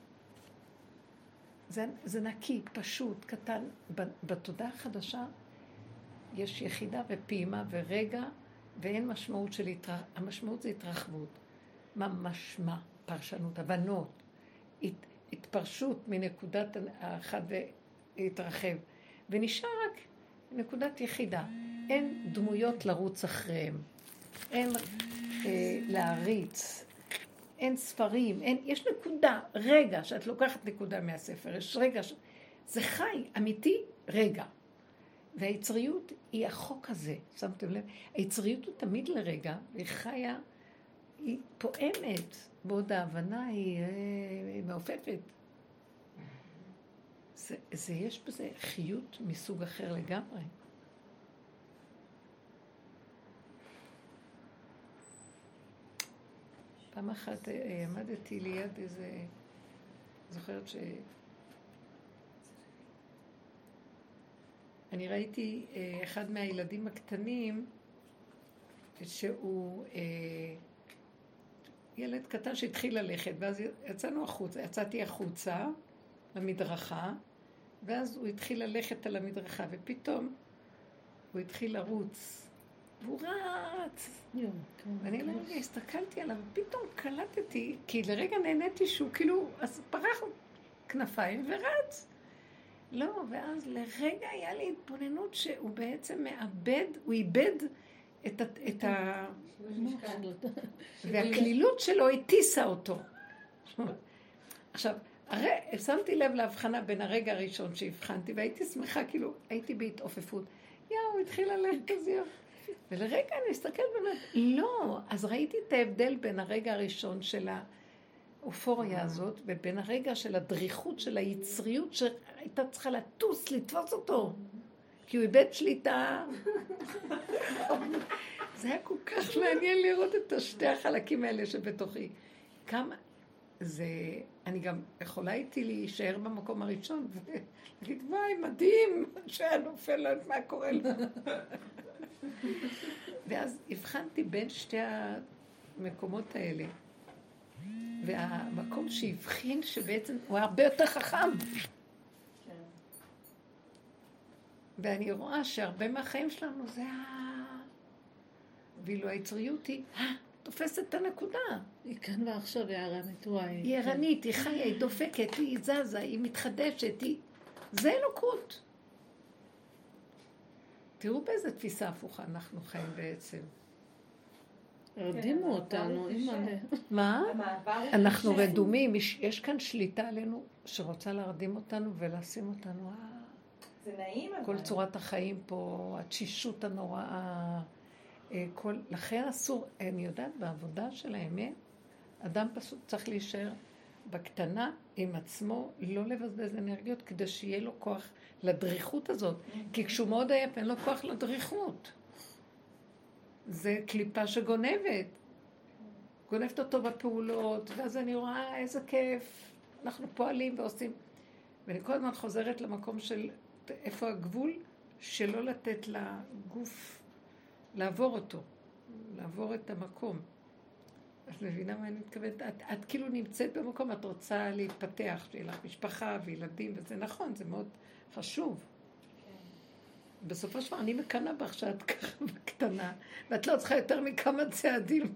זה נקי, פשוט, קטן. בתודעה החדשה יש יחידה ופעימה ורגע, ואין משמעות של המשמעות זה התרחבות. מה משמע? פרשנות, הבנות, התפרשות מנקודת האחד להתרחב. ונשאר רק נקודת יחידה. אין דמויות לרוץ אחריהם. אין להריץ. אין ספרים. יש נקודה, רגע, שאת לוקחת נקודה מהספר. יש רגע, זה חי, אמיתי, רגע. והיצריות היא החוק הזה. שמתם לב? היצריות הוא תמיד לרגע, והיא חיה, היא פועמת. בעוד ההבנה היא מעופפת. יש בזה חיות מסוג אחר לגמרי. פעם אחת עמדתי ליד איזה, זוכרת אני ראיתי אחד מהילדים הקטנים שהוא ילד קטן שהתחיל ללכת, ואז יצאתי החוצה למדרכה, ואז הוא התחיל ללכת על המדרכה, ופתאום הוא התחיל לרוץ, והוא רץ. ואני לרגע הסתכלתי עליו, ופתאום קלטתי, כי לרגע נהניתי שהוא כאילו, אז פרח כנפיים ורץ. לא, ואז לרגע היה לי התבוננות שהוא בעצם מאבד, הוא איבד את ה... והכלילות שלו הטיסה אותו. עכשיו, הרי שמתי לב להבחנה בין הרגע הראשון שהבחנתי, והייתי שמחה, כאילו, הייתי בהתעופפות. הוא התחיל ללכת אז ולרגע אני אסתכל באמת, לא, אז ראיתי את ההבדל בין הרגע הראשון של האופוריה הזאת, ובין הרגע של הדריכות, של היצריות, שהייתה צריכה לטוס, לתפוס אותו, כי הוא איבד שליטה. זה היה כל כך מעניין לראות את שתי החלקים האלה שבתוכי. כמה, אני גם יכולה איתי להישאר במקום הראשון, ולהגיד, וואי, מדהים, שהיה נופל, לא יודעת מה קורה לו. ואז הבחנתי בין שתי המקומות האלה, והמקום שהבחין שבעצם הוא הרבה יותר חכם. ואני רואה שהרבה מהחיים שלנו זה ואילו היצריות היא תופסת את הנקודה. היא כאן ועכשיו היא ערנית, וואי. היא ערנית, היא חיה, היא דופקת, היא זזה, היא מתחדשת, זה אלוקות. תראו באיזה תפיסה הפוכה אנחנו חיים בעצם. הרדימו אותנו, אימא'לה. מה? אנחנו רדומים, יש כאן שליטה עלינו שרוצה להרדים אותנו ולשים אותנו. זה נעים אבל. כל צורת החיים פה, התשישות הנוראה, לכן אסור, אני יודעת, בעבודה של האמת, אדם פשוט צריך להישאר בקטנה עם עצמו, לא לבזבז אנרגיות, כדי שיהיה לו כוח לדריכות הזאת, כי כשהוא מאוד עייף, אין לו כוח לדריכות. זה קליפה שגונבת, גונבת אותו בפעולות, ואז אני רואה איזה כיף, אנחנו פועלים ועושים, ואני כל הזמן חוזרת למקום של איפה הגבול, שלא לתת לגוף לעבור אותו, לעבור את המקום. את מבינה מה אני מתכוונת? את כאילו נמצאת במקום, את רוצה להתפתח, שיהיה לך משפחה וילדים, וזה נכון, זה מאוד חשוב. בסופו של דבר, אני מקנה בך שאת ככה בקטנה, ואת לא צריכה יותר מכמה צעדים.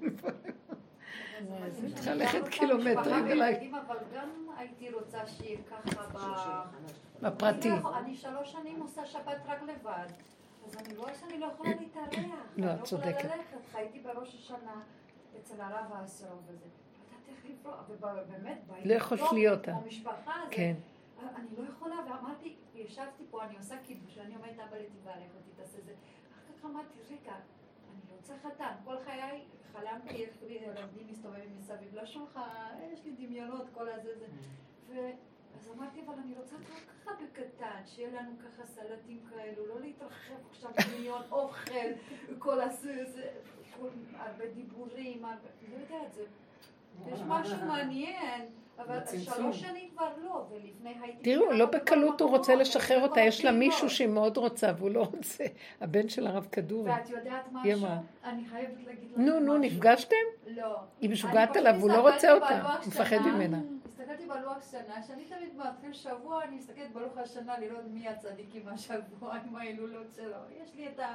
אני צריכה ללכת קילומטרים ולהגיד. אבל גם הייתי רוצה שיהיה ככה בפרטי. אני 3 שנים עושה שבת רק לבד. אז אני רואה שאני לא יכולה להתארח. לא, את צודקת. אני לא יכולה ללכת. חייתי בראש השנה אצל הרב העשרה וזה. לא יודעת איך לברוא, ובאמת, לא יכולת להיות. כמו משפחה, כן. אני לא יכולה, ואמרתי, ישבתי פה, אני עושה קידוש, אני אומרת, אבא לי תברך אותי, תעשה זה. אחר כך אמרתי, רגע, אני רוצה חתן. כל חיי חלמתי איך ילדים מסתובבים מסביב לשולחן, יש לי דמיונות, כל הזה זה. אז אמרתי, אבל אני רוצה ככה בקטן, שיהיה לנו ככה סלטים כאלו, לא להתרחב עכשיו במיליון אוכל, כל הזה, הרבה דיבורים, לא יודעת, יש משהו מעניין, אבל 3 שנים כבר לא, ולפני הייתי... תראו, לא בקלות הוא רוצה לשחרר אותה, יש לה מישהו שהיא מאוד רוצה, והוא לא רוצה, הבן של הרב כדורי. ואת יודעת משהו? אני חייבת להגיד לך משהו. נו, נפגשתם? לא. היא משוגעת עליו, הוא לא רוצה אותה, הוא מפחד ממנה. הסתכלתי בלוח שנה, שאני תמיד מתחיל שבוע, אני מסתכלת בלוח השנה לראות מי הצדיקים השבוע, עם ההילולות שלו. יש לי את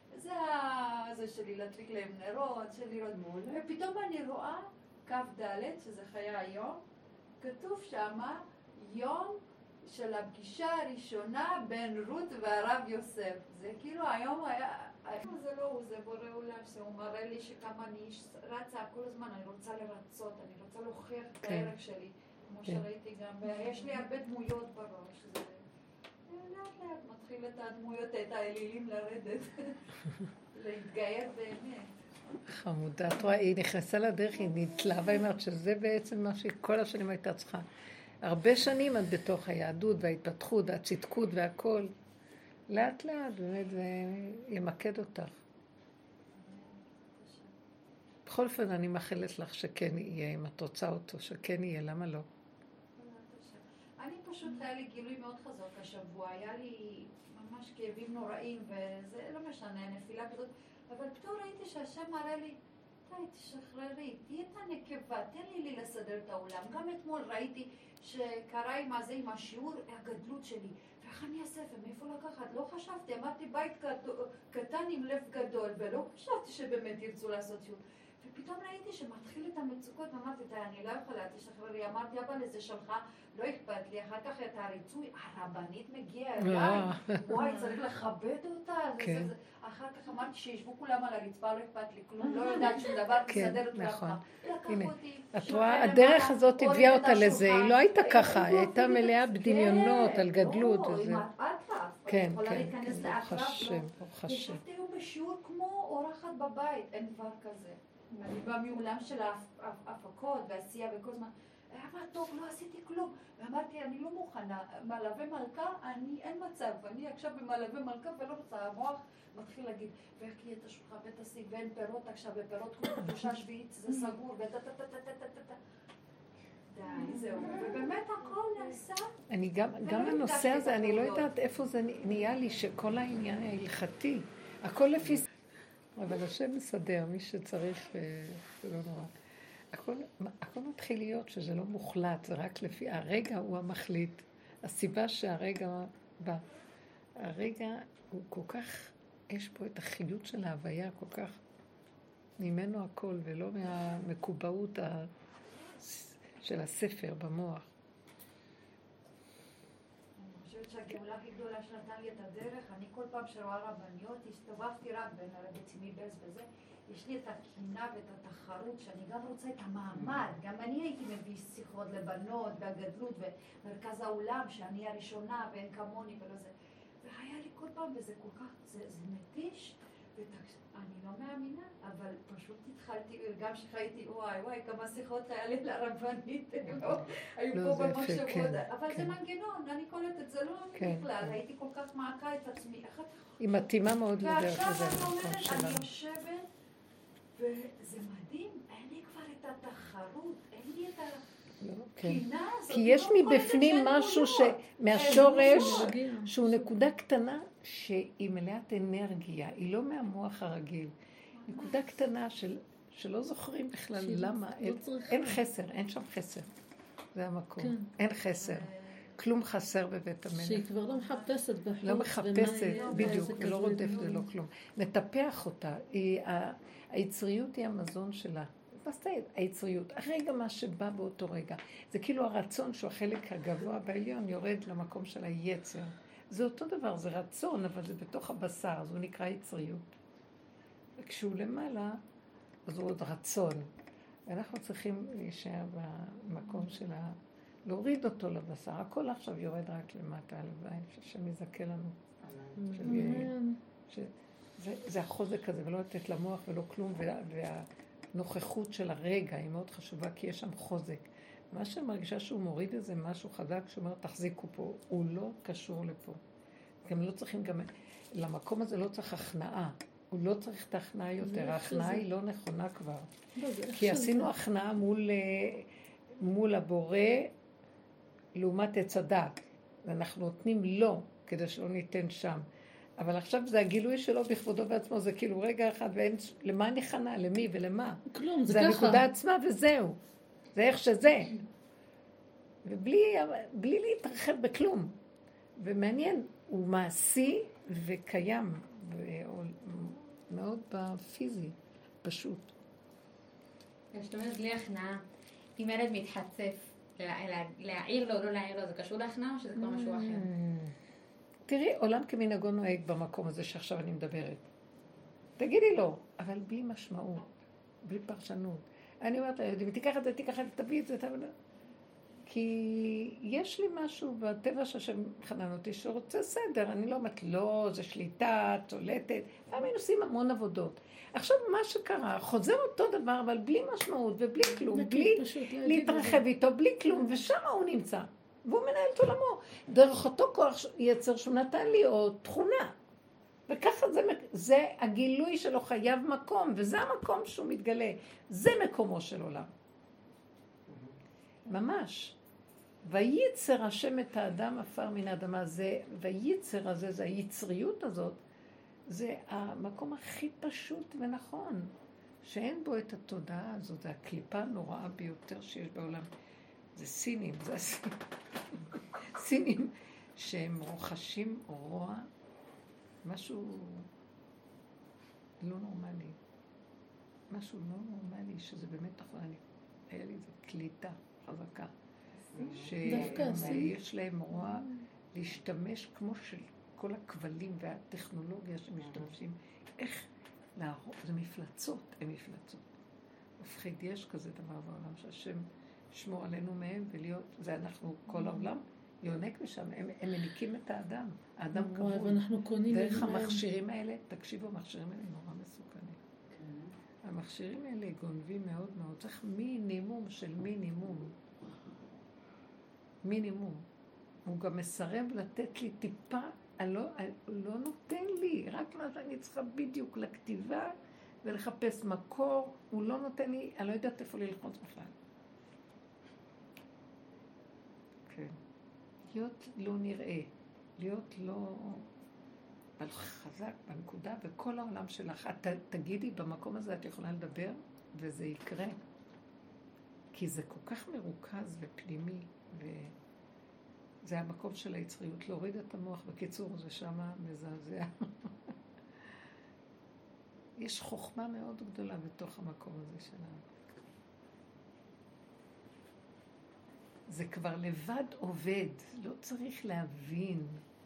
זה שלי להדליק להם נרות, של לראות מול, ופתאום אני רואה כ"ד, שזה חיי היום, כתוב שמה יום של הפגישה הראשונה בין רות והרב יוסף. זה כאילו היום היה... זה לא הוא, זה בורא עולם, שהוא מראה לי שכמה אני רצה כל הזמן, אני רוצה לרצות, אני רוצה להוכיח את הערך שלי, כמו שראיתי גם, ויש לי הרבה דמויות בראש, זה לאט לאט מתחיל את הדמויות, את האלילים לרדת, להתגייר באמת. חמודה, את רואה, היא נכנסה לדרך, היא נתלה, והיא אומרת שזה בעצם מה שכל השנים הייתה צריכה. הרבה שנים את בתוך היהדות וההתפתחות והצדקות והכל. לאט לאט, באמת זה ימקד אותך. בכל אופן אני מאחלת לך שכן יהיה, אם את רוצה אותו, שכן יהיה, למה לא? אני פשוט, היה לי גילוי מאוד חזק השבוע, היה לי ממש כאבים נוראים, וזה לא משנה, נפילה כזאת, אבל פתאום ראיתי שהשם מראה לי, תשחררי, תהיה את הנקבה, תן לי לסדר את העולם. גם אתמול ראיתי שקרה עם הזה, עם השיעור, הגדלות שלי. ואיך אני אעשה ומאיפה לקחת? לא חשבתי, אמרתי בית קטן עם לב גדול, ולא חשבתי שבאמת ירצו לעשות שיעור. ופתאום ראיתי שמתחיל את המצוקות, אמרתי, אני לא יכולה, תשחררי. אמרתי, אבל לזה שלך, לא אכפת לי, אחר כך את הריצוי, הרבנית מגיעה אליי, וואי, צריך לכבד אותה. אחר כך אמרתי שישבו כולם על הרצפה, לא אכפת לי כלום, לא יודעת שום דבר, תסדר את ככה. הנה, את רואה, הדרך הזאת הביאה אותה לזה, היא לא הייתה ככה, היא הייתה מלאה בדמיונות על גדלות. לא, עם האטרף, את יכולה להיכנס לאטרף. ברוך השם. ישבתי היום בשיעור כמו אורחת בבית, אין דבר כזה. אני באה מעולם של ההפקות והעשייה וכל זמן. אמרת, טוב, לא עשיתי כלום. ואמרתי, אני לא מוכנה. מלווה מלכה, אין מצב. אני עכשיו במלווה מלכה ולא רוצה. המוח מתחיל להגיד, ואיך לי את השולחן ותשיג, ואין פירות עכשיו, ופירות כמו קדושה שביעית, זה סגור, די, זהו. ובאמת הכל נעשה. אני גם הנושא הזה, אני לא יודעת איפה זה נהיה לי, שכל העניין ההלכתי, הכל לפי... אבל השם מסדר, מי שצריך, זה לא נורא. הכל מתחיל להיות שזה לא מוחלט, זה רק לפי... הרגע הוא המחליט. הסיבה שהרגע בא. הרגע הוא כל כך... יש פה את החיות של ההוויה, כל כך... ממנו הכל, ולא מהמקובעות של הספר במוח. אני חושבת שהגאולה הכי גדולה שנתן לי את הדרך, אני כל פעם שרואה רבניות, הסתובבתי רק בין הרבי צימי בלז וזה, יש לי את הקינה ואת התחרות, שאני גם רוצה את המעמד, גם אני הייתי מביא שיחות לבנות, והגדלות, ומרכז האולם, שאני הראשונה, ואין כמוני ולא זה. והיה לי כל פעם, וזה כל כך, זה מתיש, אני לא מאמינה, אבל פשוט התחלתי, גם שחייתי, וואי, כמה שיחות היה לי לרבנית, היו פה במחשבות, אבל זה מנגנון, אני קולטת, זה לא בכלל, הייתי כל כך מעקה את עצמי. היא מתאימה מאוד לדרך הזה. ועכשיו אני אומרת, אני יושבת, וזה מדהים, אין לי כבר את התחרות, אין לי את הקינה הזאת. כי יש מבפנים משהו מהשורש, שהוא נקודה קטנה, שהיא מלאת אנרגיה, היא לא מהמוח הרגיל. נקודה קטנה שלא זוכרים בכלל למה, אין חסר, אין שם חסר. זה המקום, אין חסר. כלום חסר בבית המלך. שהיא כבר לא מחפשת בחוץ. לא מחפשת, בדיוק, לא רודפת ולא כלום. מטפח אותה, היצריות היא המזון שלה. מה זה היצריות? הרגע מה שבא באותו רגע. זה כאילו הרצון שהוא החלק הגבוה בעליון יורד למקום של היצר. זה אותו דבר, זה רצון, אבל זה בתוך הבשר, אז הוא נקרא יצריות. וכשהוא למעלה, אז הוא עוד רצון. ואנחנו צריכים להישאר במקום של להוריד אותו לבשר. הכל עכשיו יורד רק למטה, הלוואי, שהשם יזכה לנו. זה החוזק הזה, ולא לתת למוח ולא כלום, והנוכחות של הרגע היא מאוד חשובה, כי יש שם חוזק. מה שמרגישה שהוא מוריד איזה משהו חזק, שאומר, תחזיקו פה, הוא לא קשור לפה. גם לא צריכים גם, למקום הזה לא צריך הכנעה. הוא לא צריך את ההכנעה יותר, ההכנעה היא לא נכונה כבר. כי עשינו הכנעה מול הבורא, לעומת עץ הדת. ואנחנו נותנים לו, כדי שלא ניתן שם. אבל עכשיו זה הגילוי שלו בכבודו בעצמו, זה כאילו רגע אחד, ואין, למה אני חנה, למי ולמה? כלום, זה ככה. זה הנקודה עצמה וזהו. זה איך שזה. ובלי להתרחב בכלום. ומעניין, הוא מעשי וקיים, מאוד בפיזי, פשוט. זאת אומרת, בלי הכנעה, אם ילד מתחצף, להעיר לו או לא להעיר לו, זה קשור להכנעה או שזה כבר משהו אחר? תראי, עולם כמנהגו נוהג במקום הזה שעכשיו אני מדברת. תגידי לו, אבל בלי משמעות, בלי פרשנות. אני אומרת לילדים, תיקח את זה, תביא את זה, כי יש לי משהו בטבע שהשם חנן אותי שרוצה סדר, אני לא אומרת, לא, זה שליטה, תולטת, פעמים עושים המון עבודות. עכשיו מה שקרה, חוזר אותו דבר, אבל בלי משמעות ובלי כלום, בלי להתרחב איתו, בלי כלום, ושם הוא נמצא, והוא מנהל את עולמו. דרך אותו כוח יצר שהוא נתן לי עוד תכונה, וככה זה הגילוי שלו חייב מקום, וזה המקום שהוא מתגלה, זה מקומו של עולם. ממש. וייצר השם את האדם עפר מן האדמה, וייצר הזה, זה היצריות הזאת, זה המקום הכי פשוט ונכון, שאין בו את התודעה הזאת, זה הקליפה הנוראה ביותר שיש בעולם. זה סינים, זה סינים שהם רוחשים רוע, משהו לא נורמלי. משהו לא נורמלי, שזה באמת נכון, היה לי איזו קליטה חזקה. שיש להם רוע להשתמש כמו של כל הכבלים והטכנולוגיה שמשתמשים. איך להרוג? זה מפלצות, הם מפלצות. מפחיד, יש כזה דבר בעולם שהשם ישמור עלינו מהם ולהיות, זה אנחנו, כל העולם יונק משם, הם מניקים את האדם. האדם כמובן. דרך המכשירים האלה, תקשיבו, המכשירים האלה נורא מסוכנים. המכשירים האלה גונבים מאוד מאוד. צריך מינימום של מינימום. מינימום. הוא גם מסרב לתת לי טיפה, לא נותן לי, רק מה שאני צריכה בדיוק לכתיבה ולחפש מקור, הוא לא נותן לי, אני לא יודעת איפה ללחוץ בכלל. כן. להיות לא נראה, להיות לא... אבל חזק בנקודה, וכל העולם שלך, את תגידי, במקום הזה את יכולה לדבר, וזה יקרה. כי זה כל כך מרוכז ופנימי, וזה המקום של היצריות, להוריד את המוח. בקיצור, זה שמה מזעזע. יש חוכמה מאוד גדולה בתוך המקום הזה שלנו. זה כבר לבד עובד, לא צריך להבין.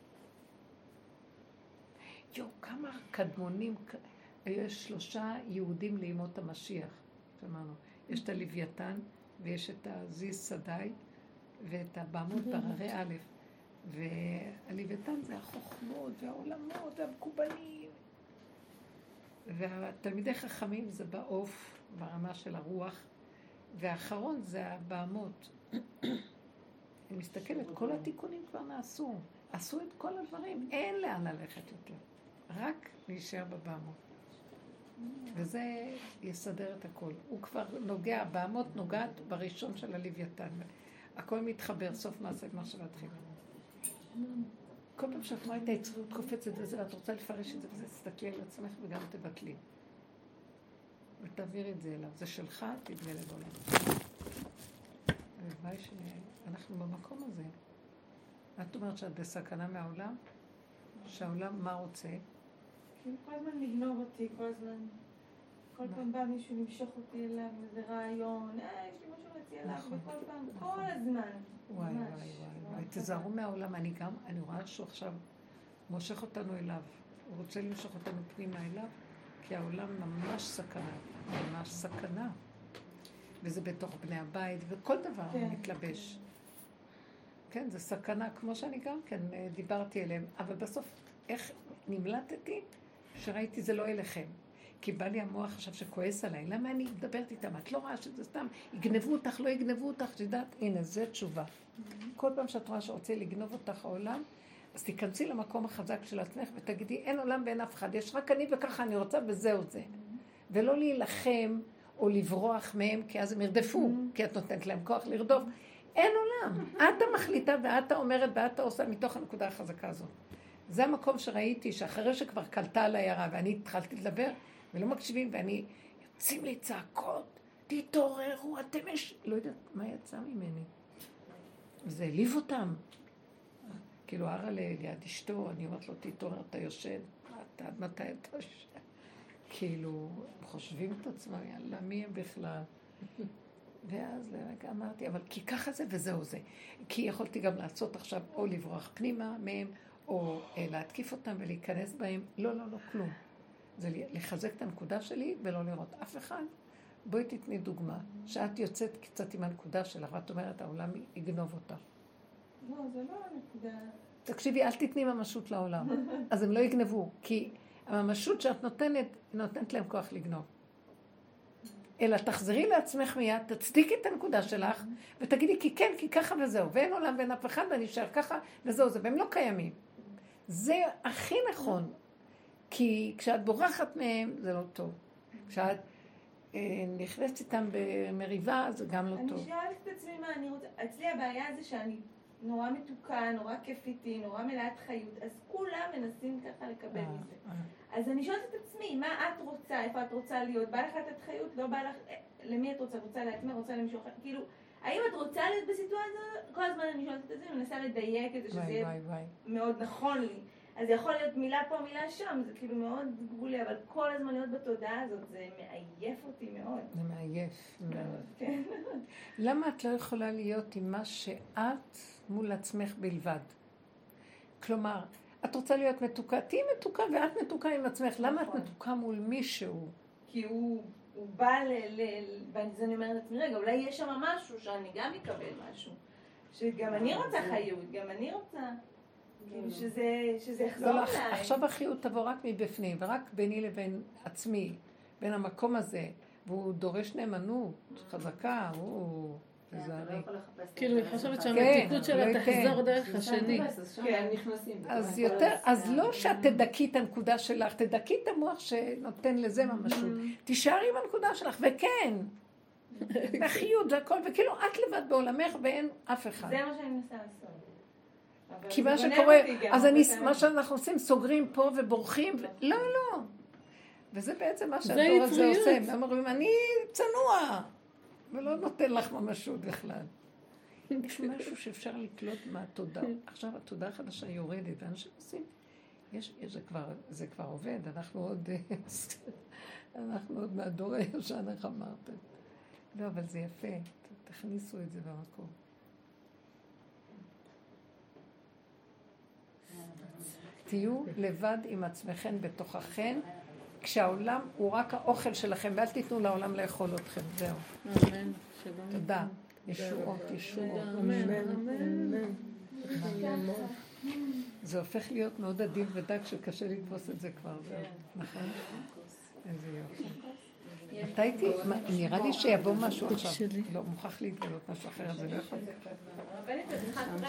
כמה קדמונים, יש 3 יהודים לימות המשיח, שמענו. יש את הלוויתן, ויש את הזיז סדאי, ואת הבעמות בררי א', והלוויתן זה החוכמות, והעולמות, והמקובלים. והתלמידי חכמים זה בעוף, ברמה של הרוח, והאחרון זה הבעמות. אני מסתכלת, כל התיקונים כבר נעשו. עשו את כל הדברים, אין לאן ללכת יותר. רק להישאר בבעמות. וזה יסדר את הכל. הוא כבר נוגע, הבעמות נוגעת בראשון של הלוויתן. הכל מתחבר, סוף מעשה מחשבה תחילה. כל פעם שאת רואה את היצריות קופצת וזה, ואת רוצה לפרש את זה וזה, תסתכלי על עצמך וגם תבטלי. ותעביר את זה אליו. זה שלך, תתגלה בעולם. הלוואי שאנחנו במקום הזה. את אומרת שאת בסכנה מהעולם? שהעולם מה רוצה? כאילו כל הזמן לגנוב אותי, כל פעם בא מישהו למשוך אותי אליו, איזה רעיון, יש לי משהו להציע אליו, וכל פעם, כל הזמן. וואי, תזהרו מהעולם, אני רואה שהוא עכשיו מושך אותנו אליו, הוא רוצה למשוך אותנו פנימה אליו, כי העולם ממש סכנה, ממש סכנה. וזה בתוך בני הבית, וכל דבר מתלבש. כן, זה סכנה, כמו שאני גם כן דיברתי אליהם, אבל בסוף, איך נמלטתי? שראיתי זה לא אליכם. כי בא לי המוח עכשיו שכועס עליי, למה אני מדברת איתם? את לא רואה שזה סתם, יגנבו אותך, לא יגנבו אותך, שדעת, הנה, זה תשובה. כל פעם שאת רואה שרוצה לגנוב אותך העולם, אז תיכנסי למקום החזק של עצמך ותגידי, אין עולם ואין אף אחד, יש רק אני וככה אני רוצה וזהו זה. ולא להילחם או לברוח מהם, כי אז הם ירדפו, כי את נותנת להם כוח לרדוף. אין עולם. את המחליטה ואת האומרת ואת העושה מתוך הנקודה החזקה הזאת. זה המקום שראיתי שאחרי שכבר קלטה על העיירה ואני התחלתי לדבר ולא מקשיבים ואני יוצאים לי צעקות, תתעוררו, אתם לא יודעת מה יצא ממני. זה העליב אותם. כאילו הרע ליד אשתו, אני אומרת לו, תתעורר, אתה יושן. עד מתי אתה יושן? כאילו, הם חושבים את עצמם, יאללה, מי הם בכלל? ואז לרגע אמרתי, אבל כי ככה זה וזהו זה. כי יכולתי גם לעשות עכשיו או לברוח פנימה מהם, או להתקיף אותם ולהיכנס בהם. לא, כלום. זה לחזק את הנקודה שלי ולא לראות אף אחד. בואי תתני דוגמה, שאת יוצאת קצת עם הנקודה שלך, ואת אומרת, העולם יגנוב אותך. לא, זה לא הנקודה. תקשיבי, אל תתני ממשות לעולם. אז הם לא יגנבו, כי הממשות שאת נותנת להם כוח לגנוב. אלא תחזרי לעצמך מיד, תצדיקי את הנקודה שלך, ותגידי, כי כן, כי ככה וזהו, ואין עולם ואין אף אחד, ואני אשאר ככה וזהו זה, והם לא קיימים. זה הכי נכון, כי כשאת בורחת מהם, זה לא טוב. כשאת נכנסת איתם במריבה, זה גם לא טוב. אני שאלת את עצמי מה אני רוצה, אצלי הבעיה זה שאני נורא מתוקה, נורא כיף איתי, נורא מלאת חיות, אז כולם מנסים ככה לקבל מזה. אז אני שואלת את עצמי, מה את רוצה, איפה את רוצה להיות, בא לך לתת חיות, לא בא לך, למי את רוצה, רוצה לעצמך, רוצה למשוך, כאילו, האם את רוצה להיות בסיטואציה? כל הזמן אני שואלת את זה, אני מנסה לדייק את זה, שזה יהיה מאוד נכון לי. אז יכול להיות מילה פה, מילה שם, זה כאילו מאוד גבולי, אבל כל הזמן להיות בתודעה הזאת, זה מעייף אותי מאוד. זה מעייף מאוד. כן. למה את לא יכולה להיות עם מה שאת מול עצמך בלבד? כלומר, את רוצה להיות מתוקה, תהי מתוקה ואת מתוקה עם עצמך. למה את מתוקה מול מישהו? כי הוא בא ואני אומרת לעצמי, רגע, אולי יש שם משהו שאני גם אקבל משהו. שגם אני רוצה חיות, גם אני רוצה... שזה יחזור אליי. עכשיו החיות תבוא רק מבפנים, ורק ביני לבין עצמי, בין המקום הזה, והוא דורש נאמנות חזקה, הוא... כאילו, היא חושבת שהמתיקות שלה תחזור דרך השני. אז יותר, אז לא שאת תדקי את הנקודה שלך, תדקי את המוח שנותן לזה ממשות. תישארי עם הנקודה שלך, וכן, בחיות והכל, וכאילו את לבד בעולמך ואין אף אחד. זה מה שאני מנסה לעשות. כי מה שקורה, אז מה שאנחנו עושים, סוגרים פה ובורחים, לא, לא. וזה בעצם מה שהדור הזה עושה. הם אומרים, אני צנוע, ולא נותן לך ממשות בכלל. יש משהו שאפשר לקלוט מהתודעה. עכשיו התודעה החדשה יורדת, ואנשים עושים, זה כבר עובד, אנחנו עוד מהדור הישן, איך אמרתם. לא, אבל זה יפה, תכניסו את זה במקום. תהיו לבד עם עצמכם בתוככם, כשהעולם הוא רק האוכל שלכם, ואל תיתנו לעולם לאכול אתכם, זהו. אמן. תודה. ישועות, ישועות. אמן. זה הופך להיות מאוד עדין ודק שקשה לתפוס את זה כבר, זהו. נכון? איזה יופי. אתה הייתי, נראה לי שיבוא משהו עכשיו. לא, מוכרח להתגלות משהו אחר, זה לא יכול.